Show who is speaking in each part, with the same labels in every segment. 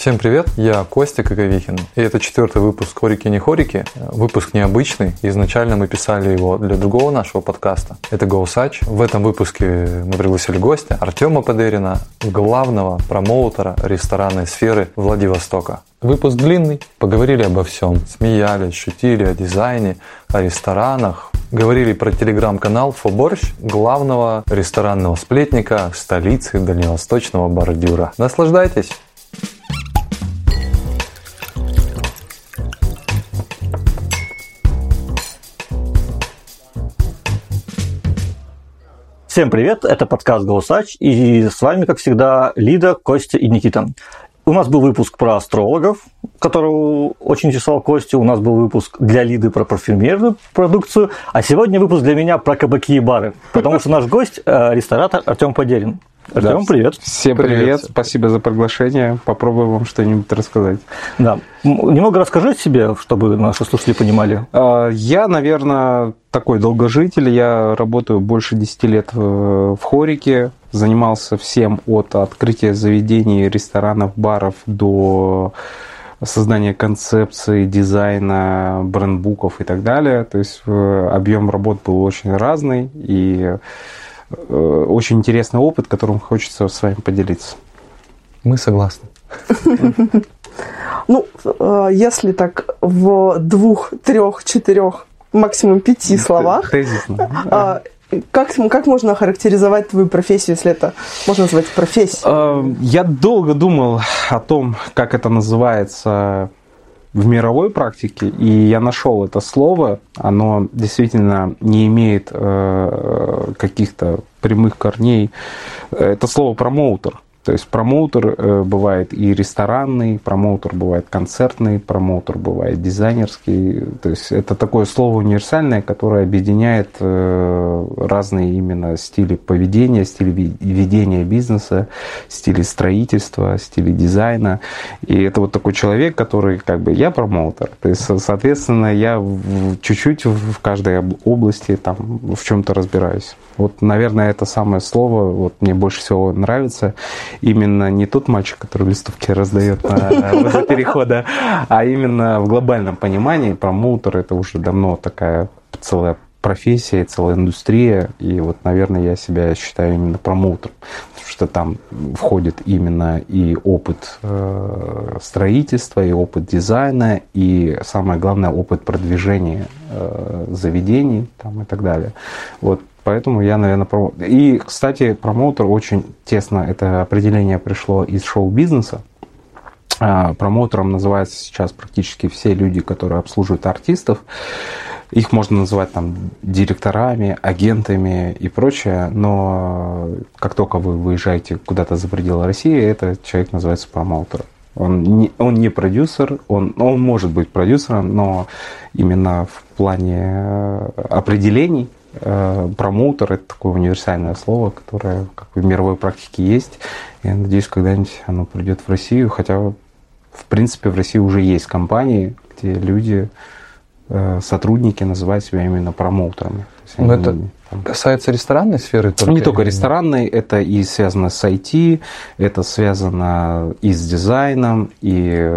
Speaker 1: Всем привет, я Костя Коковихин, и это 4-й выпуск «Хорики не хорики». Выпуск необычный, изначально мы писали его для другого нашего подкаста, это GoSuch. В этом выпуске мы пригласили гостя Артема Подерина, главного промоутера ресторанной сферы Владивостока. Выпуск длинный, поговорили обо всем, смеялись, шутили о дизайне, о ресторанах, говорили про телеграм-канал «Фоборщ», главного ресторанного сплетника столицы дальневосточного бордюра. Наслаждайтесь!
Speaker 2: Всем привет, это подкаст GoSuch, и с вами, как всегда, Лида, Костя и Никита. У нас был выпуск про астрологов, который очень интересовал Костю, у нас был выпуск для Лиды про парфюмерную продукцию, а сегодня выпуск для меня про кабаки и бары, потому что наш гость – ресторатор Артем Подерин. Артем, да. Привет.
Speaker 3: Всем привет, спасибо за приглашение, попробую вам что-нибудь рассказать.
Speaker 2: Да, немного расскажи о себе, чтобы наши слушатели понимали.
Speaker 3: Я, наверное, такой долгожитель, я работаю больше 10 лет в Хорике, занимался всем от открытия заведений, ресторанов, баров до создания концепции, дизайна, брендбуков и так далее. То есть объем работ был очень разный и очень интересный опыт, которым хочется с вами поделиться.
Speaker 1: Мы согласны.
Speaker 4: Ну, если так в 2, 3, 4, максимум 5 словах,
Speaker 3: тезисно.
Speaker 4: Как можно охарактеризовать твою профессию, если это можно назвать профессией?
Speaker 3: Я долго думал о том, как это называется в мировой практике, и я нашел это слово, оно действительно не имеет каких-то прямых корней. Это слово промоутер. То есть промоутер бывает и ресторанный, промоутер бывает концертный, промоутер бывает дизайнерский. То есть это такое слово универсальное, которое объединяет разные именно стили поведения, стили ведения бизнеса, стили строительства, стили дизайна. И это вот такой человек, который я промоутер. То есть, соответственно, я чуть-чуть в каждой области там в чем-то разбираюсь. Вот, наверное, это самое слово мне больше всего нравится. Именно не тот мальчик, который листовки раздает возле перехода, а именно в глобальном понимании промоутер — это уже давно такая целая профессия, целая индустрия. И вот, наверное, я себя считаю именно промоутером, потому что там входит именно и опыт строительства, и опыт дизайна, и самое главное, опыт продвижения заведений там, и так далее. Вот. Поэтому я, наверное, промоутер. И, кстати, промоутер очень тесно, это определение пришло из шоу-бизнеса. Промоутером называются сейчас практически все люди, которые обслуживают артистов. Их можно называть там директорами, агентами и прочее. Но как только вы выезжаете куда-то за пределы России, этот человек называется промоутером. Он не продюсер, он может быть продюсером, но именно в плане определений промоутер — это такое универсальное слово, которое в мировой практике есть. Я надеюсь, когда-нибудь оно придет в Россию, хотя, в принципе, в России уже есть компании, где люди, сотрудники называют себя именно промоутерами.
Speaker 1: Но это касается ресторанной сферы?
Speaker 3: Не только ресторанной, это и связано с IT, это связано и с дизайном, и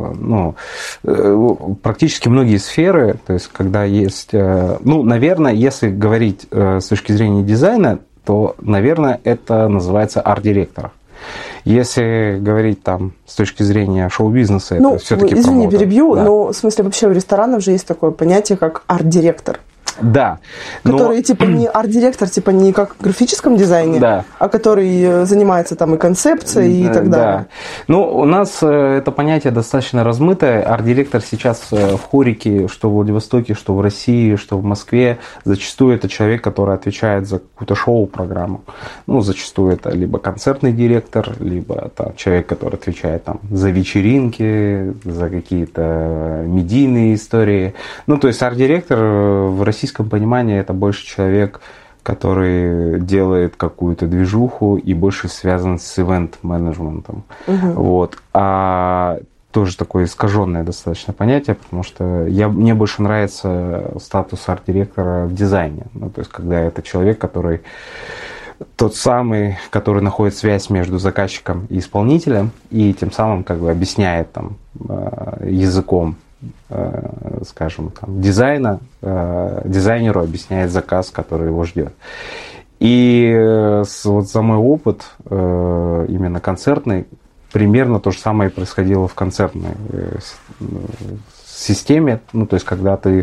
Speaker 3: практически многие сферы, то есть когда есть, наверное, если говорить с точки зрения дизайна, то, наверное, это называется арт-директор. Если говорить там с точки зрения шоу-бизнеса, это все-таки промоутер.
Speaker 4: Извини, перебью, да. Но в смысле вообще у ресторанов же есть такое понятие, как арт-директор.
Speaker 3: Да.
Speaker 4: Который не арт-директор, не как в графическом дизайне,
Speaker 3: да.
Speaker 4: А который занимается там и концепцией, и так далее.
Speaker 3: Да. У нас это понятие достаточно размытое. Арт-директор сейчас в Хорике, что в Владивостоке, что в России, что в Москве, зачастую это человек, который отвечает за какую-то шоу-программу. Зачастую это либо концертный директор, либо это человек, который отвечает за вечеринки, за какие-то медийные истории. То есть арт-директор в российском понимании это больше человек, который делает какую-то движуху и больше связан с ивент-менеджментом. Вот. А тоже такое искаженное достаточно понятие, потому что мне больше нравится статус арт-директора в дизайне. То есть когда это человек, который тот самый, который находит связь между заказчиком и исполнителем, и тем самым как бы объясняет там, языком, скажем, там, дизайна, дизайнеру объясняет заказ, который его ждет. И вот за мой опыт именно концертный, примерно то же самое происходило в концертной системе, ну, то есть когда ты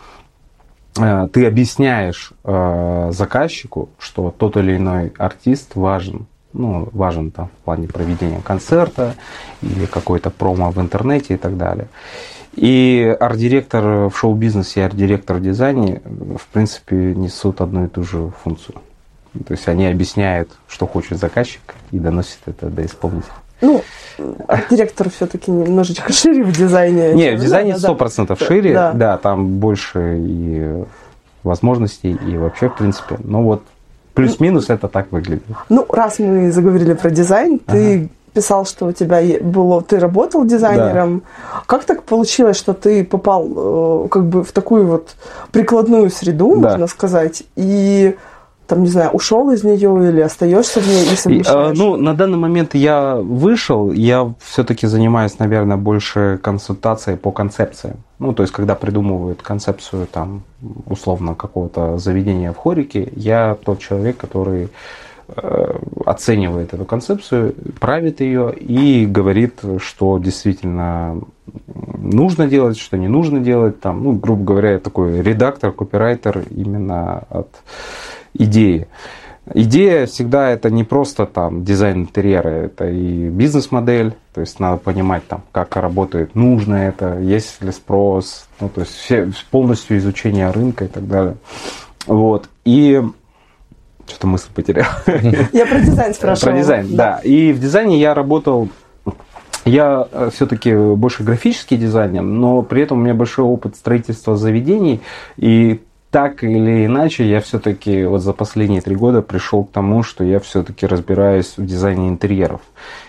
Speaker 3: объясняешь заказчику, что тот или иной артист важен, ну, важен там в плане проведения концерта или какой-то промо в интернете и так далее. И арт-директор в шоу-бизнесе и арт-директор в дизайне, в принципе, несут одну и ту же функцию. То есть они объясняют, что хочет заказчик, и доносят это до исполнителя.
Speaker 4: Ну, арт-директор все-таки немножечко шире в дизайне.
Speaker 3: Не, в дизайне 100% шире,
Speaker 4: да.
Speaker 3: Да, там больше и возможностей, и вообще, в принципе. Но вот плюс-минус это так выглядит.
Speaker 4: Ну, раз мы заговорили про дизайн, ты писал, что у тебя было, ты работал дизайнером. Да. Как так получилось, что ты попал как бы в такую вот прикладную среду, можно сказать, и там, не знаю, ушел из нее или остаешься в ней и совмещаешь?
Speaker 3: Ну, на данный момент я вышел, я все-таки занимаюсь, наверное, больше консультацией по концепции. Ну, то есть, когда придумывают концепцию, там, условно, какого-то заведения в хорике, я тот человек, который оценивает эту концепцию, правит ее и говорит, что действительно нужно делать, что не нужно делать. Там, ну, грубо говоря, я такой редактор, копирайтер именно от идеи. Идея всегда это не просто там дизайн интерьера, это и бизнес-модель, то есть надо понимать, там, как работает, нужно это, есть ли спрос, ну, то есть полностью изучение рынка и так далее. Вот. И что-то мысль потерял.
Speaker 4: Я про дизайн спрашивала.
Speaker 3: Про дизайн, да. И в дизайне я работал, я все-таки больше графический дизайнер, но при этом у меня большой опыт строительства заведений, и так или иначе я все-таки вот за последние 3 года пришел к тому, что я все-таки разбираюсь в дизайне интерьеров.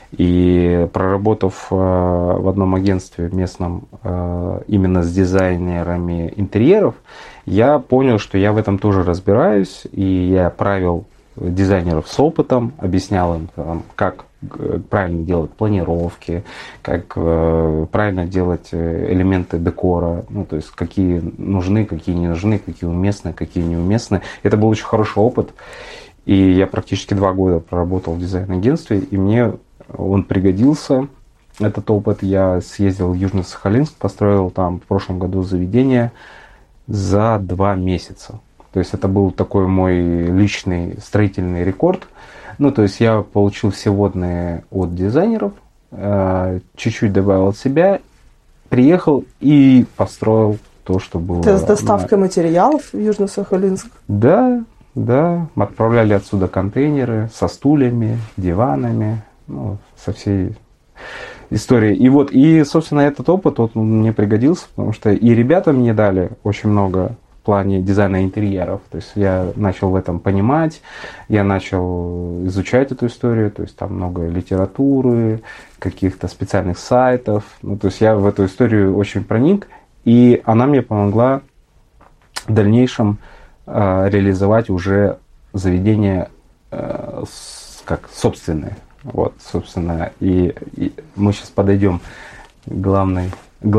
Speaker 3: И проработав в одном агентстве местном именно с дизайнерами интерьеров, я понял, что я в этом тоже разбираюсь, и я правил дизайнеров с опытом, объяснял им, как правильно делать планировки, как правильно делать элементы декора, ну, то есть какие нужны, какие не нужны, какие уместны, какие неуместны. Это был очень хороший опыт, и я практически 2 года проработал в дизайн-агентстве, и мне он пригодился, этот опыт. Я съездил в Южно-Сахалинск, построил там в прошлом году заведение за 2 месяца. То есть это был такой мой личный строительный рекорд. Ну, то есть я получил все вводные от дизайнеров, чуть-чуть добавил от себя, приехал и построил то, что было.
Speaker 4: Ты с доставкой материалов в Южно-Сахалинск?
Speaker 3: Да, да. Мы отправляли отсюда контейнеры со стульями, диванами, ну, со всей историей. И вот, и, собственно, этот опыт вот, мне пригодился, потому что и ребята мне дали очень много в плане дизайна интерьеров. То есть я начал в этом понимать, я начал изучать эту историю, то есть там много литературы, каких-то специальных сайтов. Ну, то есть я в эту историю очень проник, и она мне помогла в дальнейшем реализовать уже заведения как собственные. Вот, собственно, и мы сейчас подойдем к главному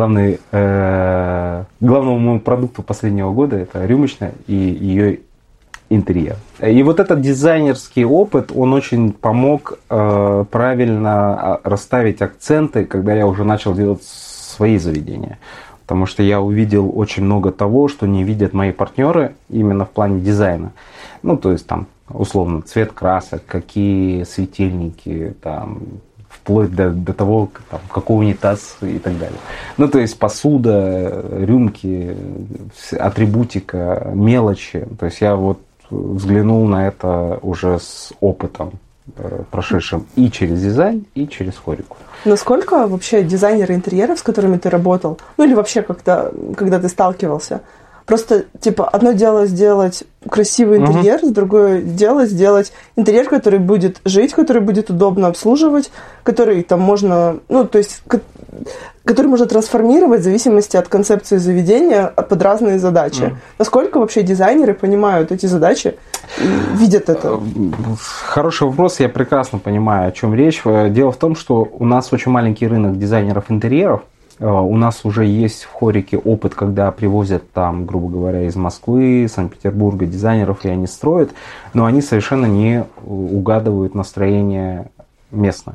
Speaker 3: моему продукту последнего года, это рюмочная и ее интерьер. И вот этот дизайнерский опыт, он очень помог правильно расставить акценты, когда я уже начал делать свои заведения. Потому что я увидел очень много того, что не видят мои партнеры именно в плане дизайна. Ну, то есть там условно цвет красок, какие светильники, там, вплоть до того, там, какой унитаз и так далее. Ну, то есть посуда, рюмки, атрибутика, мелочи. То есть я вот взглянул на это уже с опытом, прошедшим и через дизайн, и через хорику.
Speaker 4: Насколько вообще дизайнеры интерьеров, с которыми ты работал, ну или вообще когда ты сталкивался, Просто, типа, одно дело сделать красивый интерьер, другое дело сделать интерьер, который будет жить, который будет удобно обслуживать, который там можно, ну, то есть, который можно трансформировать в зависимости от концепции заведения под разные задачи. Насколько вообще дизайнеры понимают эти задачи и видят это?
Speaker 3: Хороший вопрос, я прекрасно понимаю, о чем речь. Дело в том, что у нас очень маленький рынок дизайнеров интерьеров. У нас уже есть в Хорике опыт, когда привозят там, грубо говоря, из Москвы, Санкт-Петербурга дизайнеров, и они строят, но они совершенно не угадывают настроение местное.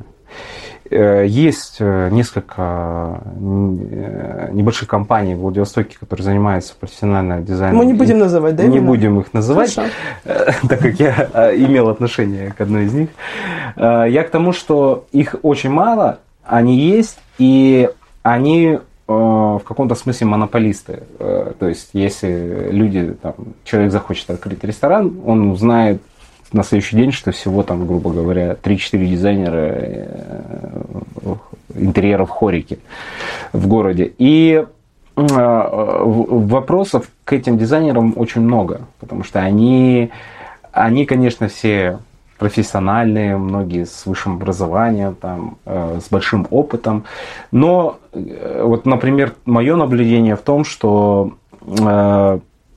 Speaker 3: Есть несколько небольших компаний в Владивостоке, которые занимаются профессиональным дизайном.
Speaker 4: Мы не будем называть, да?
Speaker 3: Не будем их называть,
Speaker 4: Хорошо.
Speaker 3: так как я имел отношение к одной из них. Я к тому, что их очень мало, они есть, и они в каком-то смысле монополисты. То есть, если люди, там, человек захочет открыть ресторан, он узнает на следующий день, что всего там, грубо говоря, 3-4 дизайнера интерьеров Хорики в городе. И вопросов к этим дизайнерам очень много, потому что они, конечно, все профессиональные, многие с высшим образованием, там, с большим опытом. Но, вот, например, мое наблюдение в том, что в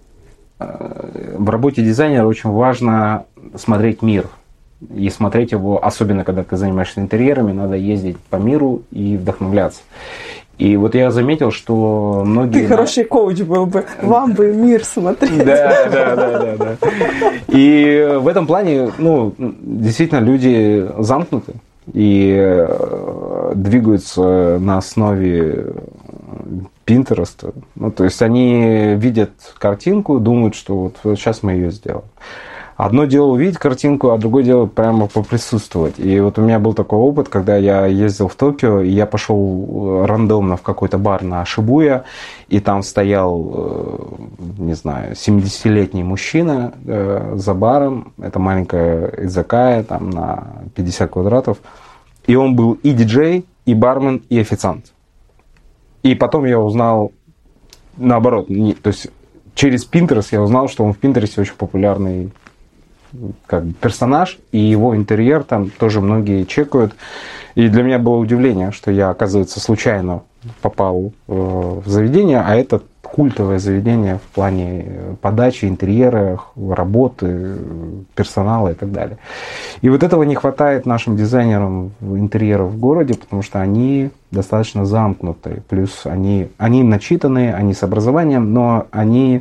Speaker 3: работе дизайнера очень важно смотреть мир. И смотреть его, особенно когда ты занимаешься интерьерами, надо ездить по миру и вдохновляться. И вот я заметил, что многие...
Speaker 4: Ты хороший коуч был бы, вам бы мир смотреть.
Speaker 3: Да. И в этом плане, ну, действительно, люди замкнуты и двигаются на основе Pinterest. Ну, то есть они видят картинку, думают, что вот сейчас мы ее сделаем. Одно дело увидеть картинку, а другое дело прямо поприсутствовать. И вот у меня был такой опыт, когда я ездил в Токио, и я пошел рандомно в какой-то бар на Шибуя, и там стоял, не знаю, 70-летний мужчина за баром, это маленькая изакая, там на 50 квадратов, и он был и диджей, и бармен, и официант. И потом я узнал, наоборот, то есть через Pinterest я узнал, что он в Pinterest очень популярный как бы персонаж, и его интерьер там тоже многие чекают. И для меня было удивление, что я, оказывается, случайно попал в заведение, а это культовое заведение в плане подачи, интерьера, работы, персонала и так далее. И вот этого не хватает нашим дизайнерам интерьеров в городе, потому что они достаточно замкнутые. Плюс они начитанные, они с образованием, но они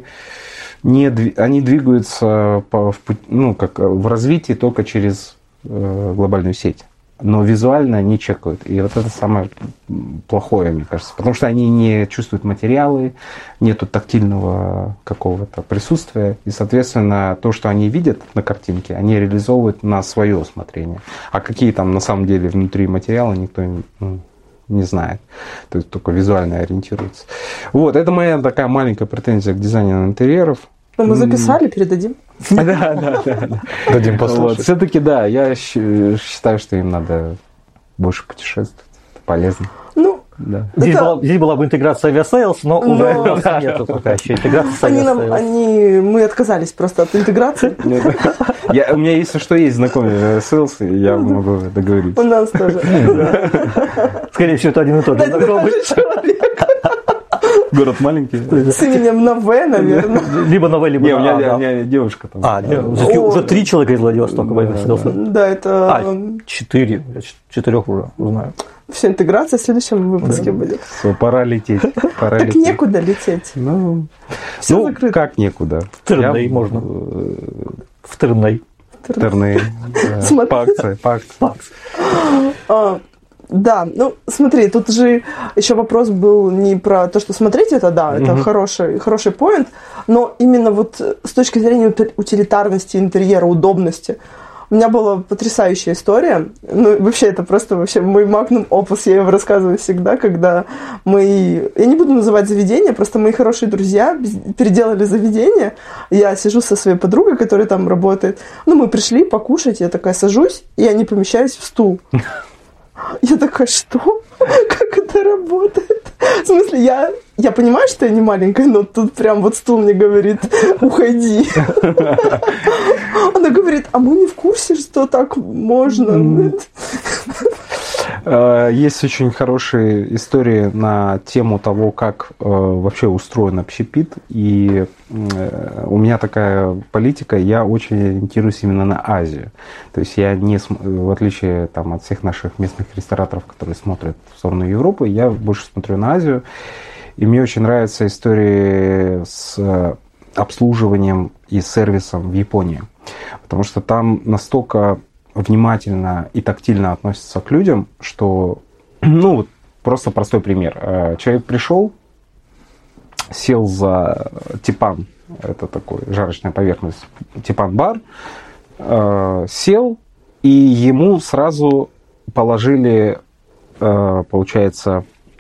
Speaker 3: двигаются в развитии только через глобальную сеть. Но визуально не чекают. И вот это самое плохое, мне кажется. Потому что они не чувствуют материалы, нету тактильного какого-то присутствия. И, соответственно, то, что они видят на картинке, они реализовывают на свое усмотрение. А какие там на самом деле внутри материалы, никто не знает. То есть только визуально ориентируется. Вот, это моя такая маленькая претензия к дизайнеру интерьеров.
Speaker 4: Ну, мы записали, передадим.
Speaker 3: Да.
Speaker 1: Дадим послушать.
Speaker 3: Все-таки, да, я считаю, что им надо больше путешествовать. Это полезно.
Speaker 4: Ну,
Speaker 3: да.
Speaker 2: Здесь была бы интеграция Aviasales, но уже нету пока еще интеграции Aviasales.
Speaker 4: Мы отказались просто от интеграции.
Speaker 3: У меня, если что, есть знакомый Aviasales, и я могу договориться.
Speaker 4: У нас тоже.
Speaker 2: Скорее всего, это один и тот же знакомый.
Speaker 3: Город маленький.
Speaker 4: С именем на В, наверное.
Speaker 2: Либо на В, либо на А.
Speaker 3: У меня девушка там.
Speaker 2: Уже 3 человека из Владивостока появился.
Speaker 4: Да, это...
Speaker 2: 4. 4 уже знаю.
Speaker 4: Все, интеграция в следующем выпуске будет.
Speaker 3: Все, пора лететь.
Speaker 4: Так некуда лететь. Все закрыто.
Speaker 3: Как некуда?
Speaker 2: В Терней можно. В Терней.
Speaker 3: По акции.
Speaker 4: Да, ну смотри, тут же еще вопрос был не про то, что смотреть это, да, это хороший поинт, но именно вот с точки зрения утилитарности интерьера, удобности. У меня была потрясающая история. Ну, вообще, это просто мой магнум опус, я его рассказываю всегда, когда я не буду называть заведение, просто мои хорошие друзья переделали заведение. Я сижу со своей подругой, которая там работает. Ну, мы пришли покушать, я такая сажусь, и я не помещаюсь в стул. Я такая, что? Как это работает? В смысле, я понимаю, что я не маленькая, но тут прям вот стул мне говорит, уходи. Она говорит, а мы не в курсе, что так можно.
Speaker 3: Есть очень хорошие истории на тему того, как вообще устроен общепит. И у меня такая политика, я очень ориентируюсь именно на Азию. То есть я не, в отличие там, от всех наших местных рестораторов, которые смотрят в сторону Европы, я больше смотрю на Азию. И мне очень нравятся истории с обслуживанием и сервисом в Японии. Потому что там настолько внимательно и тактильно относятся к людям, что, ну, вот просто простой пример. Человек пришел, сел за типан, это такой жарочная поверхность, типан-бар, сел, и ему сразу положили, получается,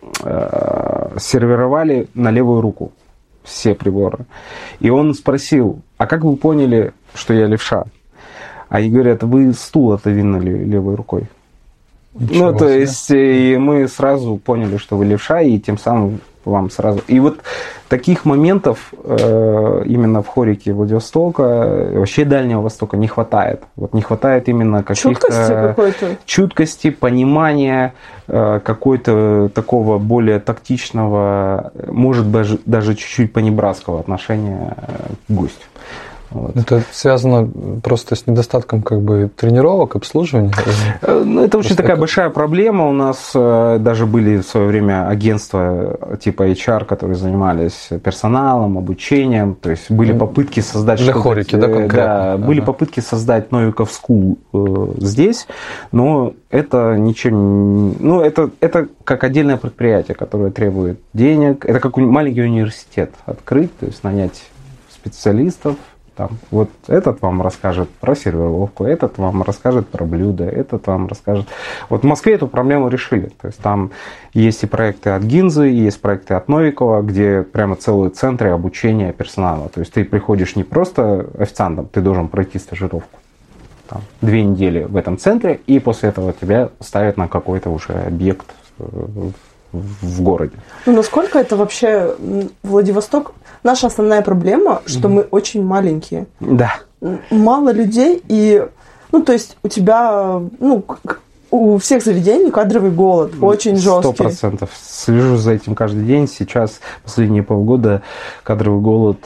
Speaker 3: сервировали на левую руку все приборы. И он спросил, а как вы поняли, что я левша? А они говорят, вы стул отодвинули левой рукой.
Speaker 1: Ничего
Speaker 3: ну, то
Speaker 1: себе.
Speaker 3: есть, и мы сразу поняли, что вы левша, и тем самым вам сразу... И вот таких моментов именно в хорике Владивостока, вообще Дальнего Востока не хватает. Вот не хватает именно каких-то... Чуткости, понимания, какой-то такого более тактичного, может быть, даже чуть-чуть понебратского отношения к гостю. Вот.
Speaker 1: Это связано просто с недостатком как бы тренировок, обслуживания?
Speaker 3: Ну, это очень такая большая проблема. У нас даже были в свое время агентства типа HR, которые занимались персоналом, обучением. То есть были попытки создать...
Speaker 1: Для хорики, да, конкретно?
Speaker 3: Да, были попытки создать Новиков School здесь, но это ничем... Ну, это как отдельное предприятие, которое требует денег. Это как маленький университет открыть, то есть нанять специалистов. Там, вот этот вам расскажет про сервировку, этот вам расскажет про блюда, этот вам расскажет... Вот в Москве эту проблему решили. То есть там есть и проекты от Гинзы, есть проекты от Новикова, где прямо целые центры обучения персонала. То есть ты приходишь не просто официантом, ты должен пройти стажировку. Там, 2 недели в этом центре, и после этого тебя ставят на какой-то уже объект в городе.
Speaker 4: Ну, насколько это вообще Владивосток? Наша основная проблема, что мы очень маленькие.
Speaker 3: Да.
Speaker 4: Мало людей, и, ну, то есть у тебя, ну, у всех заведений кадровый голод, очень жесткий.
Speaker 3: 100%. Слежу за этим каждый день. Сейчас, последние полгода, кадровый голод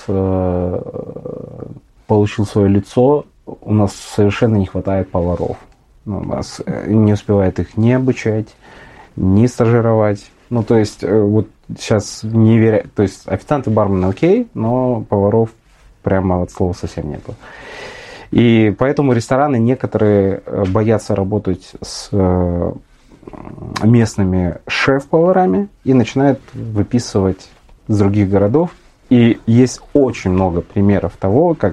Speaker 3: получил свое лицо. У нас совершенно не хватает поваров. У нас не успевает их ни обучать, ни стажировать. Ну, то есть, вот сейчас не веря... То есть, официанты, бармены окей, но поваров прямо от слова совсем нету. И поэтому рестораны некоторые боятся работать с местными шеф-поварами и начинают выписывать с других городов. И есть очень много примеров того, как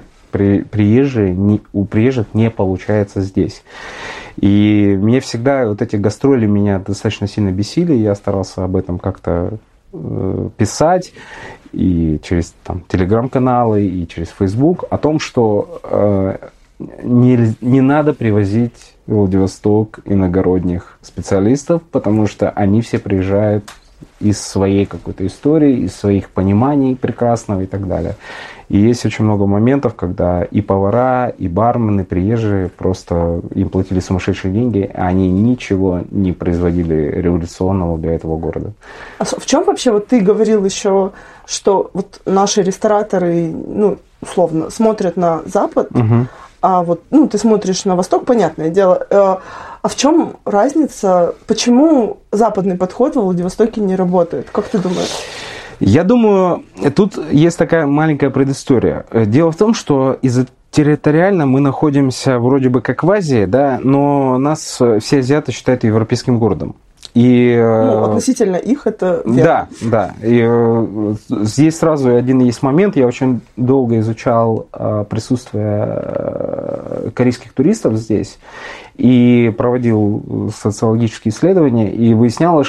Speaker 3: у приезжих не получается здесь. И мне всегда вот эти гастроли меня достаточно сильно бесили. Я старался об этом как-то писать и через там, телеграм-каналы, и через Facebook о том, что не надо привозить в Владивосток иногородних специалистов, потому что они все приезжают из своей какой-то истории, из своих пониманий прекрасного и так далее. И есть очень много моментов, когда и повара, и бармены, приезжие, просто им платили сумасшедшие деньги, а они ничего не производили революционного для этого города.
Speaker 4: А в чем вообще, вот ты говорил еще, что вот наши рестораторы, ну, условно, смотрят на Запад, а вот, ну, ты смотришь на Восток, понятное дело. А в чем разница, почему западный подход во Владивостоке не работает? Как ты думаешь?
Speaker 3: Я думаю, тут есть такая маленькая предыстория. Дело в том, что территориально мы находимся вроде бы как в Азии, да, но нас все азиаты считают европейским городом. И,
Speaker 4: ну, относительно их это верно.
Speaker 3: Да. И здесь сразу один есть момент. Я очень долго изучал присутствие корейских туристов здесь и проводил социологические исследования, и выяснялось,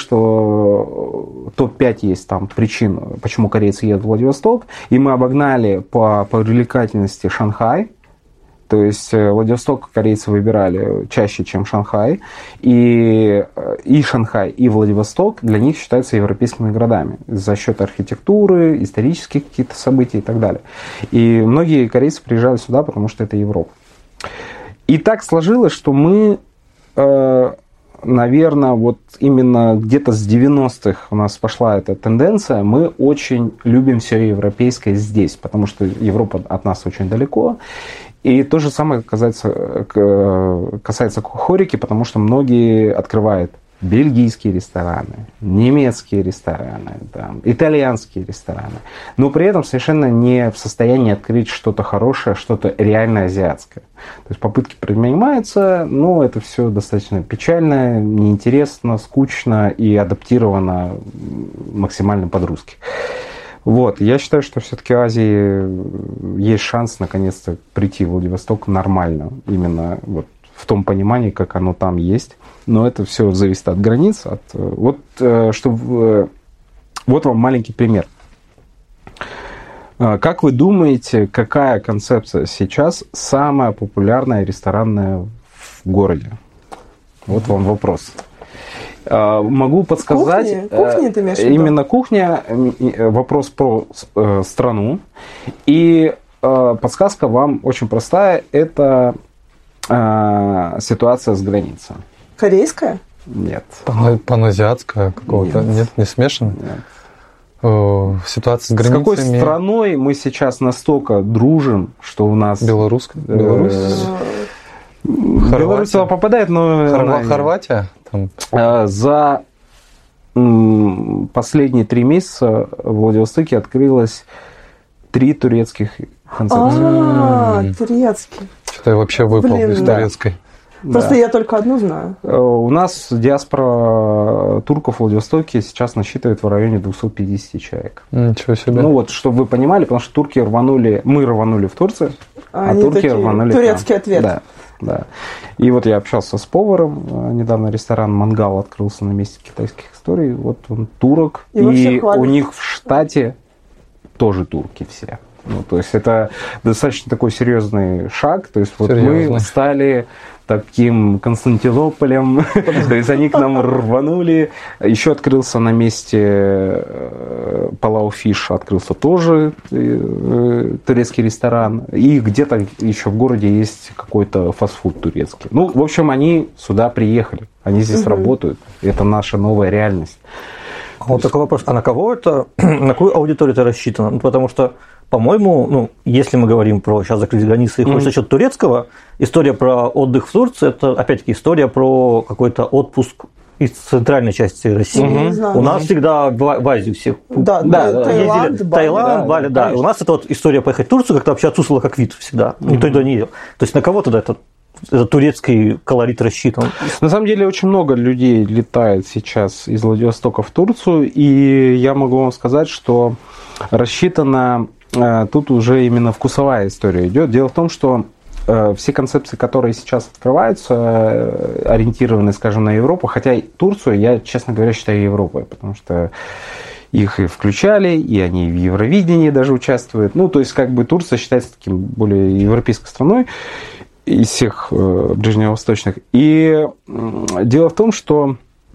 Speaker 3: что топ-5 есть там причин, почему корейцы едут в Владивосток, и мы обогнали по привлекательности Шанхай, То есть Владивосток корейцы выбирали чаще, чем Шанхай. И Шанхай, и Владивосток для них считаются европейскими городами за счет архитектуры, исторических каких-то событий и так далее. И многие корейцы приезжали сюда, потому что это Европа. И так сложилось, что мы, наверное, вот именно где-то с 90-х у нас пошла эта тенденция. Мы очень любим все европейское здесь, потому что Европа от нас очень далеко. И то же самое касается Хорики, потому что многие открывают бельгийские рестораны, немецкие рестораны, там, итальянские рестораны, но при этом совершенно не в состоянии открыть что-то хорошее, что-то реально азиатское. То есть попытки предпринимаются, но это все достаточно печально, неинтересно, скучно и адаптировано максимально под-русски. Вот. Я считаю, что все-таки Азии есть шанс наконец-то прийти в Владивосток нормально, именно вот в том понимании, как оно там есть. Но это все зависит от границ. Вот вам маленький пример. Как вы думаете, какая концепция сейчас самая популярная ресторанная в городе? Вот вам вопрос. Могу подсказать.
Speaker 4: Кухня ты имеешь в виду?
Speaker 3: Именно кухня. Вопрос про страну. И подсказка вам очень простая. Это ситуация с границей.
Speaker 4: Корейская?
Speaker 3: Нет.
Speaker 1: Паназиатская какого-то? Нет, не смешано?
Speaker 3: Нет.
Speaker 1: Ситуация с границами.
Speaker 3: С какой страной мы сейчас настолько дружим, что у нас...
Speaker 1: Белорусская? Беларусь?
Speaker 3: Беларусь туда попадает, но...
Speaker 1: Хорватия? Там.
Speaker 3: За последние 3 месяца в Владивостоке открылось 3 турецких концепции.
Speaker 4: Турецкий.
Speaker 1: Что-то я вообще выпал из турецкой.
Speaker 4: Просто я только одну знаю.
Speaker 3: У нас диаспора турков в Владивостоке сейчас насчитывает в районе 250 человек.
Speaker 1: Ничего себе.
Speaker 3: Ну вот, чтобы вы понимали, потому что турки мы рванули в Турцию, а турки рванули
Speaker 4: турецкий ответ.
Speaker 3: Да, да. И вот я общался с поваром, недавно ресторан «Мангал» открылся на месте китайских историй. Вот он турок, и у них в штате тоже турки все. Ну, то есть это достаточно такой серьезный шаг. То есть вот мы стали таким Константинополем, то есть они к нам рванули. Еще открылся на месте Палау Фиш, открылся тоже турецкий ресторан. И где-то еще в городе есть какой-то фастфуд турецкий. Ну, в общем, они сюда приехали, они здесь работают. Это наша новая реальность.
Speaker 2: Вот такой вопрос, а на кого это, на какую аудиторию это рассчитано? Ну, потому что, по-моему, если мы говорим про сейчас закрыть границы и хочется за счет турецкого, история про отдых в Турции, это опять-таки история про какой-то отпуск из центральной части России. У нас всегда в Азию все ездили. Таиланд, Бали, да. У нас это вот история поехать в Турцию, как-то вообще отсутствовала как вид всегда. Никто туда не едет. То есть на кого тогда этот турецкий колорит рассчитан?
Speaker 3: На самом деле очень много людей летает сейчас из Владивостока в Турцию, и я могу вам сказать, что рассчитана тут уже именно вкусовая история идет. Дело в том, что все концепции, которые сейчас открываются, ориентированы, скажем, на Европу, хотя Турцию я, честно говоря, считаю Европой, потому что их и включали, и они в Евровидении даже участвуют. Ну, то есть, как бы Турция считается таким более европейской страной из всех ближневосточных. И дело в том, что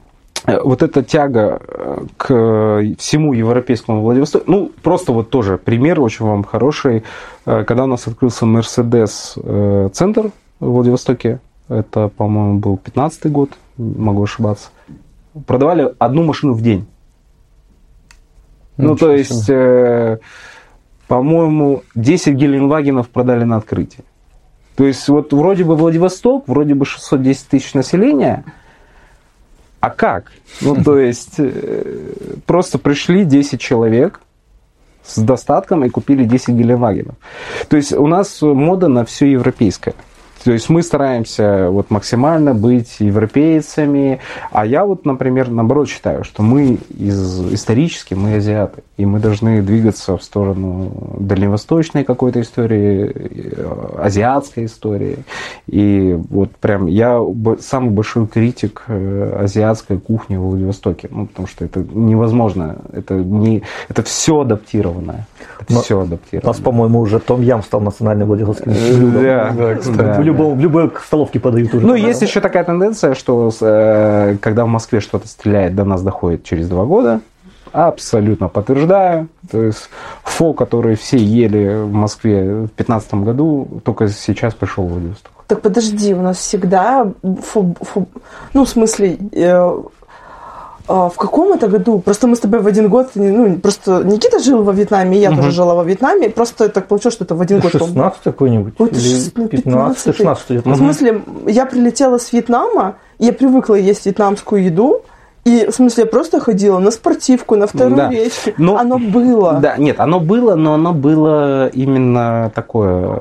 Speaker 3: вот эта тяга к всему европейскому Владивостоку, ну, просто вот тоже пример очень вам хороший. Когда у нас открылся Мерседес-центр в Владивостоке, это, по-моему, был 15-й год, могу ошибаться, продавали 1 машину в день. Ну, то есть, по-моему, 10 Геленвагенов продали на открытии. То есть, вот вроде бы Владивосток, вроде бы 610 тысяч населения, а как? Ну, то есть, просто пришли 10 человек с достатком и купили 10 Геленвагенов. То есть, у нас мода на все европейское. То есть мы стараемся вот максимально быть европейцами, а я вот, например, наоборот считаю, что мы исторически мы азиаты, и мы должны двигаться в сторону дальневосточной какой-то истории, азиатской истории. И вот прям я самый большой критик азиатской кухни в Владивостоке, ну, потому что это невозможно, это все адаптированное. Все адаптировано.
Speaker 2: У нас, по-моему, уже том-ям стал национальным владивостокским блюдом.
Speaker 3: Да, кстати.
Speaker 2: В любой столовке подают уже.
Speaker 3: Ну, есть еще такая тенденция, что когда в Москве что-то стреляет, до нас доходит через 2 года. Абсолютно подтверждаю. То есть фо, который все ели в Москве в 2015 году, только сейчас пришел в Владивосток.
Speaker 4: Так подожди, у нас всегда ну, в смысле, в каком это году? Просто мы с тобой в один год, ну, просто Никита жил во Вьетнаме, и я тоже жила во Вьетнаме, просто так получилось, что это в один год.
Speaker 2: 16 какой-нибудь?
Speaker 4: Вот,
Speaker 2: или 15, 16.
Speaker 4: В смысле, я прилетела с Вьетнама, я привыкла есть вьетнамскую еду, и, в смысле, я просто ходила на спортивку, на вторую речку. Но, оно было.
Speaker 3: Да, нет, оно было, но оно было именно такое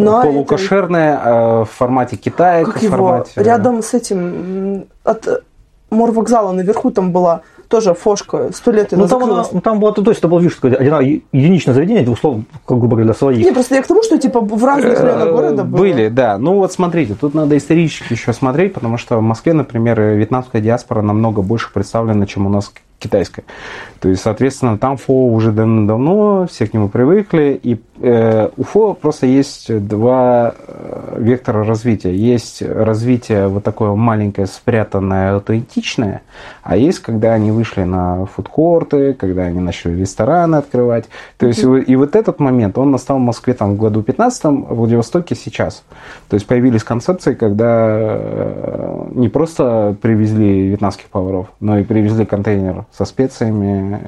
Speaker 3: полукошерное в формате Китая.
Speaker 4: Как его? Рядом с этим, от морвокзала наверху там была тоже фошка, 100 лет и закрылась.
Speaker 2: Там было, то есть это было, видишь, единичное заведение, условно, как грубо говоря, для своих.
Speaker 4: Не, просто я к тому, что типа в разных районах города было.
Speaker 3: Были, да. Ну вот смотрите, тут надо исторически еще смотреть, потому что в Москве, например, вьетнамская диаспора намного больше представлена, чем у нас китайская. То есть, соответственно, там фо уже давно, все к нему привыкли, и у фо просто есть 2 вектора развития. Есть развитие вот такое маленькое, спрятанное, аутентичное, а есть, когда они вышли на фудкорты, когда они начали рестораны открывать. То есть, и вот этот момент, он настал в Москве там в году 15-м, в Владивостоке сейчас. То есть, появились концепции, когда не просто привезли вьетнамских поваров, но и привезли контейнер со специями,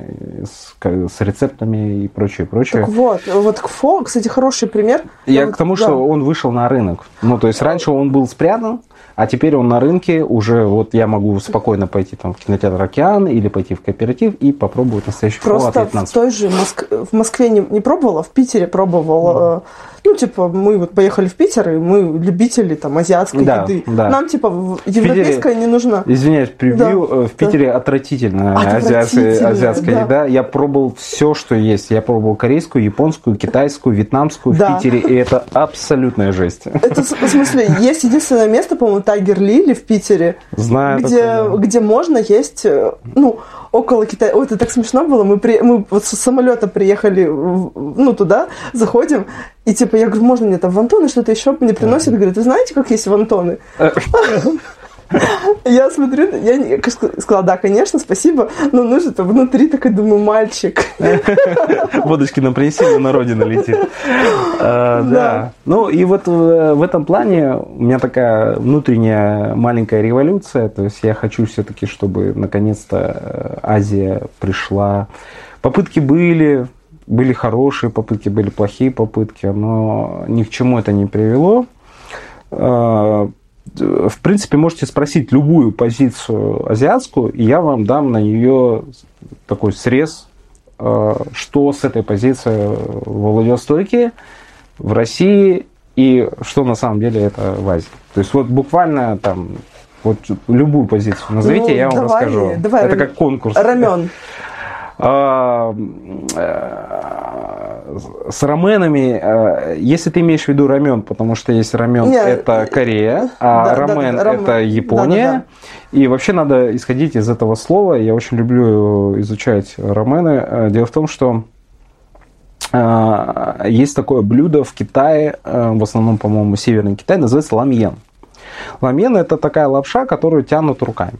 Speaker 3: с рецептами и прочее.
Speaker 4: Так вот к фо, кстати, хороший пример.
Speaker 3: Я к тому, что он вышел на рынок. Ну, то есть раньше он был спрятан, а теперь он на рынке уже, вот я могу спокойно пойти там в кинотеатр «Океан» или пойти в кооператив и попробовать настоящий фо от вьетнамцев.
Speaker 4: Просто в той же в Москве не пробовала, в Питере пробовала. Ну, типа, мы вот поехали в Питер, и мы любители там азиатской еды.
Speaker 3: Да.
Speaker 4: Нам, типа, европейская не нужна.
Speaker 3: Извиняюсь, превью. В Питере отвратительная азиатская еда. Я пробовал все, что есть. Я пробовал корейскую, японскую, китайскую, вьетнамскую в Питере, и это абсолютная жесть.
Speaker 4: Это, в смысле, есть единственное место, по-моему, Тайгер Лили в Питере, где можно есть, ну, около Китая. Ой, это так смешно было. Мы вот с самолета приехали, ну, туда, заходим, и типа, я говорю, можно мне там вонтоны, что-то еще мне приносят? Говорят, вы знаете, как есть вонтоны? Я смотрю, я сказала, да, конечно, спасибо, но нужно там внутри, так и думаю, мальчик.
Speaker 3: Водочки нам принеси, на родину летит. Да. Ну, и вот в этом плане у меня такая внутренняя маленькая революция, то есть я хочу все-таки, чтобы наконец-то Азия пришла. Попытки были хорошие попытки, были плохие попытки, но ни к чему это не привело. В принципе, можете спросить любую позицию азиатскую, и я вам дам на нее такой срез, что с этой позиции во Владивостоке, в России, и что на самом деле это в Азии. То есть вот буквально там вот любую позицию назовите, я вам расскажу. Это как конкурс.
Speaker 4: Рамен.
Speaker 3: С раменами, если ты имеешь в виду рамен, потому что есть рамен, это Корея, а рамен это Япония. И вообще надо исходить из этого слова. Я очень люблю изучать рамены. Дело в том, что есть такое блюдо в Китае, в основном, по-моему, Северный Китай, называется ламьен. Ламьен это такая лапша, которую тянут руками.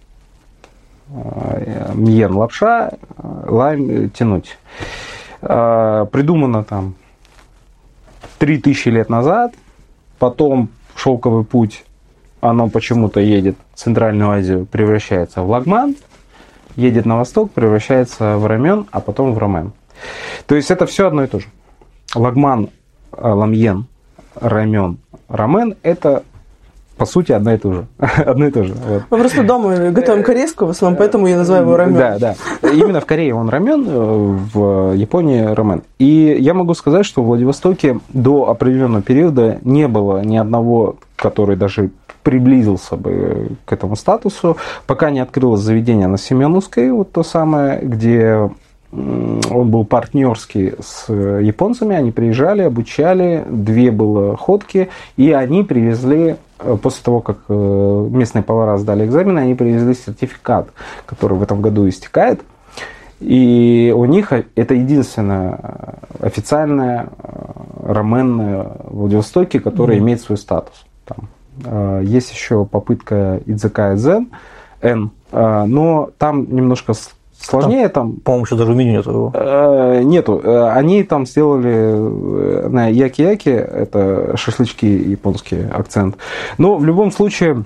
Speaker 3: Мьен лапша, лайм тянуть. Придумано там 3000 лет назад, потом шелковый путь, оно почему-то едет в Центральную Азию, превращается в лагман, едет на восток, превращается в рамен, а потом в рамен. То есть это все одно и то же. Лагман, ламьен, рамен, рамен – это по сути, одно и то же. Одно и то же. Вот.
Speaker 4: Мы просто дома готовим корейскую в основном, поэтому я называю его рамен.
Speaker 3: Да. Именно в Корее он рамен, в Японии рамен. И я могу сказать, что в Владивостоке до определенного периода не было ни одного который даже приблизился бы к этому статусу, пока не открылось заведение на Семеновской, вот то самое, где он был партнерский с японцами, они приезжали, обучали, 2 было ходки, и они привезли, после того, как местные повара сдали экзамены, они привезли сертификат, который в этом году истекает, и у них это единственная официальная раменная в Владивостоке, которая имеет свой статус. Там есть еще попытка Идзакая Zen, но там немножко сложнее. Там,
Speaker 2: по-моему, еще даже меню нету.
Speaker 3: Нету. Они там сделали на яки-яки, это шашлычки, японский акцент. Но в любом случае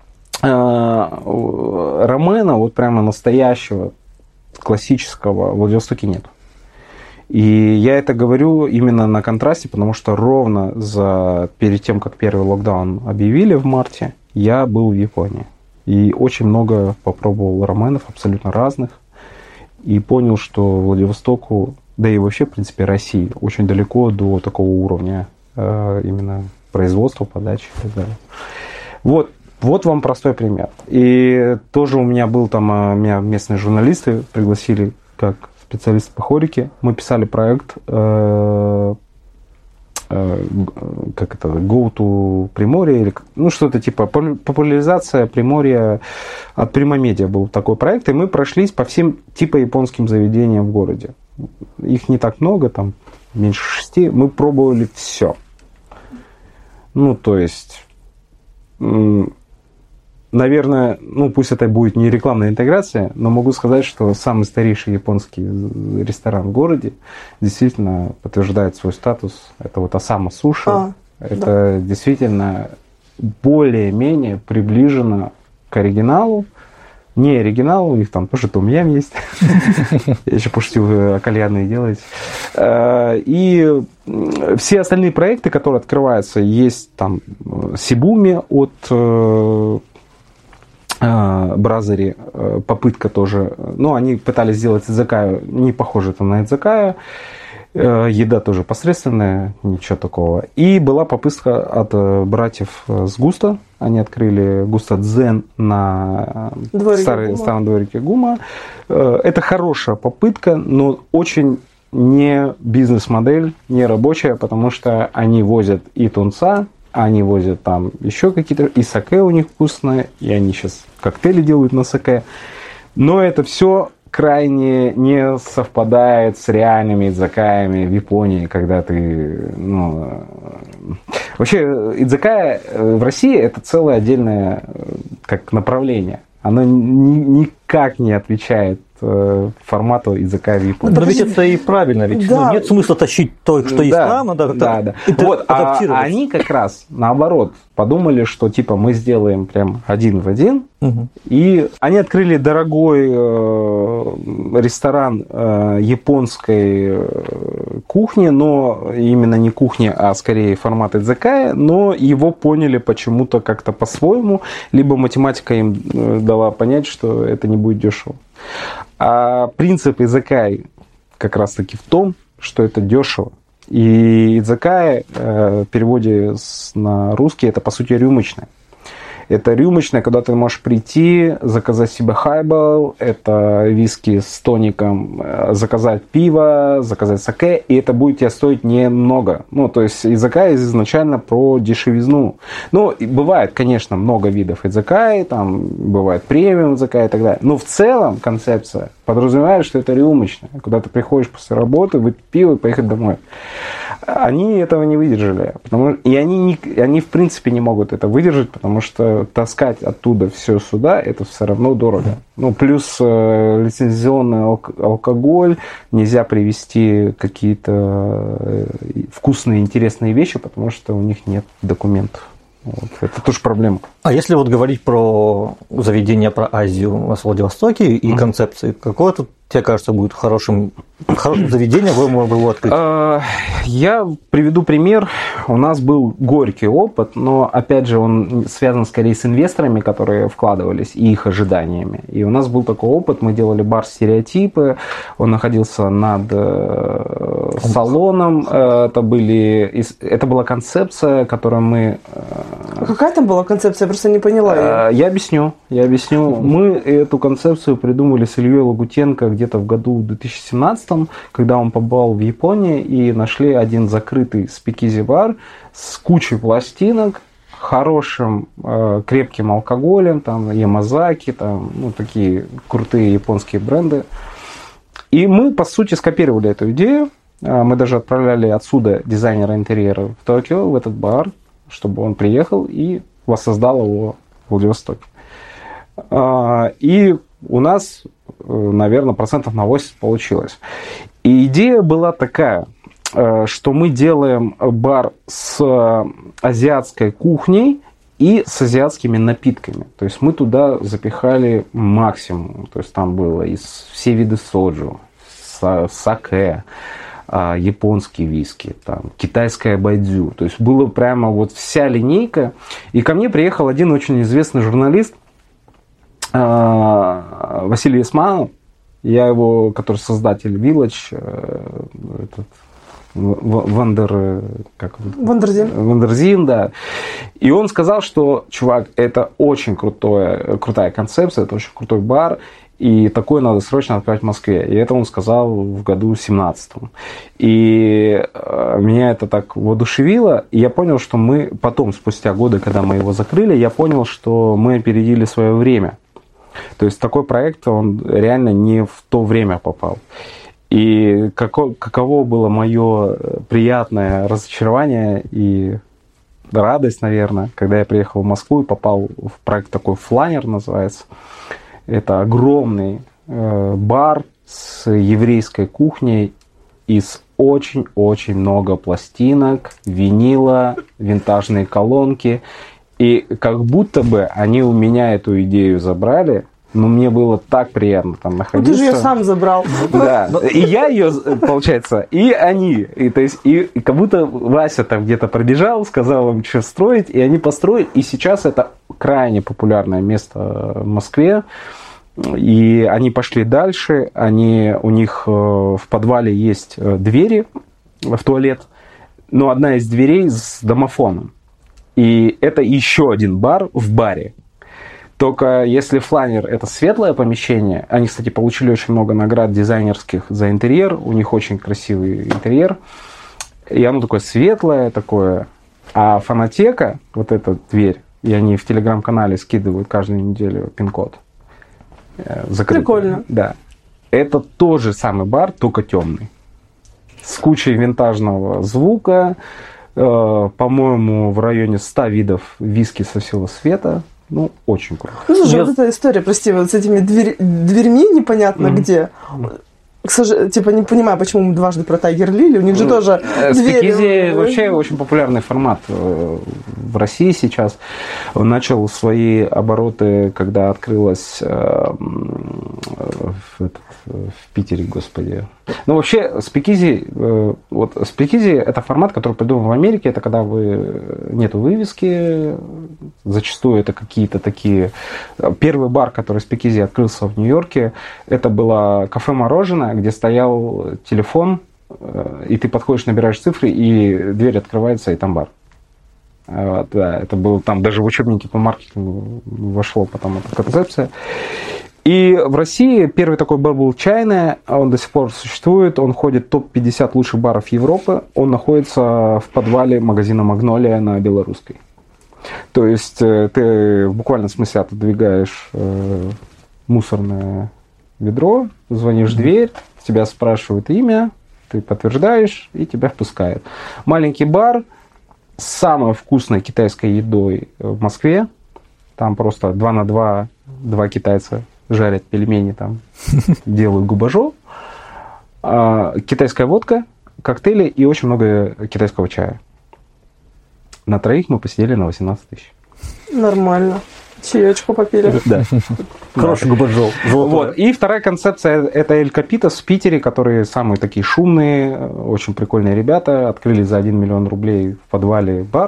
Speaker 3: рамена, вот прямо настоящего, классического, в Владивостоке нет. И я это говорю именно на контрасте, потому что ровно перед тем, как первый локдаун объявили в марте, я был в Японии. И очень много попробовал раменов, абсолютно разных. И понял, что Владивостоку, да и вообще, в принципе, России, очень далеко до такого уровня именно производства, подачи и так далее. Вот вам простой пример. И тоже у меня был там, меня местные журналисты пригласили как специалист по хорике. Мы писали проект, как это, Go to Приморье, или, ну, что-то типа популяризация Приморья от Примамедиа был такой проект, и мы прошлись по всем типа японским заведениям в городе. Их не так много, там меньше 6. Мы пробовали все. Ну, то есть, наверное, ну, пусть это будет не рекламная интеграция, но могу сказать, что самый старейший японский ресторан в городе действительно подтверждает свой статус. Это вот Осама Суши. Это действительно более-менее приближено к оригиналу. Не оригиналу, у них там тоже том-ям есть. Я еще пошутил, кальянные делать. И все остальные проекты, которые открываются, есть там Сибуми от Бразери, попытка тоже, ну, они пытались сделать идзакаю, не похоже это на идзакаю, еда тоже посредственная, ничего такого. И была попытка от братьев с Густо, они открыли Густо Дзен на старом дворике ГУМа. Это хорошая попытка, но очень не бизнес-модель, не рабочая, потому что они возят и тунца, они возят там еще какие-то, и саке у них вкусное, и они сейчас коктейли делают на саке. Но это все крайне не совпадает с реальными идзакаями в Японии, когда ты, ну... Вообще, идзакая в России это целое отдельное как направление. Оно никак не отвечает формату идзакая в Японии.
Speaker 2: Но ведь это и правильно, ведь да. Нет смысла тащить то, что есть там, надо как-то
Speaker 3: вот, адаптировать. А они как раз наоборот подумали, что типа мы сделаем прям 1 в 1, и они открыли дорогой ресторан японской кухни, но именно не кухни, а скорее формат идзакая, но его поняли почему-то как-то по-своему, либо математика им дала понять, что это не будет дешево. А принцип идзакай как раз-таки в том, что это дешево. И идзакай в переводе на русский это по сути рюмочная. Это рюмочная, когда ты можешь прийти, заказать себе хайбал, это виски с тоником, заказать пиво, заказать саке, и это будет тебе стоить немного. Ну, то есть идзакай изначально про дешевизну. Ну, бывает, конечно, много видов идзакай, там бывает премиум идзакай и так далее. Но в целом концепция подразумевает, что это рюмочная, куда ты приходишь после работы, выпить пиво и поехать домой. Они этого не выдержали. И они в принципе не могут это выдержать, потому что таскать оттуда все сюда, это все равно дорого. Ну, плюс лицензионный алкоголь, нельзя привезти какие-то вкусные, интересные вещи, потому что у них нет документов. Вот. Это тоже проблема.
Speaker 2: А если вот говорить про заведения, про Азию в Владивостоке и концепции, какое тут, тебе кажется, будет хорошим заведение вы могли бы открыть?
Speaker 3: Я приведу пример. У нас был горький опыт, но, опять же, он связан скорее с инвесторами, которые вкладывались, и их ожиданиями. И у нас был такой опыт. Мы делали бар «Стереотипы». Он находился над салоном. Это была концепция, которую мы...
Speaker 4: Какая там была концепция? Я просто не поняла.
Speaker 3: Я объясню. Мы эту концепцию придумали с Ильей Лагутенко где-то в году 2017, когда он побывал в Японии, и нашли один закрытый спикизи-бар с кучей пластинок, хорошим крепким алкоголем, там Ямазаки, там, такие крутые японские бренды. И мы, по сути, скопировали эту идею. Мы даже отправляли отсюда дизайнера интерьера в Токио, в этот бар, чтобы он приехал и воссоздал его в Владивостоке. И у нас, наверное, 80% получилось. И идея была такая, что мы делаем бар с азиатской кухней и с азиатскими напитками. То есть мы туда запихали максимум. То есть там было все виды соджу, саке, японский виски, там, китайская байдзю. То есть была прямо вот вся линейка. И ко мне приехал один очень известный журналист, Василий Исманов. Я его, который создатель Village, Вандерзин, да. И он сказал, что, чувак, это очень крутая концепция, это очень крутой бар, и такое надо срочно отправить в Москве. И это он сказал в году 17-м. И меня это так воодушевило, и я понял, что мы потом, спустя годы, когда мы его закрыли, я понял, что мы опередили свое время. То есть такой проект, он реально не в то время попал. И каково было мое приятное разочарование и радость, наверное, когда я приехал в Москву и попал в проект такой «Фланер» называется. Это огромный бар с еврейской кухней и с очень-очень много пластинок, винила, винтажные колонки. И как будто бы они у меня эту идею забрали, но мне было так приятно там находиться.
Speaker 4: Ты же ее сам забрал.
Speaker 3: Да, и я ее, получается, и они. И как будто Вася там где-то пробежал, сказал им, что строить, и они построили. И сейчас это крайне популярное место в Москве. И они пошли дальше. У них в подвале есть двери в туалет, но одна из дверей с домофоном. И это еще один бар в баре. Только если «Фланер» — это светлое помещение, они, кстати, получили очень много наград дизайнерских за интерьер, у них очень красивый интерьер, и оно такое светлое, такое. А фонотека, вот эта дверь, и они в телеграм-канале скидывают каждую неделю пин-код. Закрытый.
Speaker 4: Прикольно.
Speaker 3: Да. Это тот же самый бар, только темный. С кучей винтажного звука, по-моему, в районе 100 видов виски со всего света. Ну, очень круто.
Speaker 4: Ну, слушай, вот эта история, прости, вот с этими дверьми непонятно где. Типа, не понимаю, почему мы дважды про Тайгер Лили. У них же тоже
Speaker 3: Спикизи вообще очень популярный формат в России сейчас. Он начал свои обороты, когда открылась в Питере, господи. Ну, вообще, спикизи это формат, который придуман в Америке. Это когда нету вывески. Зачастую это какие-то такие... Первый бар, который спикизи открылся в Нью-Йорке, это было кафе-мороженое, где стоял телефон, и ты подходишь, набираешь цифры, и дверь открывается, и там бар. Вот, да, это было там, даже в учебнике по маркетингу вошло потом эта концепция. И в России первый такой бар был «Чайная», он до сих пор существует, он входит в топ-50 лучших баров Европы, он находится в подвале магазина «Магнолия» на Белорусской. То есть ты в буквальном смысле отодвигаешь мусорное ведро, звонишь в дверь, тебя спрашивают имя, ты подтверждаешь, и тебя впускают. Маленький бар с самой вкусной китайской едой в Москве. Там просто 2 на 2 китайца жарят пельмени, там делают губажо. Китайская водка, коктейли и очень много китайского чая. На троих мы посидели на 18 тысяч.
Speaker 4: Нормально. Чаечку попили.
Speaker 3: Да.
Speaker 2: Хороший губаджол.
Speaker 3: Вот. И вторая концепция – это Эль Капитас в Питере, которые самые такие шумные, очень прикольные ребята. Открыли за 1 миллион рублей в подвале бар,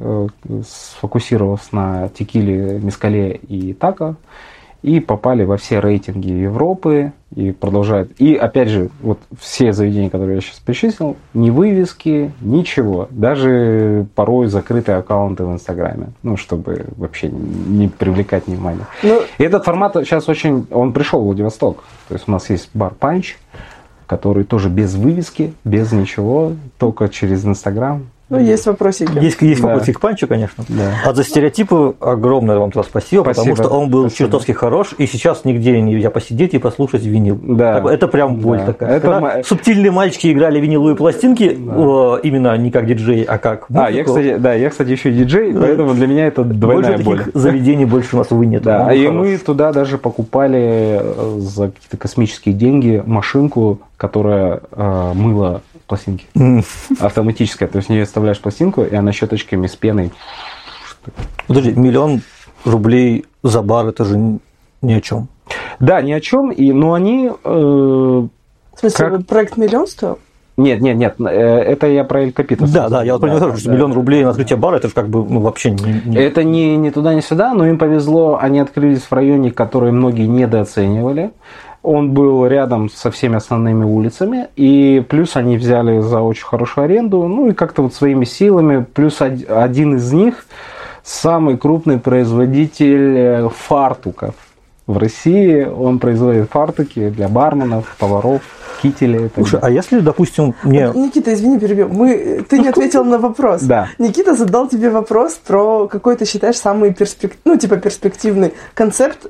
Speaker 3: сфокусировав на текиле, мескале и тако. И попали во все рейтинги Европы и продолжают. И опять же, вот все заведения, которые я сейчас перечислил, ни вывески, ничего. Даже порой закрытые аккаунты в Инстаграме. Ну, чтобы вообще не привлекать внимания. И этот формат сейчас очень... Он пришел в Владивосток. То есть у нас есть бар Панч, который тоже без вывески, без ничего, только через Инстаграм.
Speaker 4: Ну, есть вопросики.
Speaker 2: Есть вопросики к Панчу, конечно.
Speaker 3: Да.
Speaker 2: А за стереотипы огромное вам спасибо, потому что он был чертовски хорош, и сейчас нигде нельзя посидеть и послушать винил.
Speaker 3: Да.
Speaker 2: Это прям боль такая.
Speaker 3: Это
Speaker 2: когда субтильные мальчики играли виниловые пластинки, именно не как диджей, а как музыку.
Speaker 3: Я, кстати, еще и диджей, поэтому для меня это двойная боль.
Speaker 2: Таких заведений больше у нас, увы, нет.
Speaker 3: Да, и мы туда даже покупали за какие-то космические деньги машинку, которая мыла пластинки. Автоматическая. То есть в нее вставляешь пластинку, и она щеточками с пеной.
Speaker 2: Подожди, 1 миллион рублей за бар, это же ни о чем.
Speaker 3: Да, ни о чем. Но они...
Speaker 4: В смысле, проект миллион стоил?
Speaker 3: Нет, это я про Эль Капитас.
Speaker 2: Да, я вот понимаю, что 1 миллион рублей на открытие бара, это же как бы вообще не...
Speaker 3: Это не туда, не сюда, но им повезло, они открылись в районе, который многие недооценивали. Он был рядом со всеми основными улицами, и плюс они взяли за очень хорошую аренду, ну и как-то вот своими силами, плюс один из них самый крупный производитель фартуков в России. Он производит фартуки для барменов, поваров, кители.
Speaker 2: Слушай, а если, допустим, мне...
Speaker 4: Никита, извини, перебью. Ты не ответил на вопрос.
Speaker 3: Да.
Speaker 4: Никита задал тебе вопрос про какой ты считаешь самый перспективный концепт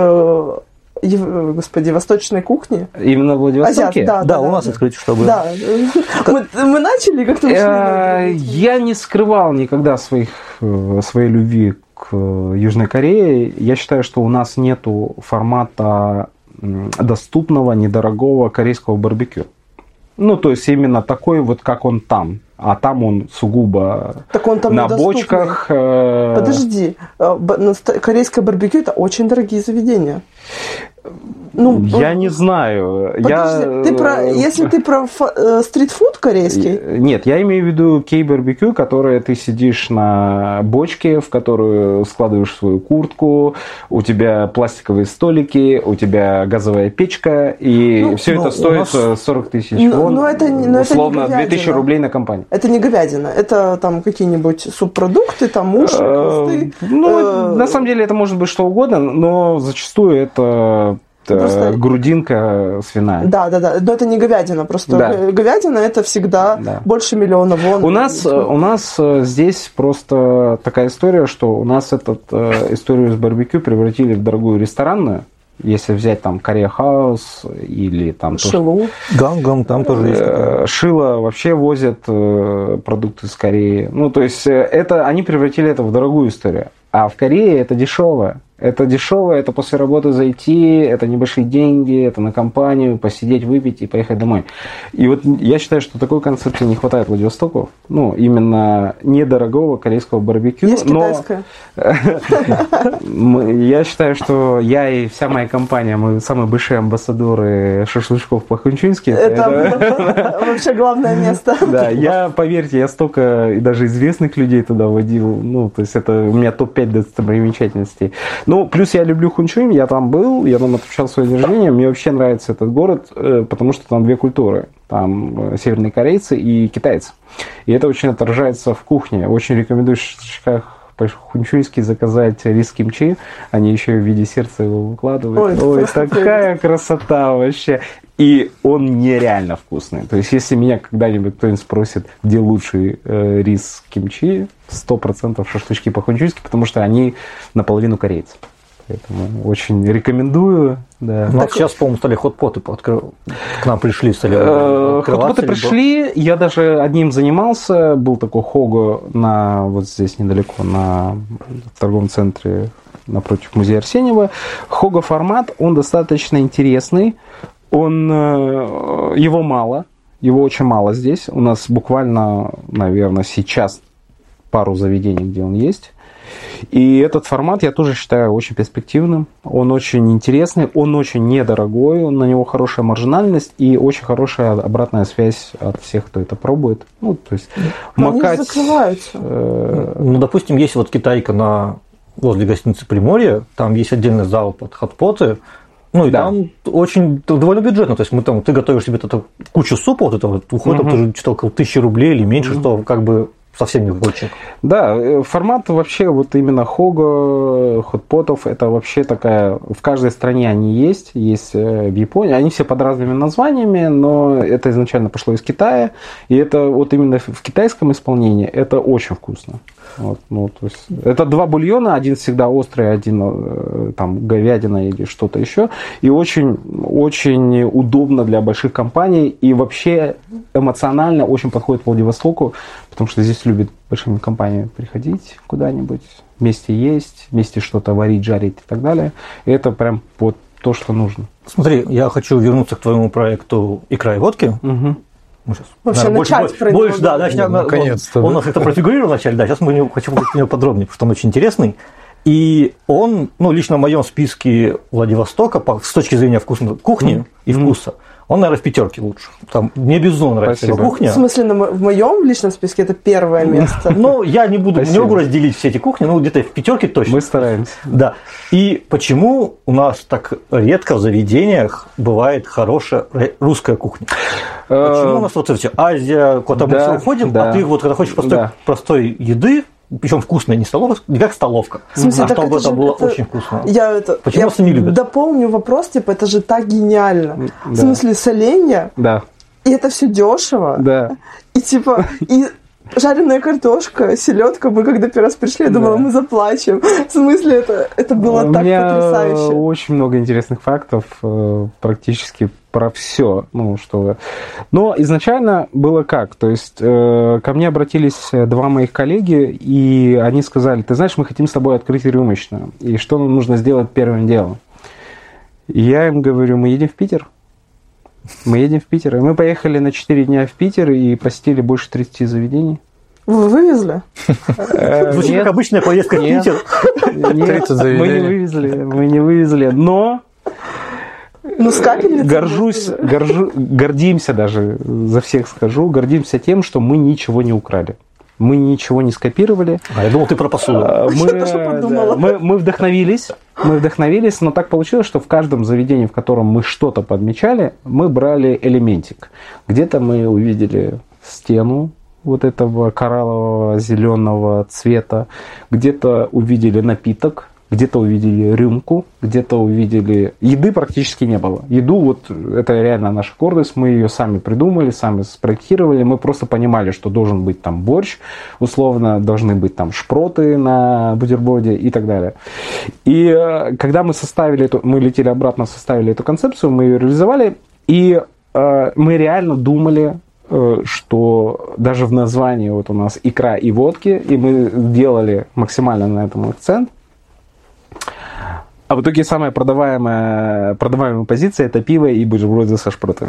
Speaker 4: восточной кухни.
Speaker 3: Именно в Владивостоке?
Speaker 4: Да,
Speaker 2: у нас открытие, чтобы...
Speaker 4: Да. Мы начали как-то...
Speaker 3: Я не скрывал никогда своей любви к Южной Корее. Я считаю, что у нас нету формата доступного, недорогого корейского барбекю. Ну, то есть именно такой вот, как он там. А там он сугубо
Speaker 4: так он там
Speaker 3: на бочках.
Speaker 4: Подожди, корейское барбекю – это очень дорогие заведения.
Speaker 3: Я не знаю.
Speaker 4: Подожди, если ты про стритфуд корейский?
Speaker 3: Нет, я имею в виду кей-барбекю, которое ты сидишь на бочке, в которую складываешь свою куртку, у тебя пластиковые столики, у тебя газовая печка, и все это стоит 40 тысяч вон, условно 2000 рублей на компанию.
Speaker 4: Это не говядина, это там какие-нибудь субпродукты, там уши, хвосты.
Speaker 3: На самом деле это может быть что угодно, но зачастую это... Просто... грудинка свиная.
Speaker 4: Да, но это не говядина, просто говядина это всегда больше миллиона вон.
Speaker 3: У нас здесь просто такая история, что у нас историю с барбекю превратили в дорогую ресторанную. Если взять там Korea House или там...
Speaker 4: Шилу.
Speaker 2: Гангам там тоже есть.
Speaker 3: Шило вообще возят продукты с Кореи. Ну, то есть они превратили это в дорогую историю. А в Корее это дешевое. Это дешево, это после работы зайти, это небольшие деньги, это на компанию, посидеть, выпить и поехать домой. И вот я считаю, что такой концепции не хватает Владивостоку. Ну, именно недорогого корейского барбекю.
Speaker 4: Есть китайское.
Speaker 3: Я считаю, что я и вся моя компания, мы самые большие амбассадоры шашлычков по-хунчунски.
Speaker 4: Это вообще главное место.
Speaker 3: Да, поверьте, я столько и даже известных людей туда водил. Ну, то есть это у меня топ-5 достопримечательностей. Ну, плюс я люблю Хунчунь, я там был, я там отмечал свое день рождения. Мне вообще нравится этот город, потому что там две культуры. Там северные корейцы и китайцы. И это очень отражается в кухне. Очень рекомендую в шашлычках по-хунчуньски заказать рис кимчи. Они еще в виде сердца его выкладывают. Ой, такая красота вообще. И он нереально вкусный. То есть, если меня когда-нибудь кто-нибудь спросит, где лучший рис кимчи, 100% шашлычки по-хунчуньски, потому что они наполовину корейцы. Поэтому очень рекомендую. Да.
Speaker 2: Ну, сейчас, по-моему, стали хот-поты к нам пришли.
Speaker 3: Хот-поты пришли, я даже одним занимался. Был такой Хого вот здесь недалеко, в торговом центре напротив музея Арсеньева. Хого формат, он достаточно интересный. Его мало, его очень мало здесь. У нас буквально, наверное, сейчас пару заведений, где он есть. И этот формат я тоже считаю очень перспективным. Он очень интересный, он очень недорогой, на него хорошая маржинальность и очень хорошая обратная связь от всех, кто это пробует. Ну, то есть макать...
Speaker 4: Они закрываются.
Speaker 2: Ну, допустим, есть вот китайка возле гостиницы Приморье, там есть отдельный зал под хот-поты. Ну, и там очень довольно бюджетно. То есть ты готовишь себе кучу супа, вот это вот, уходит тоже что-то около 1000 рублей или меньше, что как бы совсем не хочет.
Speaker 3: Да, формат вообще вот именно хого, хот-потов, это вообще такая, в каждой стране они есть в Японии, они все под разными названиями, но это изначально пошло из Китая, и это вот именно в китайском исполнении это очень вкусно. Вот, ну, то есть, это 2 бульона, один всегда острый, один там говядина или что-то еще, и очень, очень удобно для больших компаний, и вообще эмоционально очень подходит Владивостоку, потому что здесь любят большими компаниями приходить куда-нибудь, вместе есть, вместе что-то варить, жарить и так далее. И это прям вот то, что нужно.
Speaker 2: Смотри, я хочу вернуться к твоему проекту «Икра и водки».
Speaker 3: Угу.
Speaker 2: Мы сейчас,
Speaker 4: вообще начать про
Speaker 2: больше, да, начнем.
Speaker 1: Наконец-то.
Speaker 2: Он у нас это профигурировал вначале, да, сейчас мы хочу поговорить про него подробнее, потому что он очень интересный. И он, ну, лично в моем списке Владивостока, с точки зрения вкусной кухни и вкуса, он, наверное, в 5 лучше. Там мне безумно нравится его кухня.
Speaker 4: В смысле, в моем личном списке это первое место?
Speaker 2: Ну, я не могу разделить все эти кухни, ну, где-то в 5 точно.
Speaker 3: Мы стараемся.
Speaker 2: Да. И почему у нас так редко в заведениях бывает хорошая русская кухня? Почему у нас вот все Азия, куда мы все уходим, а ты вот, когда хочешь простой еды, причем вкусная, не столовка, не как столовка.
Speaker 4: В смысле,
Speaker 2: чтобы это было очень вкусно.
Speaker 4: Почему
Speaker 2: нас не любят?
Speaker 4: Дополню вопрос, типа, это же так гениально. Да. В смысле, соленья, и это все дешево.
Speaker 3: Да.
Speaker 4: И типа, и жареная картошка, селедка, мы когда первый раз пришли, я думала, мы заплачем. В смысле, это было так потрясающе.
Speaker 3: У меня очень много интересных фактов, практически про все. Ну, что... Но изначально было как? То есть ко мне обратились 2 моих коллеги, и они сказали, ты знаешь, мы хотим с тобой открыть рюмочную. И что нам нужно сделать первым делом? И я им говорю, мы едем в Питер. Мы едем в Питер. И мы поехали на 4 дня в Питер и посетили больше 30 заведений.
Speaker 4: Вы вывезли?
Speaker 2: Звучит как обычная поездка в Питер.
Speaker 3: Нет, мы не вывезли. Но
Speaker 4: с капельницей
Speaker 3: гордимся даже, за всех скажу, гордимся тем, что мы ничего не украли. Мы ничего не скопировали.
Speaker 2: Я думал, ты про посуду.
Speaker 3: Мы вдохновились, но так получилось, что в каждом заведении, в котором мы что-то подмечали, мы брали элементик. Где-то мы увидели стену вот этого кораллового зеленого цвета, где-то увидели напиток, где-то увидели рюмку, где-то увидели... Еды практически не было. Еду, вот это реально наша гордость, мы ее сами придумали, сами спроектировали, мы просто понимали, что должен быть там борщ, условно, должны быть там шпроты на бутерброде и так далее. И когда мы мы летели обратно, составили эту концепцию, мы ее реализовали, и мы реально думали, что даже в названии вот у нас икра и водки, и мы делали максимально на этом акцент. А в итоге самая продаваемая позиция – это пиво и бутерброды со шпротами.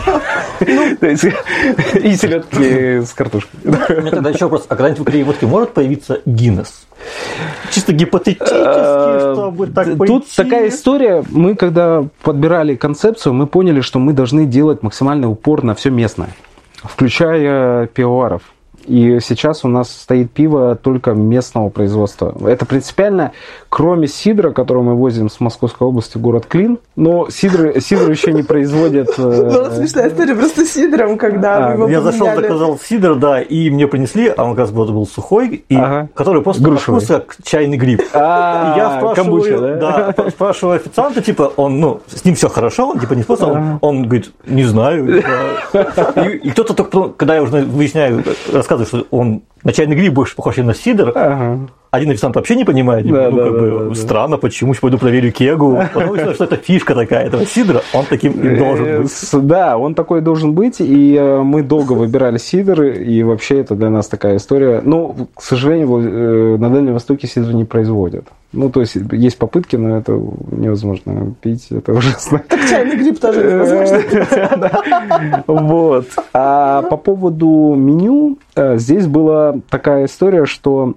Speaker 3: И селедки с картошкой.
Speaker 2: У меня тогда еще вопрос. А когда-нибудь в икре и водке может появиться Гиннес? Чисто гипотетически, чтобы так пойти.
Speaker 3: Тут такая история. Мы, когда подбирали концепцию, мы поняли, что мы должны делать максимальный упор на все местное, включая пивоваров. И сейчас у нас стоит пиво только местного производства. Это принципиально, кроме сидра, который мы возим с Московской области в город Клин, но сидр еще не производят...
Speaker 4: Была смешная история просто с сидром, когда мы его
Speaker 2: Я зашел, заказал сидр, да, и мне принесли, а он как раз был сухой, который просто на вкус как чайный гриб. Я спрашиваю официанта, типа, он, с ним все хорошо, он типа не способен, он говорит, не знаю. И кто-то только, когда я уже выясняю, рассказываю, что он на чайный гриб больше похож на сидр. Один официант вообще не понимает. Странно, почему? Пойду проверю кегу. Потом выяснилось, что это фишка такая этого сидра. Он таким и должен быть.
Speaker 3: Да, он такой должен быть. И мы долго выбирали сидр. И вообще это для нас такая история. Но, к сожалению, на Дальнем Востоке сидр не производят. То есть, есть попытки, но это невозможно пить. Это ужасно.
Speaker 4: Так чайный гриб тоже невозможно пить.
Speaker 3: Вот. А по поводу меню, здесь была такая история, что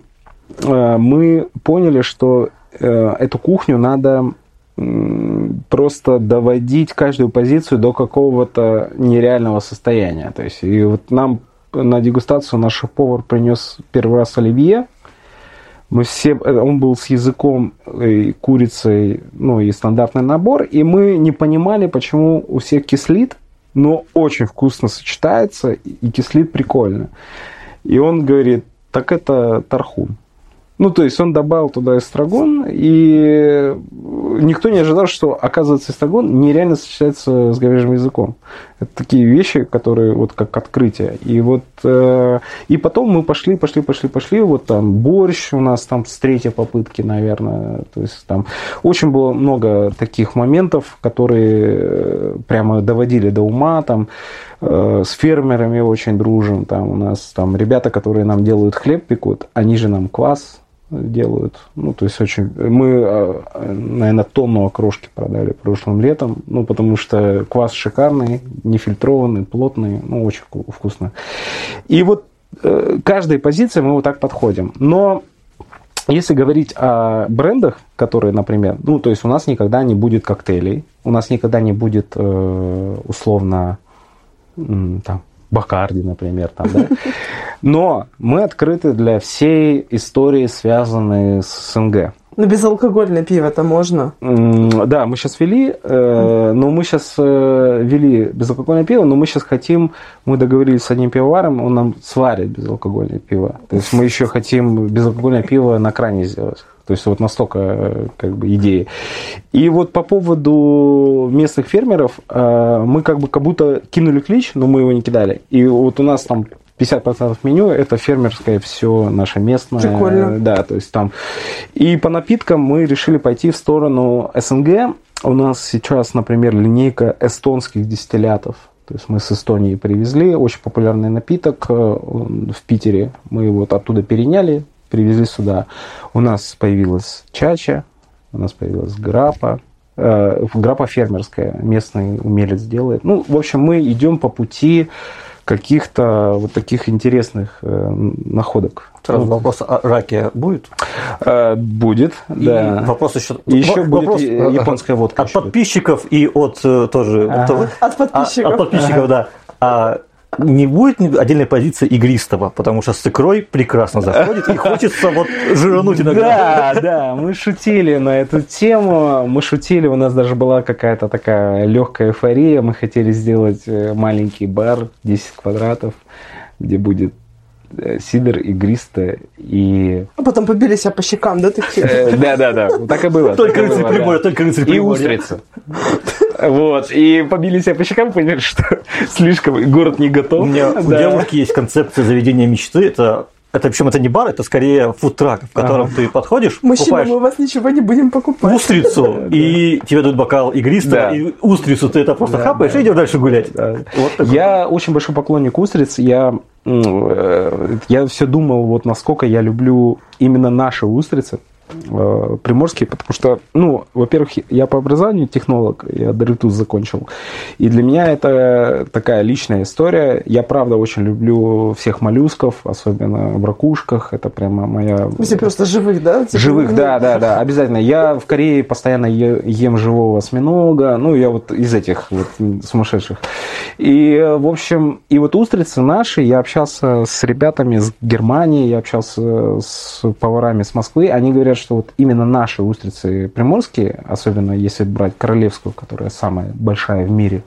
Speaker 3: мы поняли, что эту кухню надо просто доводить каждую позицию до какого-то нереального состояния. То есть, и вот нам на дегустацию наш шеф-повар принес первый раз оливье. Он был с языком, курицей, ну и стандартный набор, и мы не понимали, почему у всех кислит, но очень вкусно сочетается, и кислит прикольно. И он говорит, так это тархун. Ну, то есть он добавил туда эстрагон, и никто не ожидал, что, оказывается, эстрагон нереально сочетается с говяжьим языком. Это такие вещи, которые вот как открытие. И вот и потом мы пошли, вот там борщ у нас там с третьей попытки, наверное. То есть там очень было много таких моментов, которые прямо доводили до ума, там с фермерами очень дружим, там у нас там ребята, которые нам делают хлеб, пекут, они же нам квас делают. Ну, то есть очень... Мы, наверное, тонну окрошки продали прошлым летом, ну, потому что квас шикарный, нефильтрованный, плотный, ну, очень вкусно. И вот каждой позиции мы вот так подходим. Но если говорить о брендах, которые, например, ну, то есть у нас никогда не будет коктейлей, у нас никогда не будет, условно, там, Бакарди, например, там, да? Но мы открыты для всей истории, связанной с СНГ.
Speaker 4: Ну, безалкогольное пиво-то можно?
Speaker 3: Да, мы сейчас вели безалкогольное пиво, но мы сейчас хотим, мы договорились с одним пивоваром, он нам сварит безалкогольное пиво. То есть мы еще хотим безалкогольное пиво на кране сделать. То есть вот настолько как бы идеи. И вот по поводу местных фермеров мы как будто кинули клич, но мы его не кидали. И вот у нас там 50% меню это фермерское все наше местное.
Speaker 4: Прикольно.
Speaker 3: Да, то есть там. И по напиткам мы решили пойти в сторону СНГ. У нас сейчас, например, линейка эстонских дистиллятов. То есть мы с Эстонии привезли очень популярный напиток в Питере. Мы его оттуда переняли, привезли сюда. У нас появилась чача, у нас появилась граппа. Граппа фермерская, местный умелец делает. Ну, в общем, мы идем по пути каких-то вот таких интересных находок.
Speaker 2: Сразу вопрос о раке будет?
Speaker 3: Будет,
Speaker 2: и
Speaker 3: да.
Speaker 2: Вопрос еще...
Speaker 3: Еще будет японская водка.
Speaker 2: От подписчиков и от тоже...
Speaker 4: От подписчиков.
Speaker 2: От подписчиков, да. Не будет отдельной позиции игристого, потому что с икрой прекрасно заходит, и хочется вот жирануть иногда.
Speaker 3: Да, мы шутили на эту тему, у нас даже была какая-то такая легкая эйфория, мы хотели сделать маленький бар, 10 квадратов, где будет сидр, игристое и...
Speaker 4: А потом побили себя по щекам, да, такие?
Speaker 3: Да, так и было.
Speaker 2: Только рыцарь Приморья, только рыцарь Приморья.
Speaker 3: И устрица. Вот, и побили себя по щекам, поняли, что слишком город не готов.
Speaker 2: У меня у девушки есть концепция заведения мечты, это причем это не бар, это скорее фудтрак, в котором ты подходишь,
Speaker 4: мужчина, мы у вас ничего не будем покупать.
Speaker 2: Устрицу, и тебе дают бокал игристого, и устрицу ты это просто хапаешь и идешь дальше гулять.
Speaker 3: Я очень большой поклонник устриц, я все думал, вот насколько я люблю именно наши устрицы. Приморские, потому что, ну, во-первых, я по образованию технолог, я ДРТУЗ закончил, и для меня это такая личная история. Я, правда, очень люблю всех моллюсков, особенно в ракушках, это прямо моя...
Speaker 4: Все просто живых, да?
Speaker 3: Живых, да, обязательно. Я в Корее постоянно ем живого осьминога, ну, я вот из этих вот сумасшедших. И, в общем, и вот устрицы наши, я общался с ребятами с Германии, я общался с поварами с Москвы, они говорят, что вот именно наши устрицы приморские, особенно если брать королевскую, которая самая большая в мире,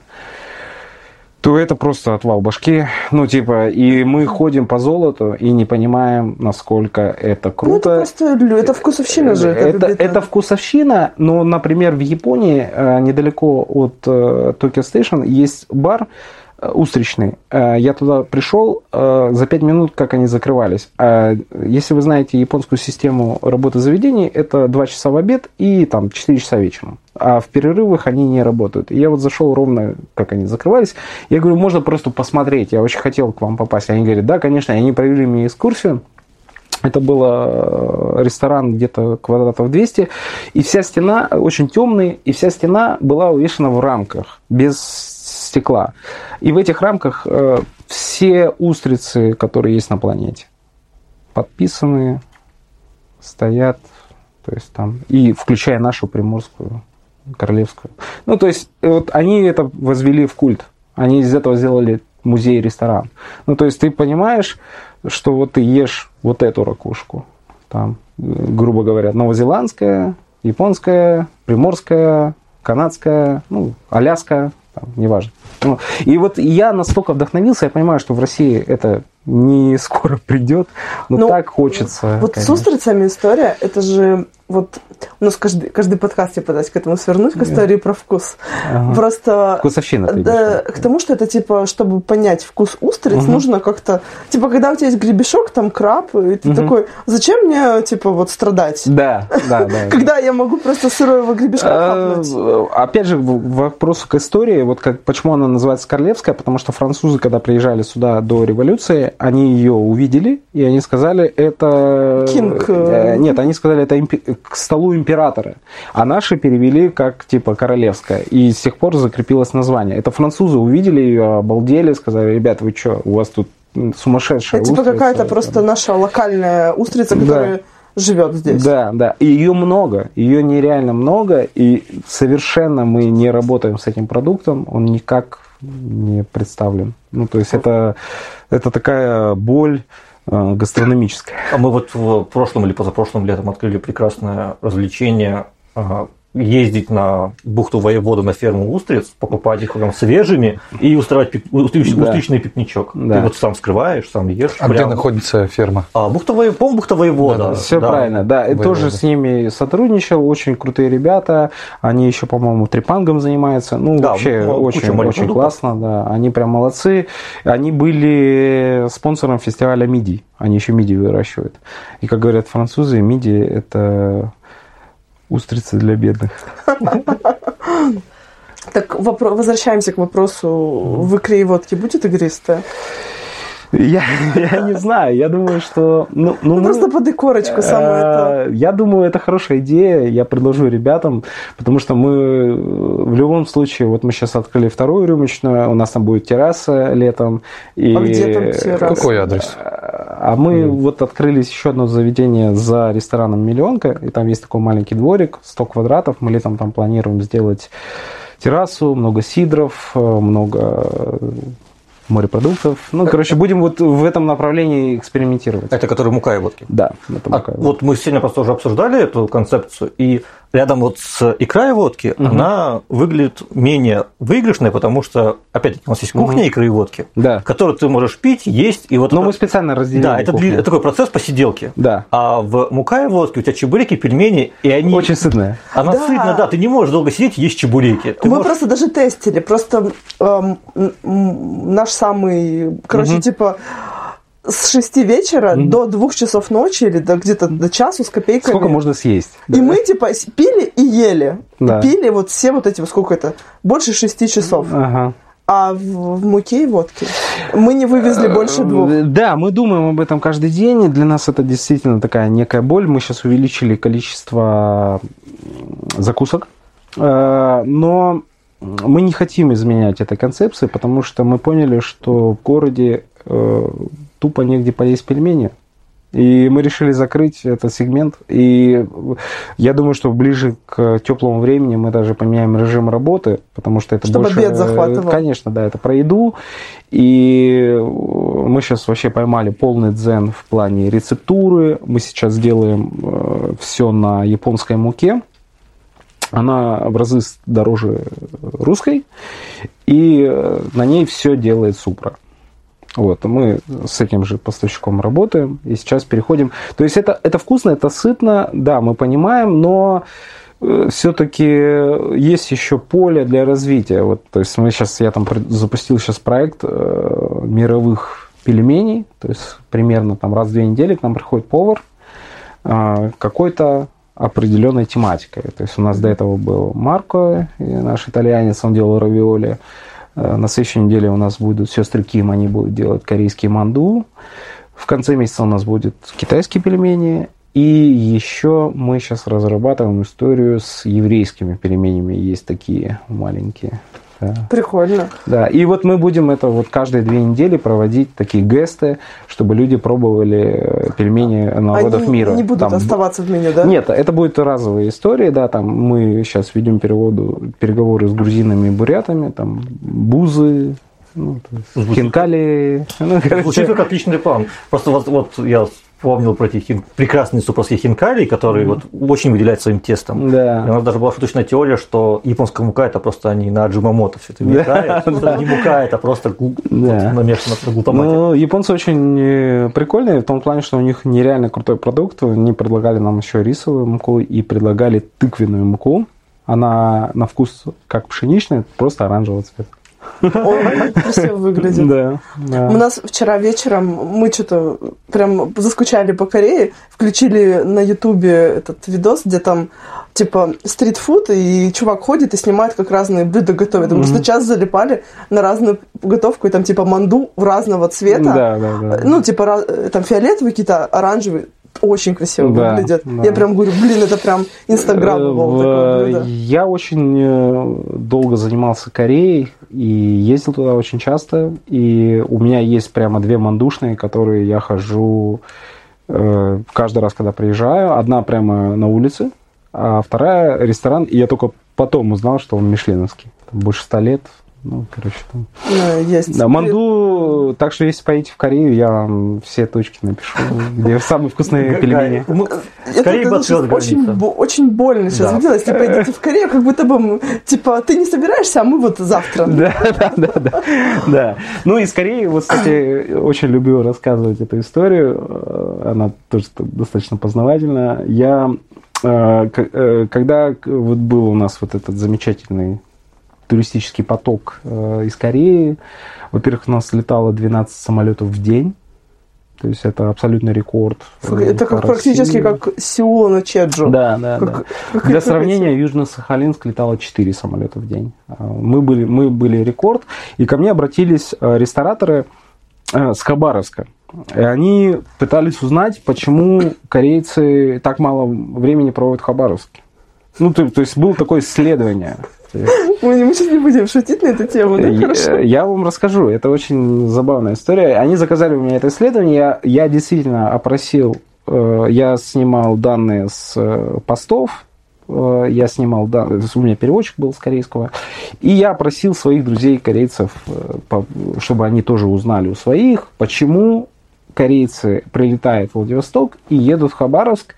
Speaker 3: то это просто отвал башки. Ну, типа, и мы ходим по золоту и не понимаем, насколько это круто.
Speaker 4: Ну, это просто, это вкусовщина же.
Speaker 3: Это вкусовщина, но, например, в Японии, недалеко от Tokyo Station, есть бар устричный. Я туда пришел за 5 минут, как они закрывались. Если вы знаете японскую систему работы заведений, это 2 часа в обед и там 4 часа вечером. А в перерывах они не работают. И я вот зашел ровно, как они закрывались. Я говорю, можно просто посмотреть. Я очень хотел к вам попасть. Они говорят, да, конечно. И они провели мне экскурсию. Это был ресторан где-то квадратов 200. И вся стена очень темная. И вся стена была увешана в рамках. Без стекла. И в этих рамках все устрицы, которые есть на планете, подписаны стоят, то есть там, и включая нашу приморскую, королевскую. Ну, то есть, вот они это возвели в культ. Они из этого сделали музей и ресторан. Ну, то есть, ты понимаешь, что вот ты ешь вот эту ракушку, там, грубо говоря, новозеландская, японская, приморская, канадская, ну, аляска, там, неважно. Ну, и вот я настолько вдохновился, я понимаю, что в России это не скоро придет, но так хочется.
Speaker 4: Вот конечно. С устрицами история, это же вот у нас каждый подкаст я пытаюсь к этому свернуть, к истории про вкус.
Speaker 3: Ага.
Speaker 4: Просто
Speaker 3: вкусовщина.
Speaker 4: Да, к тому, что это типа, чтобы понять вкус устриц, нужно как-то, типа, когда у тебя есть гребешок, там краб, и ты такой, зачем мне, типа, вот страдать?
Speaker 3: Да.
Speaker 4: Когда я могу просто сырого гребешка хапнуть?
Speaker 3: Опять же, вопрос к истории, вот почему она называется королевская, потому что французы, когда приезжали сюда до революции, они ее увидели, и они сказали, это...
Speaker 4: Кинг.
Speaker 3: Нет, они сказали, это к столу императора. А наши перевели как, типа, королевская. И с тех пор закрепилось название. Это французы увидели ее, обалдели, сказали, ребят, вы что, у вас тут сумасшедшая устрица.
Speaker 4: Это типа какая-то просто наша локальная устрица, которая живет здесь.
Speaker 3: Да. И ее много. Ее нереально много. И совершенно мы не работаем с этим продуктом. Он никак не представлен. Ну, то есть, это такая боль гастрономическая.
Speaker 2: А мы вот в прошлом или позапрошлом летом открыли прекрасное развлечение ездить на бухту Воевода на ферму устриц, покупать их прям свежими и устраивать устричный пикничок. Да. Ты вот сам скрываешь, сам ешь.
Speaker 1: А где находится ферма?
Speaker 2: Бухта Воевода.
Speaker 3: Да. Все правильно, да. И тоже с ними сотрудничал, очень крутые ребята. Они еще, по-моему, трепангом занимаются. Ну, да, вообще очень классно, да. Они прям молодцы. Они были спонсором фестиваля мидий. Они еще мидии выращивают. И, как говорят французы, мидии – это устрицы для бедных.
Speaker 4: Так, возвращаемся к вопросу, в икре и водке будет игристая?
Speaker 3: Я не знаю, я думаю, что...
Speaker 4: просто под икорочку самое это.
Speaker 3: Я думаю, это хорошая идея, я предложу ребятам, потому что мы в любом случае, вот мы сейчас открыли вторую рюмочную, у нас там будет терраса летом. И...
Speaker 4: А где там терраса?
Speaker 1: Какой адрес?
Speaker 3: А мы вот открыли еще одно заведение за рестораном «Миллионка», и там есть такой маленький дворик, 100 квадратов, мы летом там планируем сделать террасу, много сидров, много морепродуктов. Ну, короче, будем вот в этом направлении экспериментировать.
Speaker 2: Это который мука и водки?
Speaker 3: Да, это мука и водки.
Speaker 2: Вот мы сегодня просто уже обсуждали эту концепцию, и рядом вот с икрой и водки она выглядит менее выигрышной, потому что, опять-таки, у нас есть кухня икры и водки, которую ты можешь пить, есть. И вот
Speaker 3: но мы специально разделили.
Speaker 2: Да, это такой процесс посиделки.
Speaker 3: Да.
Speaker 2: А в мука и водке у тебя чебуреки, пельмени, и они...
Speaker 3: Очень сытные.
Speaker 2: Она сытная, да, ты не можешь долго сидеть и есть чебуреки.
Speaker 4: Мы просто даже тестили, просто наш самый, типа... С 6 вечера до 2 часов ночи или где-то до часу с копейками.
Speaker 3: Сколько можно съесть?
Speaker 4: И мы типа пили и ели. Да. Пили вот все вот эти, сколько это? Больше 6 часов.
Speaker 3: Ага.
Speaker 4: А в муке и водке мы не вывезли больше 2.
Speaker 3: Да, мы думаем об этом каждый день. Для нас это действительно такая некая боль. Мы сейчас увеличили количество закусок. Но мы не хотим изменять этой концепции, потому что мы поняли, что в городе тупо негде поесть пельмени. И мы решили закрыть этот сегмент. И я думаю, что ближе к теплому времени мы даже поменяем режим работы, потому что это
Speaker 4: чтобы
Speaker 3: больше...
Speaker 4: обед захватывал.
Speaker 3: Конечно, да, это про еду. И мы сейчас вообще поймали полный дзен в плане рецептуры. Мы сейчас делаем все на японской муке. Она в разы дороже русской. И на ней все делает Супра. Вот, мы с этим же поставщиком работаем, и сейчас переходим. То есть это вкусно, это сытно, да, мы понимаем, но все-таки есть еще поле для развития. Вот, то есть я там запустил сейчас проект мировых пельменей, то есть примерно там раз в 2 недели к нам приходит повар какой-то определенной тематикой. То есть у нас до этого был Марко, наш итальянец, он делал равиоли. На следующей неделе у нас будут сестры Ким, они будут делать корейские манду. В конце месяца у нас будут китайские пельмени. И еще мы сейчас разрабатываем историю с еврейскими пельменями. Есть такие маленькие Да.
Speaker 4: Прикольно.
Speaker 3: Да, и вот мы будем это вот каждые 2 недели проводить такие гесты, чтобы люди пробовали пельмени народов мира.
Speaker 4: Они не будут оставаться в меню, да?
Speaker 3: Нет, это будет разовая история, да, там мы сейчас ведем переговоры с грузинами и бурятами, там бузы, хинкали.
Speaker 2: Звучит как отличный план. Просто вот я вспомнил про эти прекрасные суповские хинкали, которые вот очень выделяют своим тестом.
Speaker 3: Да.
Speaker 2: И у нас даже была шуточная теория, что японская мука – это просто они на аджимомото все это мешают. Не мука, это просто намешано на глутамате.
Speaker 3: Ну, японцы очень прикольные в том плане, что у них нереально крутой продукт. Они предлагали нам еще рисовую муку и предлагали тыквенную муку. Она на вкус как пшеничная, просто оранжевого цвета.
Speaker 4: Он красиво выглядит.
Speaker 3: Да.
Speaker 4: У нас вчера вечером мы что-то прям заскучали по Корее, включили на Ютубе этот видос, где там типа стритфуд, и чувак ходит и снимает, как разные блюда готовят. Мы просто час залипали на разную готовку, и там типа манду разного цвета.
Speaker 3: Да.
Speaker 4: Ну, типа там фиолетовые какие-то, оранжевые. Очень красиво выглядят. Да. Я прям говорю, блин, это прям инстаграмовое такое блюдо.
Speaker 3: Я очень долго занимался Кореей и ездил туда очень часто. И у меня есть прямо 2 мандушные, которые я хожу каждый раз, когда приезжаю. Одна прямо на улице, а вторая ресторан. И я только потом узнал, что он мишленовский. Там больше 100 лет. Ну, короче, там.
Speaker 4: Есть.
Speaker 3: Да, манду, так что если поедете в Корею, я вам все точки напишу, где самые вкусные пельмени.
Speaker 2: В Корее бы открылась граница.
Speaker 4: Очень больно сейчас видела, если поедете в Корею, как будто бы, типа, ты не собираешься, а мы вот завтра.
Speaker 3: Да. Ну и с Кореей, вот, кстати, очень люблю рассказывать эту историю, она тоже достаточно познавательна. Когда вот был у нас вот этот замечательный туристический поток из Кореи. Во-первых, у нас летало 12 самолетов в день. То есть это абсолютный рекорд.
Speaker 4: Это как практически как Сеул на Чеджу.
Speaker 3: Да. Для сравнения, в Южно-Сахалинск летало 4 самолета в день. Мы были рекорд. И ко мне обратились рестораторы с Хабаровска. И они пытались узнать, почему корейцы так мало времени проводят в Хабаровске. Ну, то есть было такое исследование.
Speaker 4: Мы сейчас не будем шутить на эту тему, да? Хорошо.
Speaker 3: Я вам расскажу. Это очень забавная история. Они заказали у меня это исследование. Я действительно опросил, я снимал данные с постов, я снимал данные, у меня переводчик был с корейского, и я опросил своих друзей корейцев, чтобы они тоже узнали у своих, почему корейцы прилетают в Владивосток и едут в Хабаровск,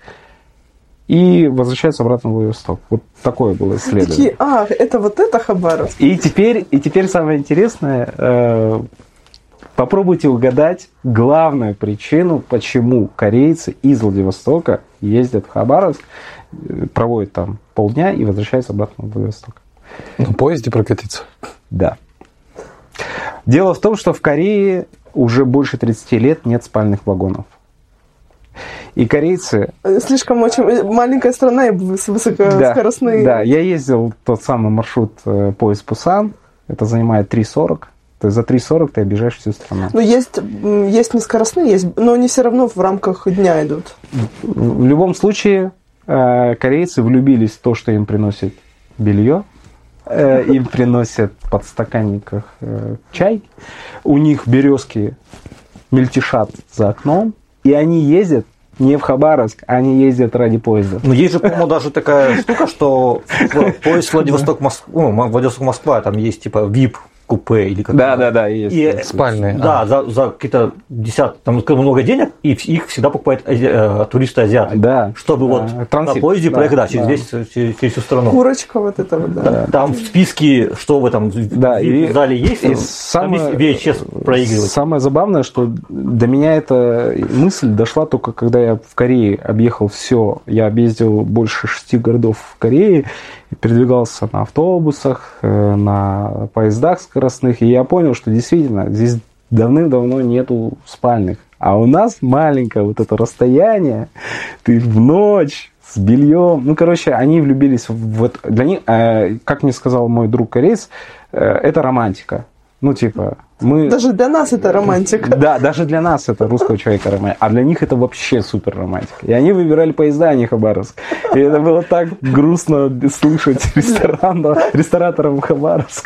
Speaker 3: и возвращаются обратно в Владивосток. Вот такое было исследование.
Speaker 4: Это Хабаровск.
Speaker 3: И теперь самое интересное, попробуйте угадать главную причину, почему корейцы из Владивостока ездят в Хабаровск, проводят там полдня и возвращаются обратно в Владивосток.
Speaker 1: На поезде прокатиться?
Speaker 3: Да. Дело в том, что в Корее уже больше 30 лет нет спальных вагонов. И корейцы...
Speaker 4: Слишком очень маленькая страна и высокоскоростные...
Speaker 3: Да, я ездил тот самый маршрут поезд Пусан. Это занимает 3:40. То есть за 3:40 ты объезжаешь всю страну.
Speaker 4: Но есть нескоростные, но они все равно в рамках дня идут.
Speaker 3: В любом случае, корейцы влюбились в то, что им приносит белье. Им приносят в подстаканниках чай. У них березки мельтешат за окном. И они ездят не в Хабаровск, они ездят ради поезда.
Speaker 2: Но есть же, по-моему, даже такая штука, что поезд Владивосток-Москва, там есть типа VIP купе или как-то.
Speaker 3: Да, есть.
Speaker 2: И,
Speaker 1: спальные.
Speaker 2: Да, за какие-то там много денег, и их всегда покупают туристы-азиаты.
Speaker 3: Да.
Speaker 2: Чтобы вот на поезде проехать через всю страну.
Speaker 4: Курочка вот это вот, да.
Speaker 2: Там в списке, что в этом зале есть, там есть VHS проигрывать.
Speaker 3: Самое забавное, что до меня эта мысль дошла только когда я в Корее объехал все. Я объездил больше 6 городов в Корее, передвигался на автобусах, на поездах скоростных, и я понял, что действительно здесь давным-давно нету спальных. А у нас маленькое вот это расстояние, ты в ночь с бельем. Ну, короче, они влюбились в... Для них, как мне сказал мой друг кореец, это романтика. Ну, типа...
Speaker 4: Даже для нас это романтика.
Speaker 3: Да, даже для нас это русского человека романтика. А для них это вообще супер романтика. И они выбирали поезда, а не Хабаровск. И это было так грустно слышать рестораторов Хабаровска.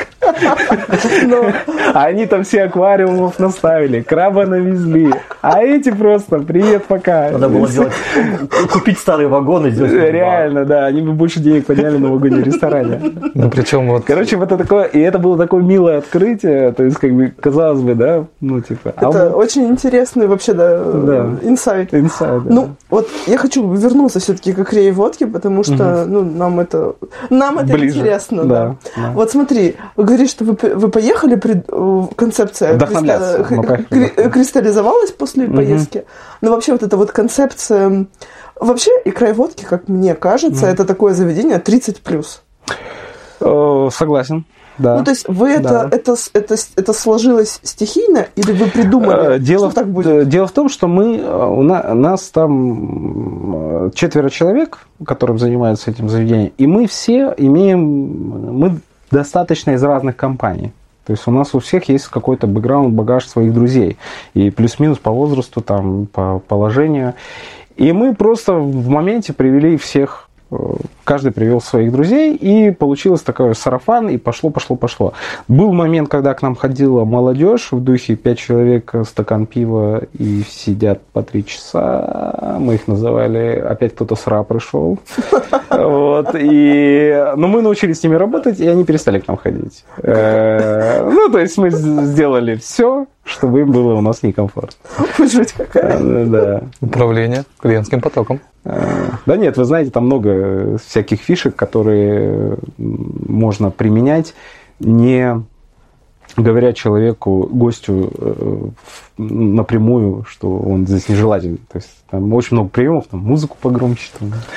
Speaker 3: А они там все аквариумов наставили, краба навезли. А эти просто привет, пока.
Speaker 2: Надо было купить старые вагоны, сделать.
Speaker 3: Реально, да. Они бы больше денег подняли на вагоне в ресторане.
Speaker 1: Ну, причем вот...
Speaker 3: Короче, это такое... И это было такое милое открытие. То есть, как бы, казалось бы, да, ну, типа...
Speaker 4: Это очень интересный вообще, инсайт.
Speaker 3: Инсайт, да.
Speaker 4: Ну, вот я хочу вернуться все-таки к икре и водке, потому что, нам это
Speaker 3: ближе.
Speaker 4: Интересно,
Speaker 3: Да.
Speaker 4: Вот смотри, вы говорите, что вы поехали, концепция кристаллизовалась после поездки. Но вообще вот эта вот концепция... Вообще, икра и водки, как мне кажется, это такое заведение 30+.
Speaker 3: Согласен. Да.
Speaker 4: Ну, то есть вы это сложилось стихийно, или вы придумали, что так будет?
Speaker 3: Дело в том, что у нас там 4 человек, которым занимаются этим заведением, и мы все мы достаточно из разных компаний. То есть у нас у всех есть какой-то бэкграунд, багаж своих друзей. И плюс-минус по возрасту, там, по положению. И мы просто в моменте привели всех, каждый привел своих друзей, и получилось такой сарафан, и пошло. Был момент, когда к нам ходила молодежь в духе 5 человек, стакан пива, и сидят по 3 часа. Мы их называли «Опять кто-то сра пришел». Вот. Но мы научились с ними работать, и они перестали к нам ходить. Ну, то есть мы сделали все, чтобы им было у нас некомфортно.
Speaker 4: Жуть какая.
Speaker 3: Да.
Speaker 1: Управление клиентским потоком.
Speaker 3: Да нет, вы знаете, там много всяких фишек, которые можно применять, не говоря человеку, гостю напрямую, что он здесь нежелательный. То есть там очень много приемов, там музыку погромче,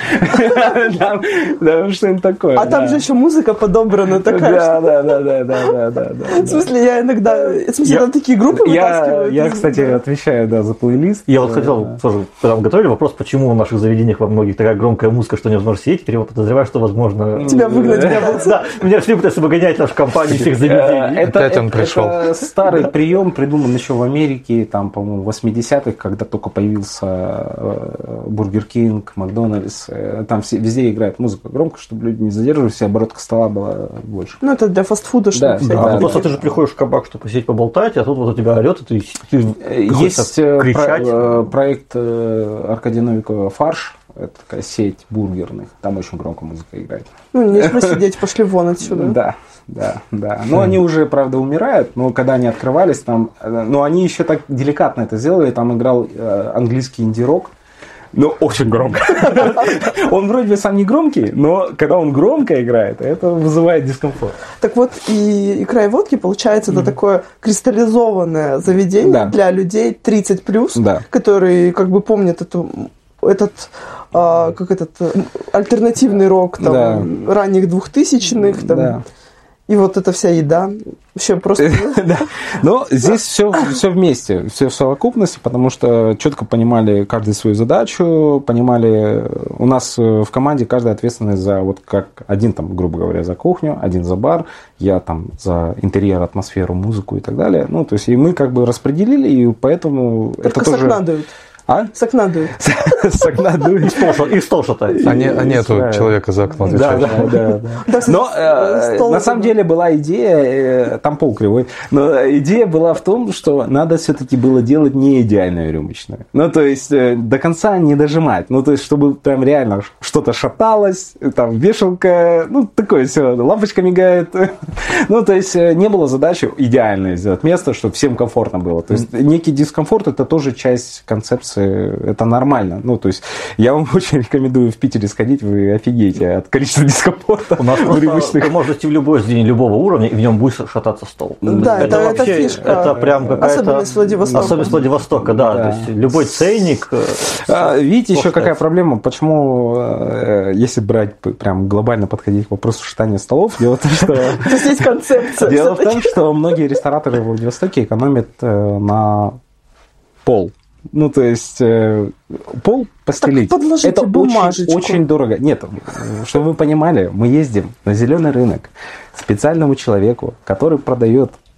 Speaker 3: что-нибудь такое.
Speaker 4: А там же еще музыка подобрана такая.
Speaker 3: Да.
Speaker 4: В смысле, я иногда... В смысле, там такие группы вытаскивают.
Speaker 3: Я, кстати, отвечаю, за плейлист.
Speaker 2: Я вот хотел тоже, когда мы готовили вопрос, почему в наших заведениях во многих такая громкая музыка, что невозможно сидеть. Теперь я подозреваю, что, возможно...
Speaker 4: Тебя выгнать не было.
Speaker 2: Да, меня шли пытаться выгонять нашу компанию всех заведений.
Speaker 1: Опять он пришел.
Speaker 3: Это старый прием, придуман еще в Америке, там, по-моему, в 80-х, когда только появился Бургер Кинг, Макдональдс. Там везде играет музыка громко, чтобы люди не задерживались, и оборотка стола была больше.
Speaker 4: Ну, это для фастфуда, что ли?
Speaker 2: Просто ты же приходишь в кабак, чтобы посидеть поболтать, а тут вот у тебя орет, и ты
Speaker 3: есть
Speaker 2: кричать.
Speaker 3: Проект Аркадия Новикова «Фарш». Это такая сеть бургерных. Там очень громко музыка играет.
Speaker 4: Ну, не посидеть, пошли вон отсюда.
Speaker 3: Да. Но они уже, правда, умирают. Но когда они открывались, там... Но они еще так деликатно это сделали. Там играл английский инди-рок. Но очень громко. Он вроде бы сам не громкий, но когда он громко играет, это вызывает дискомфорт.
Speaker 4: Так вот, и икра и водки, получается, это такое кристаллизованное заведение для людей 30+, которые как бы помнят этот альтернативный рок там, ранних 2000-х. Там, и вот эта вся еда. Вообще просто...
Speaker 3: Но здесь все вместе, все в совокупности, потому что четко понимали каждый свою задачу, понимали... У нас в команде каждый ответственный за, вот как один там, грубо говоря, за кухню, один за бар, я там за интерьер, атмосферу, музыку и так далее. Ну, то есть, и мы как бы распределили, и поэтому
Speaker 4: только
Speaker 3: это тоже...
Speaker 4: надуют.
Speaker 3: А?
Speaker 4: С окна дует.
Speaker 3: С окна дует.
Speaker 2: И стол шатает.
Speaker 1: А нету человека за окном.
Speaker 3: Да. Но на самом деле была идея, там пол кривой, но идея была в том, что надо все-таки было делать не идеальную рюмочную. Ну, то есть до конца не дожимать. Ну, то есть чтобы прям реально что-то шаталось, там вешалка, ну, такое все, лампочка мигает. Ну, то есть не было задачи идеально сделать место, чтобы всем комфортно было. То есть некий дискомфорт – это тоже часть концепции. Это нормально. Ну, то есть, я вам очень рекомендую в Питере сходить, вы офигеете от количества дискомфорта.
Speaker 2: У нас просто можно идти в любое заведение любого уровня, и в нем будет шататься стол.
Speaker 4: Да, это вообще, фишка.
Speaker 2: Это прям какая-то...
Speaker 4: Особенность Владивостока.
Speaker 2: Особенность Владивостока, да. То есть, любой ценник...
Speaker 3: Видите, еще какая проблема? Почему, если брать, прям глобально подходить к вопросу шатания столов, дело в том, что...
Speaker 4: То есть, есть концепция.
Speaker 3: Дело в том, что многие рестораторы в Владивостоке экономят на пол. Ну, то есть, пол постелить.
Speaker 4: Так подложите бумажечку.
Speaker 3: Очень дорого. Нет, чтобы вы понимали, мы ездим на зеленый рынок к специальному человеку, который продает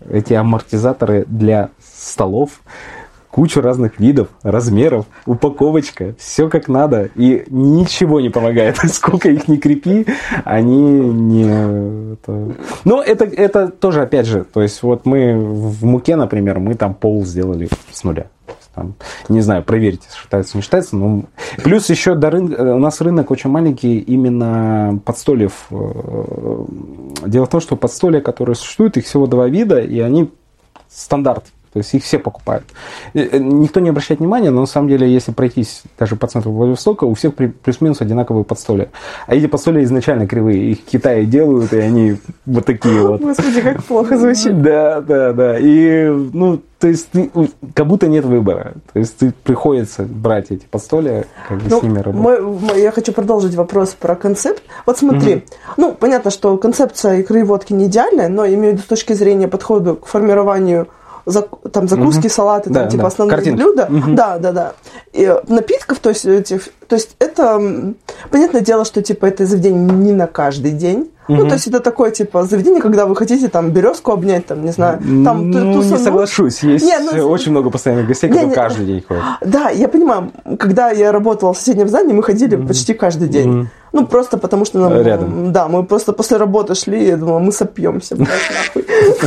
Speaker 3: эти амортизаторы для столов, кучу разных видов, размеров, упаковочка, все как надо, и ничего не помогает. Сколько их ни крепи, они не... Но это тоже, опять же, то есть вот мы в муке, например, мы там пол сделали с нуля. Там, не знаю, проверьте, считается, не считается. Но... Плюс еще у нас рынок очень маленький именно подстольев. Дело в том, что подстолья, которые существуют, их всего 2 вида, и они стандарт. То есть их все покупают. Никто не обращает внимания, но на самом деле, если пройтись даже по центру Владивостока, у всех плюс-минус одинаковые подстолья. А эти подстолья изначально кривые. Их в Китае делают, и они вот такие вот.
Speaker 4: Господи, как плохо звучит.
Speaker 3: Да. И, то есть, как будто нет выбора. То есть, приходится брать эти подстолья, как бы с ними работать.
Speaker 4: Я хочу продолжить вопрос про концепт. Вот смотри, понятно, что концепция икры и водки не идеальная, но имею в виду с точки зрения подхода к формированию закуски, салаты, основные картинки. Блюда. Да. И напитков, то есть это, понятное дело, что это заведение не на каждый день. То есть это такое, заведение, когда вы хотите березку обнять, не знаю,
Speaker 3: не соглашусь, есть очень много постоянных гостей, которые каждый день ходят.
Speaker 4: Да, я понимаю, когда я работала в соседнем здании, мы ходили почти каждый день. Просто потому что нам...
Speaker 3: Рядом.
Speaker 4: Да, мы просто после работы шли, я думала, мы сопьемся, нахуй.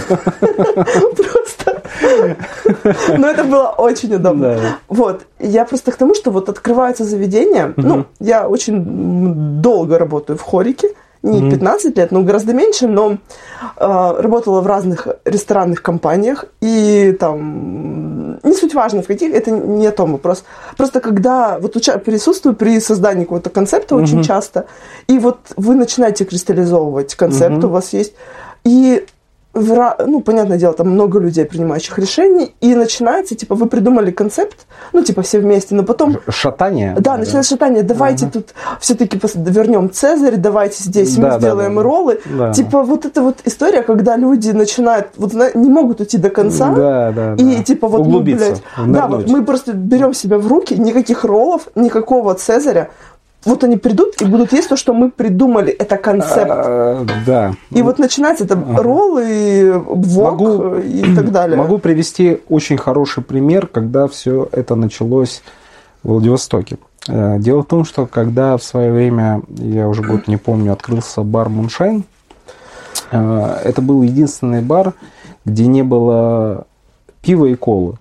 Speaker 4: Просто. Но это было очень удобно. Вот. Я просто к тому, что вот открывается заведение. Я очень долго работаю в хорике. Не 15 лет, но гораздо меньше, но работала в разных ресторанных компаниях, и там, не суть важно в каких, это не о том вопрос. Просто когда присутствую при создании какого-то концепта очень часто, и вот вы начинаете кристаллизовывать концепт, у вас есть, и понятное дело, там много людей, принимающих решений, и начинается, вы придумали концепт, все вместе, но потом...
Speaker 3: Шатание?
Speaker 4: Да, начинается шатание. Давайте тут все-таки вернем Цезарь, давайте здесь мы сделаем роллы.
Speaker 3: Да.
Speaker 4: Вот эта вот история, когда люди начинают, не могут уйти до конца, и
Speaker 3: углубиться,
Speaker 4: мы просто берем себя в руки, никаких роллов, никакого Цезаря. Вот они придут и будут есть то, что мы придумали. Это концепт.
Speaker 3: Да.
Speaker 4: И вот начинается это роллы, вок и так далее.
Speaker 3: Могу привести очень хороший пример, когда все это началось в Владивостоке. Дело в том, что когда в свое время, я уже год не помню, открылся бар Moonshine, это был единственный бар, где не было пива и колы.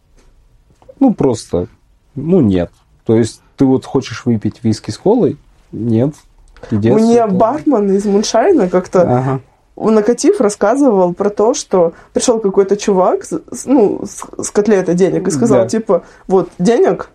Speaker 3: Просто, нет. То есть ты хочешь выпить виски с колой? Нет.
Speaker 4: Мне бармен из Муншайна как-то, накатив, рассказывал про то, что пришел какой-то чувак с котлетой денег и сказал, вот, денег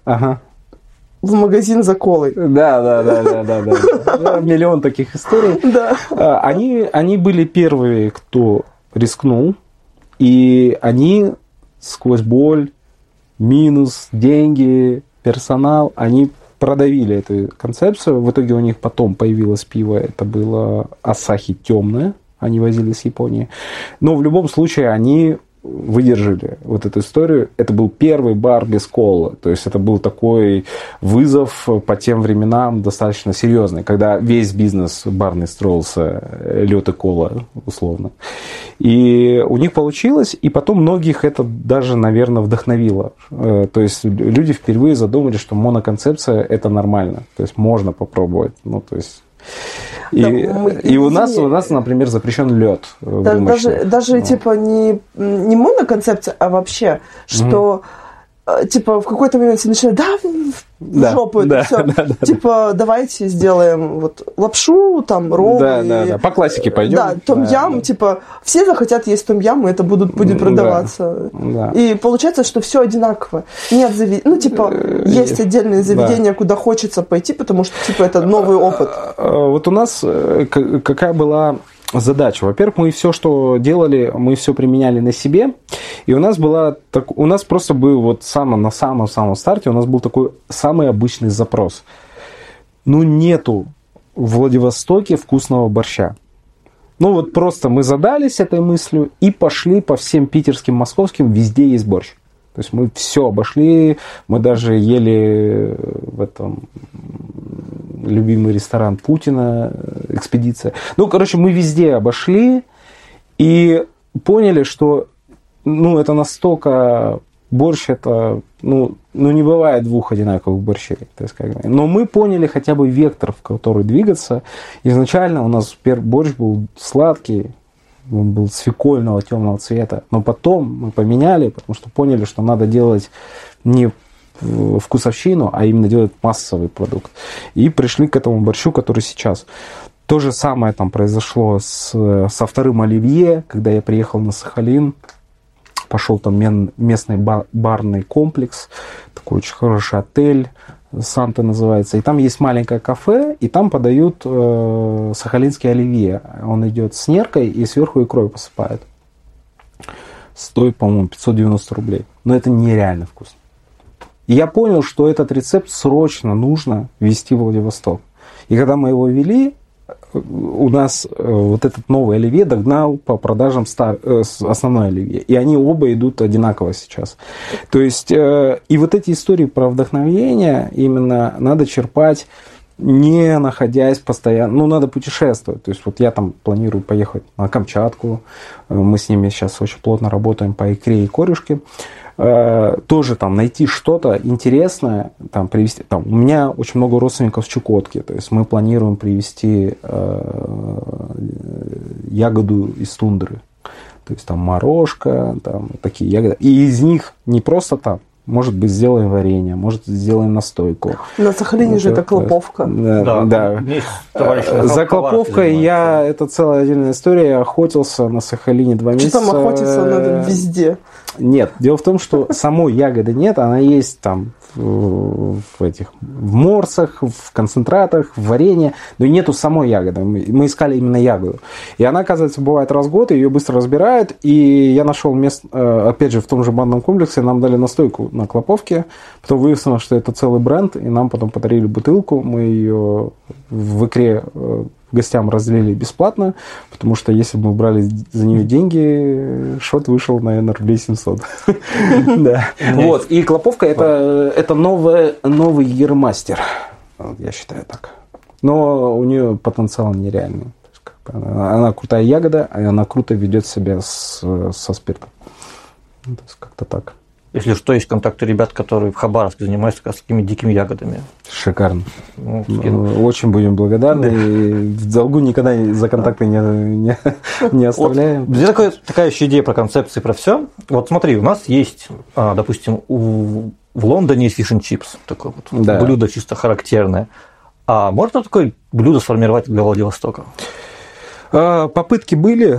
Speaker 4: в магазин за колой.
Speaker 3: Да. Миллион таких историй.
Speaker 4: Да.
Speaker 3: Они были первые, кто рискнул, и они сквозь боль, минус, деньги, персонал, они продавили эту концепцию. В итоге у них потом появилось пиво, это было Асахи темное, они возили с Японии. Но в любом случае они выдержали вот эту историю. Это был первый бар без колы. То есть это был такой вызов по тем временам достаточно серьезный, когда весь бизнес барный строился лед и кола, условно. И у них получилось, и потом многих это даже, наверное, вдохновило. То есть люди впервые задумали, что моноконцепция это нормально. То есть можно попробовать. И у нас, например, запрещен лед.
Speaker 4: Даже не моноконцепция, а вообще, что в какой-то момент все начинают, в жопу это все. Давайте сделаем лапшу, роллы.
Speaker 3: Да. По классике пойдем.
Speaker 4: Да, том-ям, все захотят есть том-ям, и это будет продаваться.
Speaker 3: Да.
Speaker 4: И получается, что все одинаково. Нет есть отдельные заведения, куда хочется пойти, потому что, это новый опыт.
Speaker 3: Вот у нас какая была задача. Во-первых, мы все, что делали, мы все применяли на себе. И у нас просто был на самом старте, у нас был такой самый обычный запрос. Нету в Владивостоке вкусного борща. Просто мы задались этой мыслью и пошли по всем питерским, московским, везде есть борщ. То есть мы все обошли, мы даже ели в этом любимый ресторан Путина, экспедиция. Мы везде обошли и поняли, что это настолько... Борщ это, не бывает двух одинаковых борщей. То есть, но мы поняли хотя бы вектор, в который двигаться. Изначально у нас борщ был сладкий, он был свекольного темного цвета. Но потом мы поменяли, потому что поняли, что надо делать не вкусовщину, а именно делать массовый продукт. И пришли к этому борщу, который сейчас. То же самое там произошло со вторым оливье, когда я приехал на Сахалин. Пошел там местный барный комплекс, такой очень хороший отель, Санта называется. И там есть маленькое кафе, и там подают сахалинский оливье. Он идет с неркой и сверху икрой посыпают. Стоит, по-моему, 590 рублей. Но это нереально вкусно. И я понял, что этот рецепт срочно нужно ввести в Владивосток. И когда мы его ввели, у нас вот этот новый оливье догнал по продажам основной оливье. И они оба идут одинаково сейчас. То есть, и вот эти истории про вдохновение именно надо черпать, не находясь постоянно. Надо путешествовать. То есть, вот я там планирую поехать на Камчатку. Мы с ними сейчас очень плотно работаем по икре и корюшке. Тоже там найти что-то интересное, там привезти. Там, у меня очень много родственников с Чукотки, то есть мы планируем привезти ягоду из тундры. То есть там морожка, там такие ягоды. И из них не просто там, может быть, сделаем варенье, может, сделаем настойку.
Speaker 4: На Сахалине же это клоповка.
Speaker 3: Да. За клоповкой это целая отдельная история. Я охотился на Сахалине 2 месяца.
Speaker 4: Что там охотиться надо везде?
Speaker 3: Нет, дело в том, что самой ягоды нет, она есть там в морсах, в концентратах, в варенье, но нету самой ягоды. Мы искали именно ягоду. И она, оказывается, бывает раз в год, ее быстро разбирают, и я нашел место, опять же, в том же банном комплексе, нам дали настойку на клоповке, потом выяснилось, что это целый бренд, и нам потом подарили бутылку, мы ее в икре гостям разделили бесплатно, потому что если бы мы брали за нее деньги, шот вышел, наверное, рублей 700. Вот. И клоповка это новый Ермастер, я считаю так. Но у нее потенциал нереальный. Она крутая ягода, и она круто ведет себя со спиртом. То есть как-то так.
Speaker 2: Если что, есть контакты ребят, которые в Хабаровске занимаются как раз такими дикими ягодами.
Speaker 3: Шикарно. Очень будем благодарны. И в долгу никогда за контакты не оставляем.
Speaker 2: Вот, такая еще идея про концепции, про все. Вот смотри, у нас есть, допустим, в Лондоне есть fish and chips. Такое вот блюдо чисто характерное. А можно такое блюдо сформировать для Владивостока?
Speaker 3: Попытки были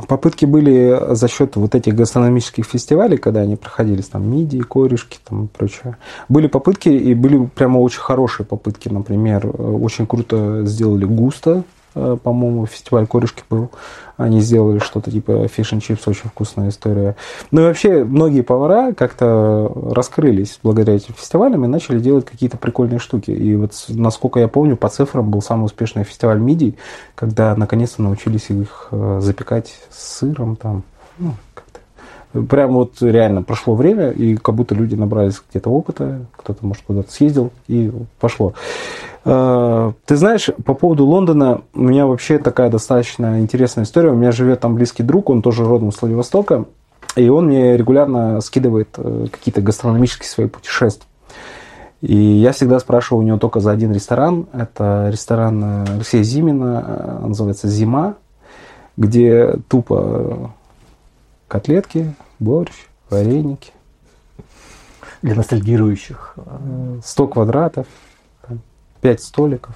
Speaker 3: за счет вот этих гастрономических фестивалей, когда они проходились, там, мидии, корюшки, там, и прочее. Были попытки, и были прямо очень хорошие попытки. Например, очень круто сделали густо, по-моему, фестиваль корюшки был. Они сделали что-то типа fish and chips, очень вкусная история. Ну и вообще, многие повара как-то раскрылись благодаря этим фестивалям и начали делать какие-то прикольные штуки. И вот, насколько я помню, по цифрам был самый успешный фестиваль мидий, когда наконец-то научились их запекать с сыром там. Прям вот реально прошло время, и как будто люди набрались где-то опыта, кто-то, может, куда-то съездил, и пошло. Ты знаешь, по поводу Лондона, у меня вообще такая достаточно интересная история. У меня живет там близкий друг, он тоже родом с Владивостока, и он мне регулярно скидывает какие-то гастрономические свои путешествия. И я всегда спрашиваю у него только за один ресторан. Это ресторан Алексея Зимина, называется «Зима», где тупо котлетки, борщ, вареники.
Speaker 2: Для ностальгирующих.
Speaker 3: 100 квадратов, 5 столиков.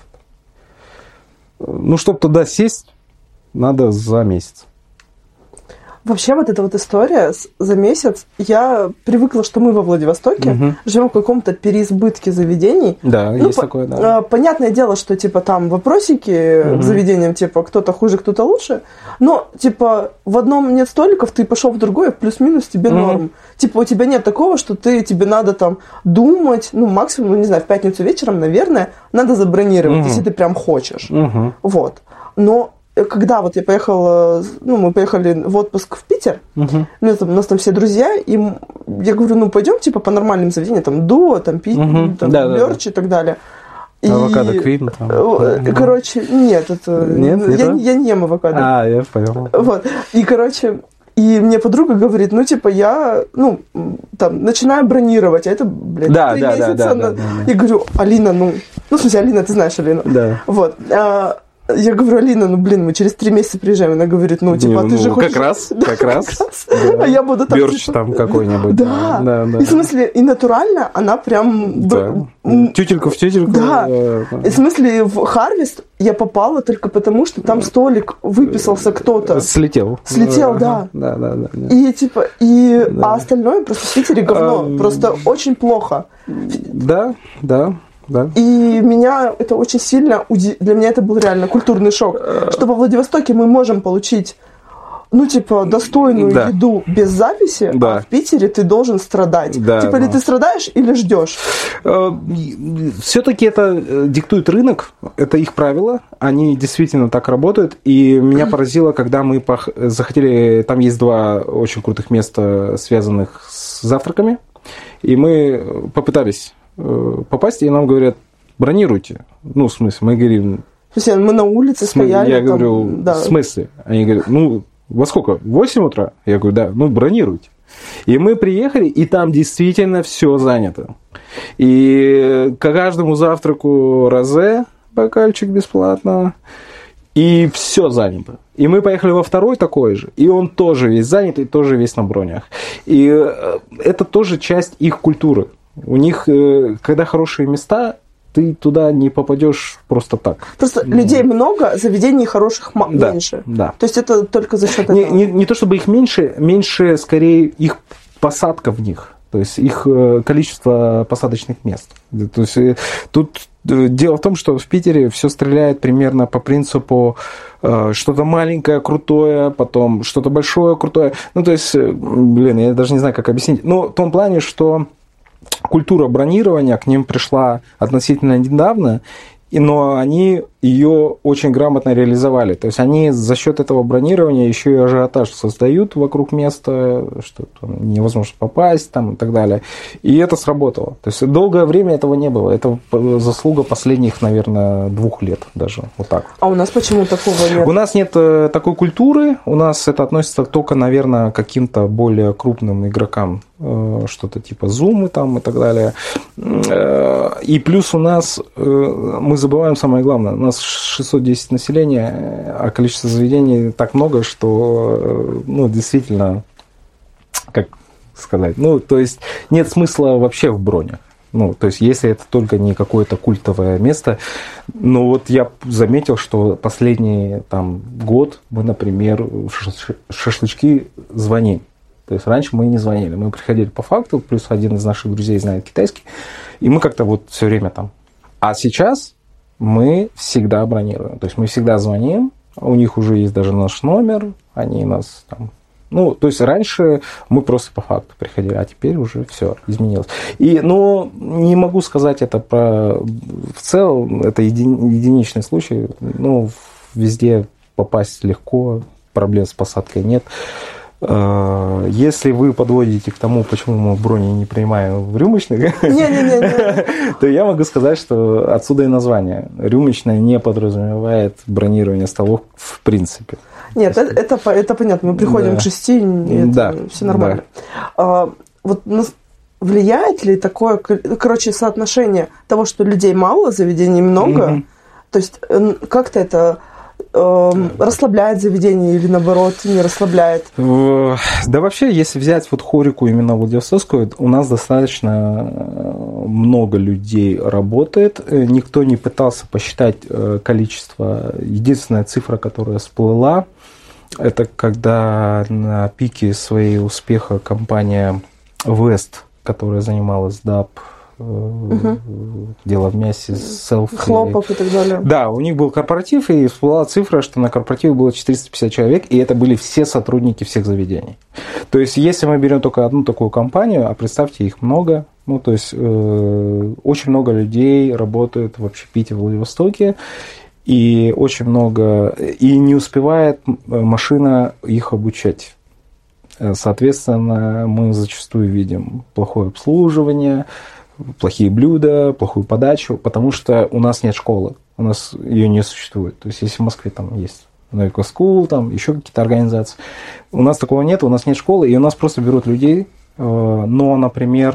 Speaker 3: Ну, чтобы туда сесть, надо за месяц.
Speaker 4: Вообще вот эта вот история за месяц, я привыкла, что мы во Владивостоке живем в каком-то переизбытке заведений.
Speaker 3: Да, есть такое, да.
Speaker 4: Понятное дело, что типа там вопросики к заведениям, типа кто-то хуже, кто-то лучше, но типа в одном нет столиков, ты пошел в другое, плюс-минус тебе норм. Типа у тебя нет такого, что тебе надо там думать, ну максимум, не знаю, в пятницу вечером, наверное, надо забронировать, если ты прям хочешь. Вот. Но когда вот я поехала, мы поехали в отпуск в Питер, у нас там все друзья, и я говорю, пойдем типа по нормальным заведениям, там Дуо, там Лёрч и так далее.
Speaker 3: Авокадо Квин.
Speaker 4: Короче, нет, это...
Speaker 3: Нет,
Speaker 4: я не ем авокадо.
Speaker 3: Я понял.
Speaker 4: Вот. И, короче, И мне подруга говорит, ну, типа, я, ну, там, начинаю бронировать, а это, блядь, 3 месяца.
Speaker 3: Да.
Speaker 4: Я говорю, Алина, ну, в смысле, Алина, ты знаешь Алину?
Speaker 3: Да.
Speaker 4: Вот. Я говорю, Алина, ну, блин, мы через 3 месяца приезжаем. Она говорит, ну, типа, ты же хочешь...
Speaker 3: Как раз.
Speaker 4: Да. А я буду там...
Speaker 3: Бёрч
Speaker 4: типа...
Speaker 3: там какой-нибудь.
Speaker 4: Да. И в смысле, и натурально она прям...
Speaker 3: Да. Тютельку в тютельку.
Speaker 4: Да. И в смысле, в Harvest я попала только потому, что там столик выписался кто-то.
Speaker 3: Слетел.
Speaker 4: Да.
Speaker 3: Да.
Speaker 4: И типа, а остальное просто в Питере говно. Просто очень плохо.
Speaker 3: Да.
Speaker 4: И меня это очень сильно для меня это был реально культурный шок, что во Владивостоке мы можем получить, ну, типа, достойную еду без записи, а в Питере ты должен страдать. Типа, или ты страдаешь, или ждешь.
Speaker 3: Все-таки это диктует рынок, это их правила, они действительно так работают. И меня поразило, когда мы захотели, там есть 2 очень крутых места, связанных с завтраками, и мы попытались попасть, и нам говорят, бронируйте. Ну, в смысле, мы говорим...
Speaker 4: То есть мы на улице стояли.
Speaker 3: Я говорю, в смысле? Они говорят, ну, во сколько? В 8 утра? Я говорю, да, ну, бронируйте. И мы приехали, и там действительно все занято. И к каждому завтраку розе, бокальчик бесплатно, и все занято. И мы поехали во второй такой же, и он тоже весь занят, и тоже весь на бронях. И это тоже часть их культуры. У них, когда хорошие места, ты туда не попадешь просто так.
Speaker 4: Просто людей много, заведений хороших меньше.
Speaker 3: Да.
Speaker 4: То есть это только за счет этого.
Speaker 3: Не то чтобы их меньше скорее их посадка в них. То есть их количество посадочных мест. То есть тут дело в том, что в Питере все стреляет примерно по принципу что-то маленькое, крутое, потом что-то большое, крутое. Ну, то есть, я даже не знаю, как объяснить. Но в том плане, что культура бронирования к ним пришла относительно недавно, но они ее очень грамотно реализовали. То есть они за счет этого бронирования еще и ажиотаж создают вокруг места, что там невозможно попасть там, и так далее. И это сработало. То есть долгое время этого не было. Это заслуга последних, наверное, 2 лет даже. Вот так.
Speaker 4: А у нас почему такого нет?
Speaker 3: У нас нет такой культуры. У нас это относится только, наверное, к каким-то более крупным игрокам. Что-то типа Zoom там и так далее. И плюс у нас, мы забываем самое главное, у нас 610 населения, а количество заведений так много, что, действительно, как сказать, то есть нет смысла вообще в бронях. То есть если это только не какое-то культовое место. Но вот я заметил, что последний год мы, например, в шашлычки звоним. То есть раньше мы не звонили, мы приходили по факту, плюс один из наших друзей знает китайский, и мы как-то вот все время там. А сейчас мы всегда бронируем, то есть мы всегда звоним, у них уже есть даже наш номер, они нас там... то есть раньше мы просто по факту приходили, а теперь уже все изменилось. Но не могу сказать это про... В целом, это единичный случай, везде попасть легко, проблем с посадкой нет. Если вы подводите к тому, почему мы брони не принимаем в рюмочных, то я могу сказать, что отсюда и название. Рюмочная не подразумевает бронирование столов в принципе.
Speaker 4: Нет, это понятно. Мы приходим к 6, это все нормально. Вот влияет ли такое, соотношение того, что людей мало, заведений много? То есть как-то это... расслабляет заведение или, наоборот, не расслабляет?
Speaker 3: Да вообще, если взять вот хорику именно Владивостокскую, у нас достаточно много людей работает. Никто не пытался посчитать количество. Единственная цифра, которая всплыла, это когда на пике своего успеха компания West, которая занималась DAP, дело в мясе, селфи.
Speaker 4: Хлопок и так далее.
Speaker 3: Да, у них был корпоратив, и всплыла цифра, что на корпоративе было 450 человек, и это были все сотрудники всех заведений. То есть, если мы берем только одну такую компанию, а представьте, их много, то есть, очень много людей работают в общепите в Владивостоке, и очень много, и не успевает машина их обучать. Соответственно, мы зачастую видим плохое обслуживание, плохие блюда, плохую подачу, потому что у нас нет школы, у нас ее не существует. То есть, если в Москве там есть Novico School, там еще какие-то организации. У нас такого нет, у нас нет школы, и у нас просто берут людей, но, например,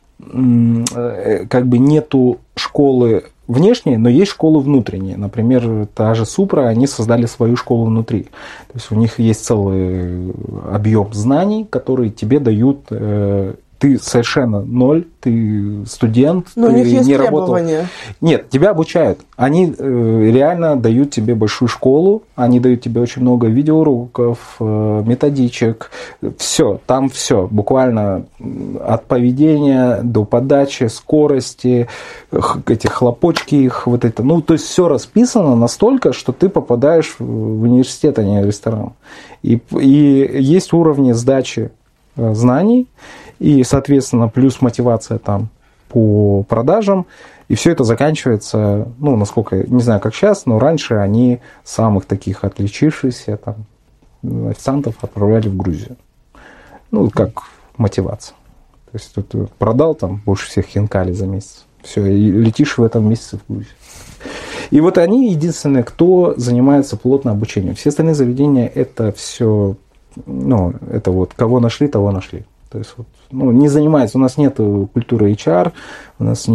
Speaker 3: как бы нету школы внешней, но есть школы внутренние. Например, та же Супра, они создали свою школу внутри. То есть у них есть целый объем знаний, которые тебе дают. Ты совершенно ноль, ты студент,
Speaker 4: но
Speaker 3: ты
Speaker 4: у них есть
Speaker 3: не
Speaker 4: требования.
Speaker 3: Работал. Нет, тебя обучают. Они реально дают тебе большую школу, они дают тебе очень много видеоуроков, методичек, все, там все, буквально от поведения до подачи, скорости, эти хлопочки их, вот это. Ну, то есть все расписано настолько, что ты попадаешь в университет, а не в ресторан. И есть уровни сдачи знаний, и, соответственно, плюс мотивация там по продажам. И все это заканчивается, ну, насколько, не знаю, как сейчас, но раньше они самых таких отличившихся там, официантов отправляли в Грузию. Ну, как мотивация. То есть ты продал там больше всех хинкали за месяц. Все, и летишь в этом месяце в Грузию. И вот они единственные, кто занимается плотно обучением. Все остальные заведения это все, ну, это вот кого нашли, того нашли. То есть, вот, ну, не занимается, у нас нет культуры HR, у нас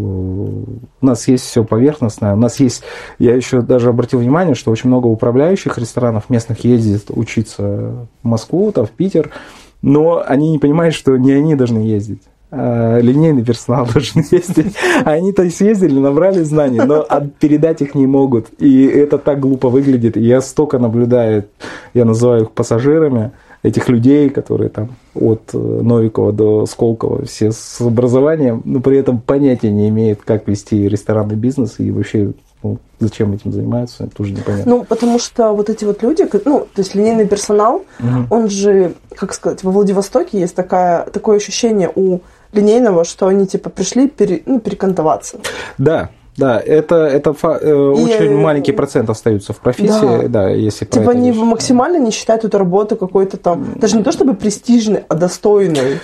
Speaker 3: есть все поверхностное, у нас есть, я еще даже обратил внимание, что очень много управляющих ресторанов местных ездит учиться в Москву, там, в Питер, но они не понимают, что не они должны ездить. Линейный персонал должен ездить. Они-то съездили, набрали знаний, но передать их не могут. И это так глупо выглядит. И я столько наблюдаю, я называю их пассажирами, этих людей, которые там от Новикова до Сколково, все с образованием, но при этом понятия не имеют, как вести ресторанный бизнес и вообще зачем этим занимаются, это тоже непонятно.
Speaker 4: Ну, потому что вот эти вот люди, ну, то есть линейный персонал, он же, как сказать, во Владивостоке есть такое ощущение у линейного, что они типа пришли перекантоваться.
Speaker 3: Да. Да, это очень маленький процент остаются в профессии, да, если
Speaker 4: типа они максимально не считают эту работу какой-то там, даже не то чтобы престижной, а достойной.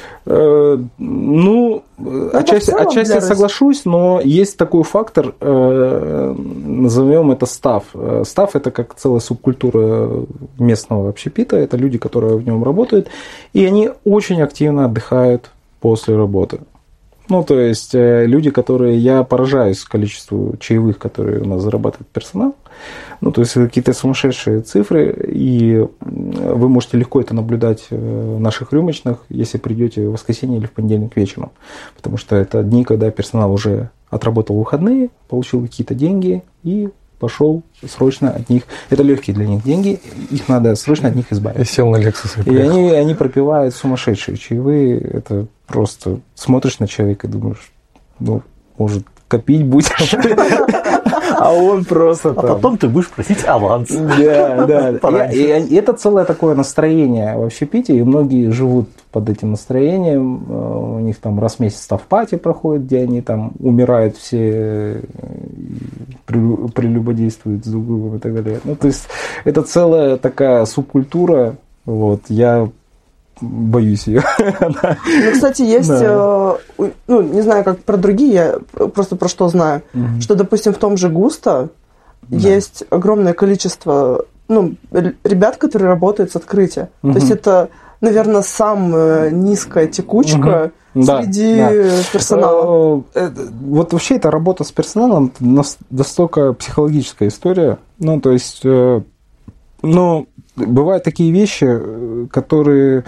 Speaker 3: Ну, отчасти соглашусь, но есть такой фактор, назовем это стафф. Стафф – это как целая субкультура местного общепита, это люди, которые в нем работают, и они очень активно отдыхают после работы. Ну, то есть, люди, которые... Я поражаюсь количеству чаевых, которые у нас зарабатывает персонал. Ну, то есть, какие-то сумасшедшие цифры. И вы можете легко это наблюдать в наших рюмочных, если придете в воскресенье или в понедельник вечером. Потому что это дни, когда персонал уже отработал выходные, получил какие-то деньги и пошел срочно от них. Это легкие для них деньги, их надо срочно от них избавиться.
Speaker 1: И сел на Lexus.
Speaker 3: И они пропивают сумасшедшие чаевые. Это просто смотришь на человека и думаешь, ну, может, копить будешь. А он просто
Speaker 2: А потом ты будешь просить аванс.
Speaker 3: Да. И это целое такое настроение в общепите, и многие живут под этим настроением. У них там раз в месяц стаф-пати проходит, где они там умирают все, прелюбодействуют с друг другом и так далее. Ну, то есть, это целая такая субкультура. Вот, я боюсь ее.
Speaker 4: Ну, кстати, есть, ну, не знаю, как про другие, я просто про что знаю, что, допустим, в том же Густо есть огромное количество, ну, ребят, которые работают с открытия. То есть это, наверное, самая низкая текучка среди персонала.
Speaker 3: Вот вообще эта работа с персоналом настолько психологическая история. Ну, то есть, ну, бывают такие вещи, которые,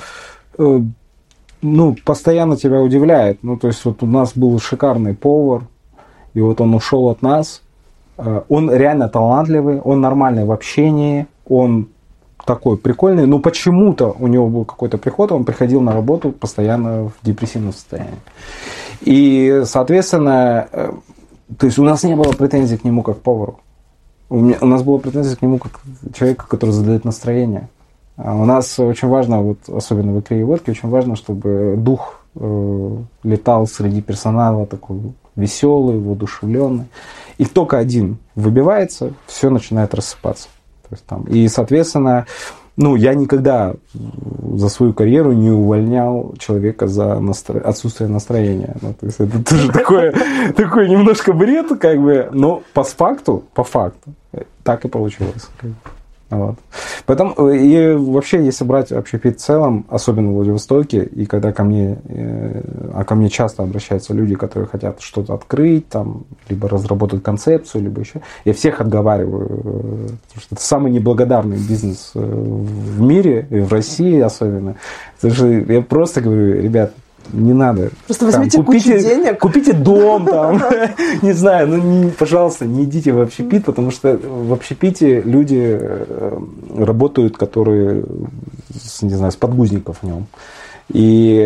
Speaker 3: ну, постоянно тебя удивляют. Ну, то есть, вот у нас был шикарный повар, и вот он ушел от нас. Он реально талантливый, он нормальный в общении, он такой прикольный, но почему-то у него был какой-то приход, он приходил на работу постоянно в депрессивном состоянии. И, соответственно, то есть у нас не было претензий к нему как к повару. У нас была претензия к нему как к человеку, который задает настроение. У нас очень важно, вот, особенно в икре и водке, очень важно, чтобы дух летал среди персонала такой веселый, воодушевленный. И только один выбивается, все начинает рассыпаться. То есть, там, и, соответственно, ну, я никогда за свою карьеру не увольнял человека за отсутствие настроения. Ну, то есть, это тоже такой немножко бред, как бы, но по факту, так и получилось. Вот. Поэтому, и вообще, если брать общепит в целом, особенно в Владивостоке, и когда ко мне часто обращаются люди, которые хотят что-то открыть, там, либо разработать концепцию, либо еще, я всех отговариваю, потому что это самый неблагодарный бизнес в мире, и в России особенно. Потому что я просто говорю, ребят, не надо.
Speaker 4: Просто возьмите кучу денег.
Speaker 3: Купите дом, там, не знаю, пожалуйста, не идите в общепит, потому что в общепите люди работают, которые, не знаю, с подгузников в нем. И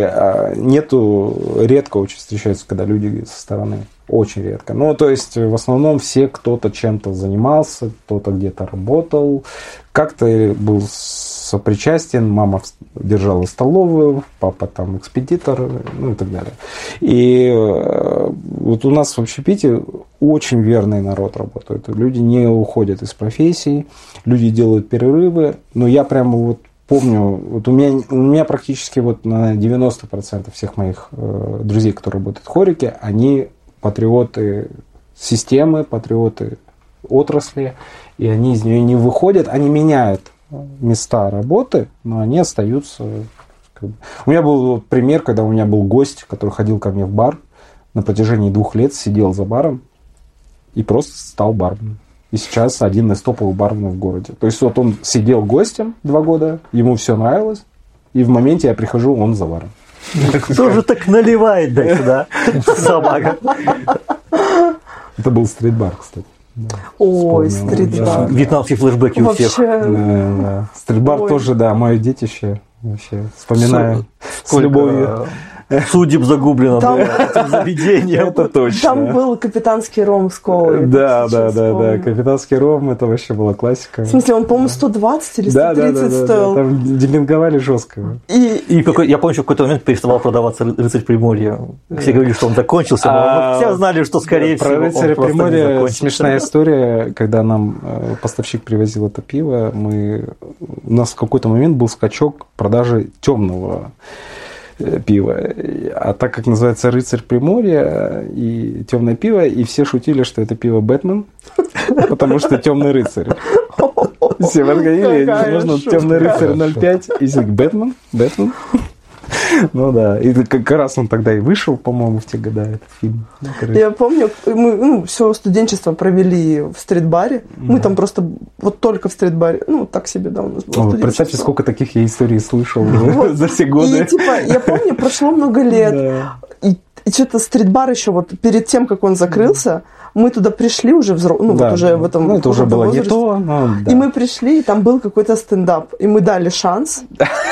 Speaker 3: редко очень встречаются, когда люди со стороны. Очень редко. Ну, то есть, в основном все кто-то чем-то занимался, кто-то где-то работал, как-то был сопричастен, мама держала столовую, папа там экспедитор, ну и так далее. И вот у нас в общепите очень верный народ работает. Люди не уходят из профессии, люди делают перерывы, но я прямо вот помню, вот у меня практически вот на 90% всех моих друзей, которые работают в хорике, они патриоты системы, патриоты отрасли, и они из нее не выходят, они меняют места работы, но они остаются. У меня был пример, когда у меня был гость, который ходил ко мне в бар, на протяжении 2 лет сидел за баром и просто стал барменом. И сейчас один из топовых барменов в городе. То есть вот он сидел гостем 2 года, ему все нравилось, и в моменте я прихожу, он за баром.
Speaker 2: Кто же так наливает дальше, да? Собака.
Speaker 3: Это был стрит-бар, кстати.
Speaker 4: Ой, стрит-бар.
Speaker 2: Вьетнамские флешбеки у всех.
Speaker 3: Да. Стрит-бар тоже, да, мое детище. Вообще, вспоминаю с любовью.
Speaker 2: Судеб загублено этим заведением.
Speaker 3: Это точно.
Speaker 4: Там был капитанский ром с колой.
Speaker 3: Да. Капитанский ром, это вообще была классика.
Speaker 4: В смысле, он, по-моему, 120 или 130 стоил.
Speaker 3: Там демпинговали жестко.
Speaker 2: И я помню, что в какой-то момент переставал продаваться «Рыцарь Приморья». Все говорили, что он закончился, но все знали, что, скорее всего,
Speaker 3: про «Рыцаря Приморья» смешная история, когда нам поставщик привозил это пиво, у нас в какой-то момент был скачок продажи темного пиво. А так как называется «Рыцарь Приморья» и темное пиво, и все шутили, что это пиво «Бэтмен», потому что темный рыцарь. Все подходили, нужно темный рыцарь 0,5, и все «Бэтмен». Ну да, и как раз он тогда и вышел, по-моему, в те годы, этот фильм.
Speaker 4: Я помню, мы все студенчество провели в стрит-баре. Мы там просто вот только в стрит-баре. Ну, так себе, да, у нас было.
Speaker 3: Представьте, сколько таких я историй слышал за все годы.
Speaker 4: И типа, я помню, прошло много лет, и что-то стрит-бар еще вот перед тем, как он закрылся, мы туда пришли уже вот уже в этом
Speaker 3: это уже было не то.
Speaker 4: И мы пришли, и там был какой-то стендап, и мы дали шанс.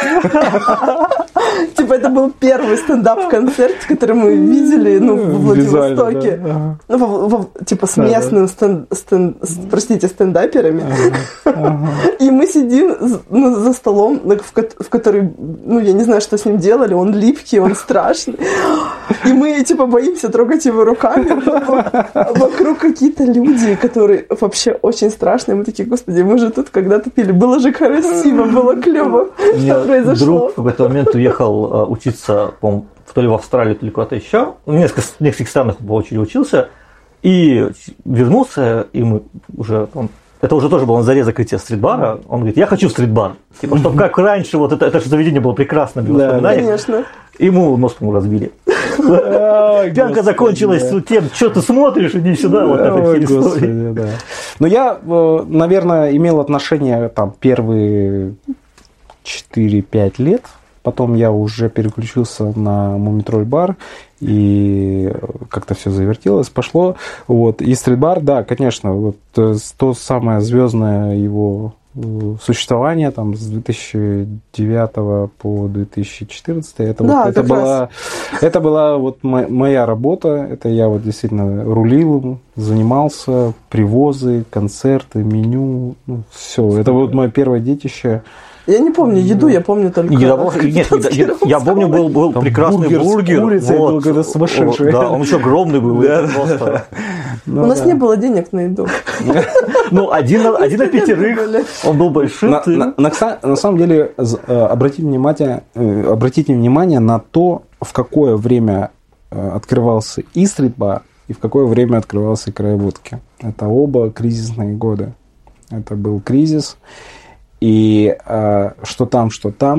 Speaker 4: Типа это был первый стендап-концерт, который мы видели, в Владивостоке. Типа с местными стендаперами. И мы сидим за столом, в который, я не знаю, что с ним делали, он липкий, он страшный. И мы типа боимся трогать его руками. Вокруг какие-то люди, которые вообще очень страшные. Мы такие, господи, мы же тут когда-то пили. Было же красиво, было клево. Что произошло?
Speaker 2: Друг в какой-то момент уехал учиться, то ли в Австралию, то ли куда-то еще. В нескольких странах по очереди учился. И вернулся, и мы уже... Это уже тоже было на заре закрытия стрит-бара. Он говорит, я хочу в стрит-бар. Типа, чтобы как раньше, вот это же заведение было прекрасно.
Speaker 4: Да, конечно.
Speaker 2: Ему нос разбили. Пьянка закончилась тем, что ты смотришь, иди сюда. Вот эта история.
Speaker 3: Но я, наверное, имел отношение там первые 4-5 лет. Потом я уже переключился на Мумитроль-бар, и как-то все завертелось, пошло. Вот. И стрит-бар, да, конечно, вот то самое звездное его существование там с 2009 по 2014. Это была вот моя работа. Это я вот действительно рулил, занимался, привозы, концерты, меню, все. Это вот мое первое детище.
Speaker 4: Я не помню еду, я помню только...
Speaker 2: Я помню, был прекрасный бургер.
Speaker 3: Курицей был когда сумасшедший.
Speaker 2: Да, он еще огромный был.
Speaker 4: У нас не было денег на еду.
Speaker 2: Один на 5, он был большим.
Speaker 3: На самом деле, обратите внимание на то, в какое время открывался и стрит-бар, и в какое время открывался и краеводки. Это оба кризисные годы. Это был кризис. И что там,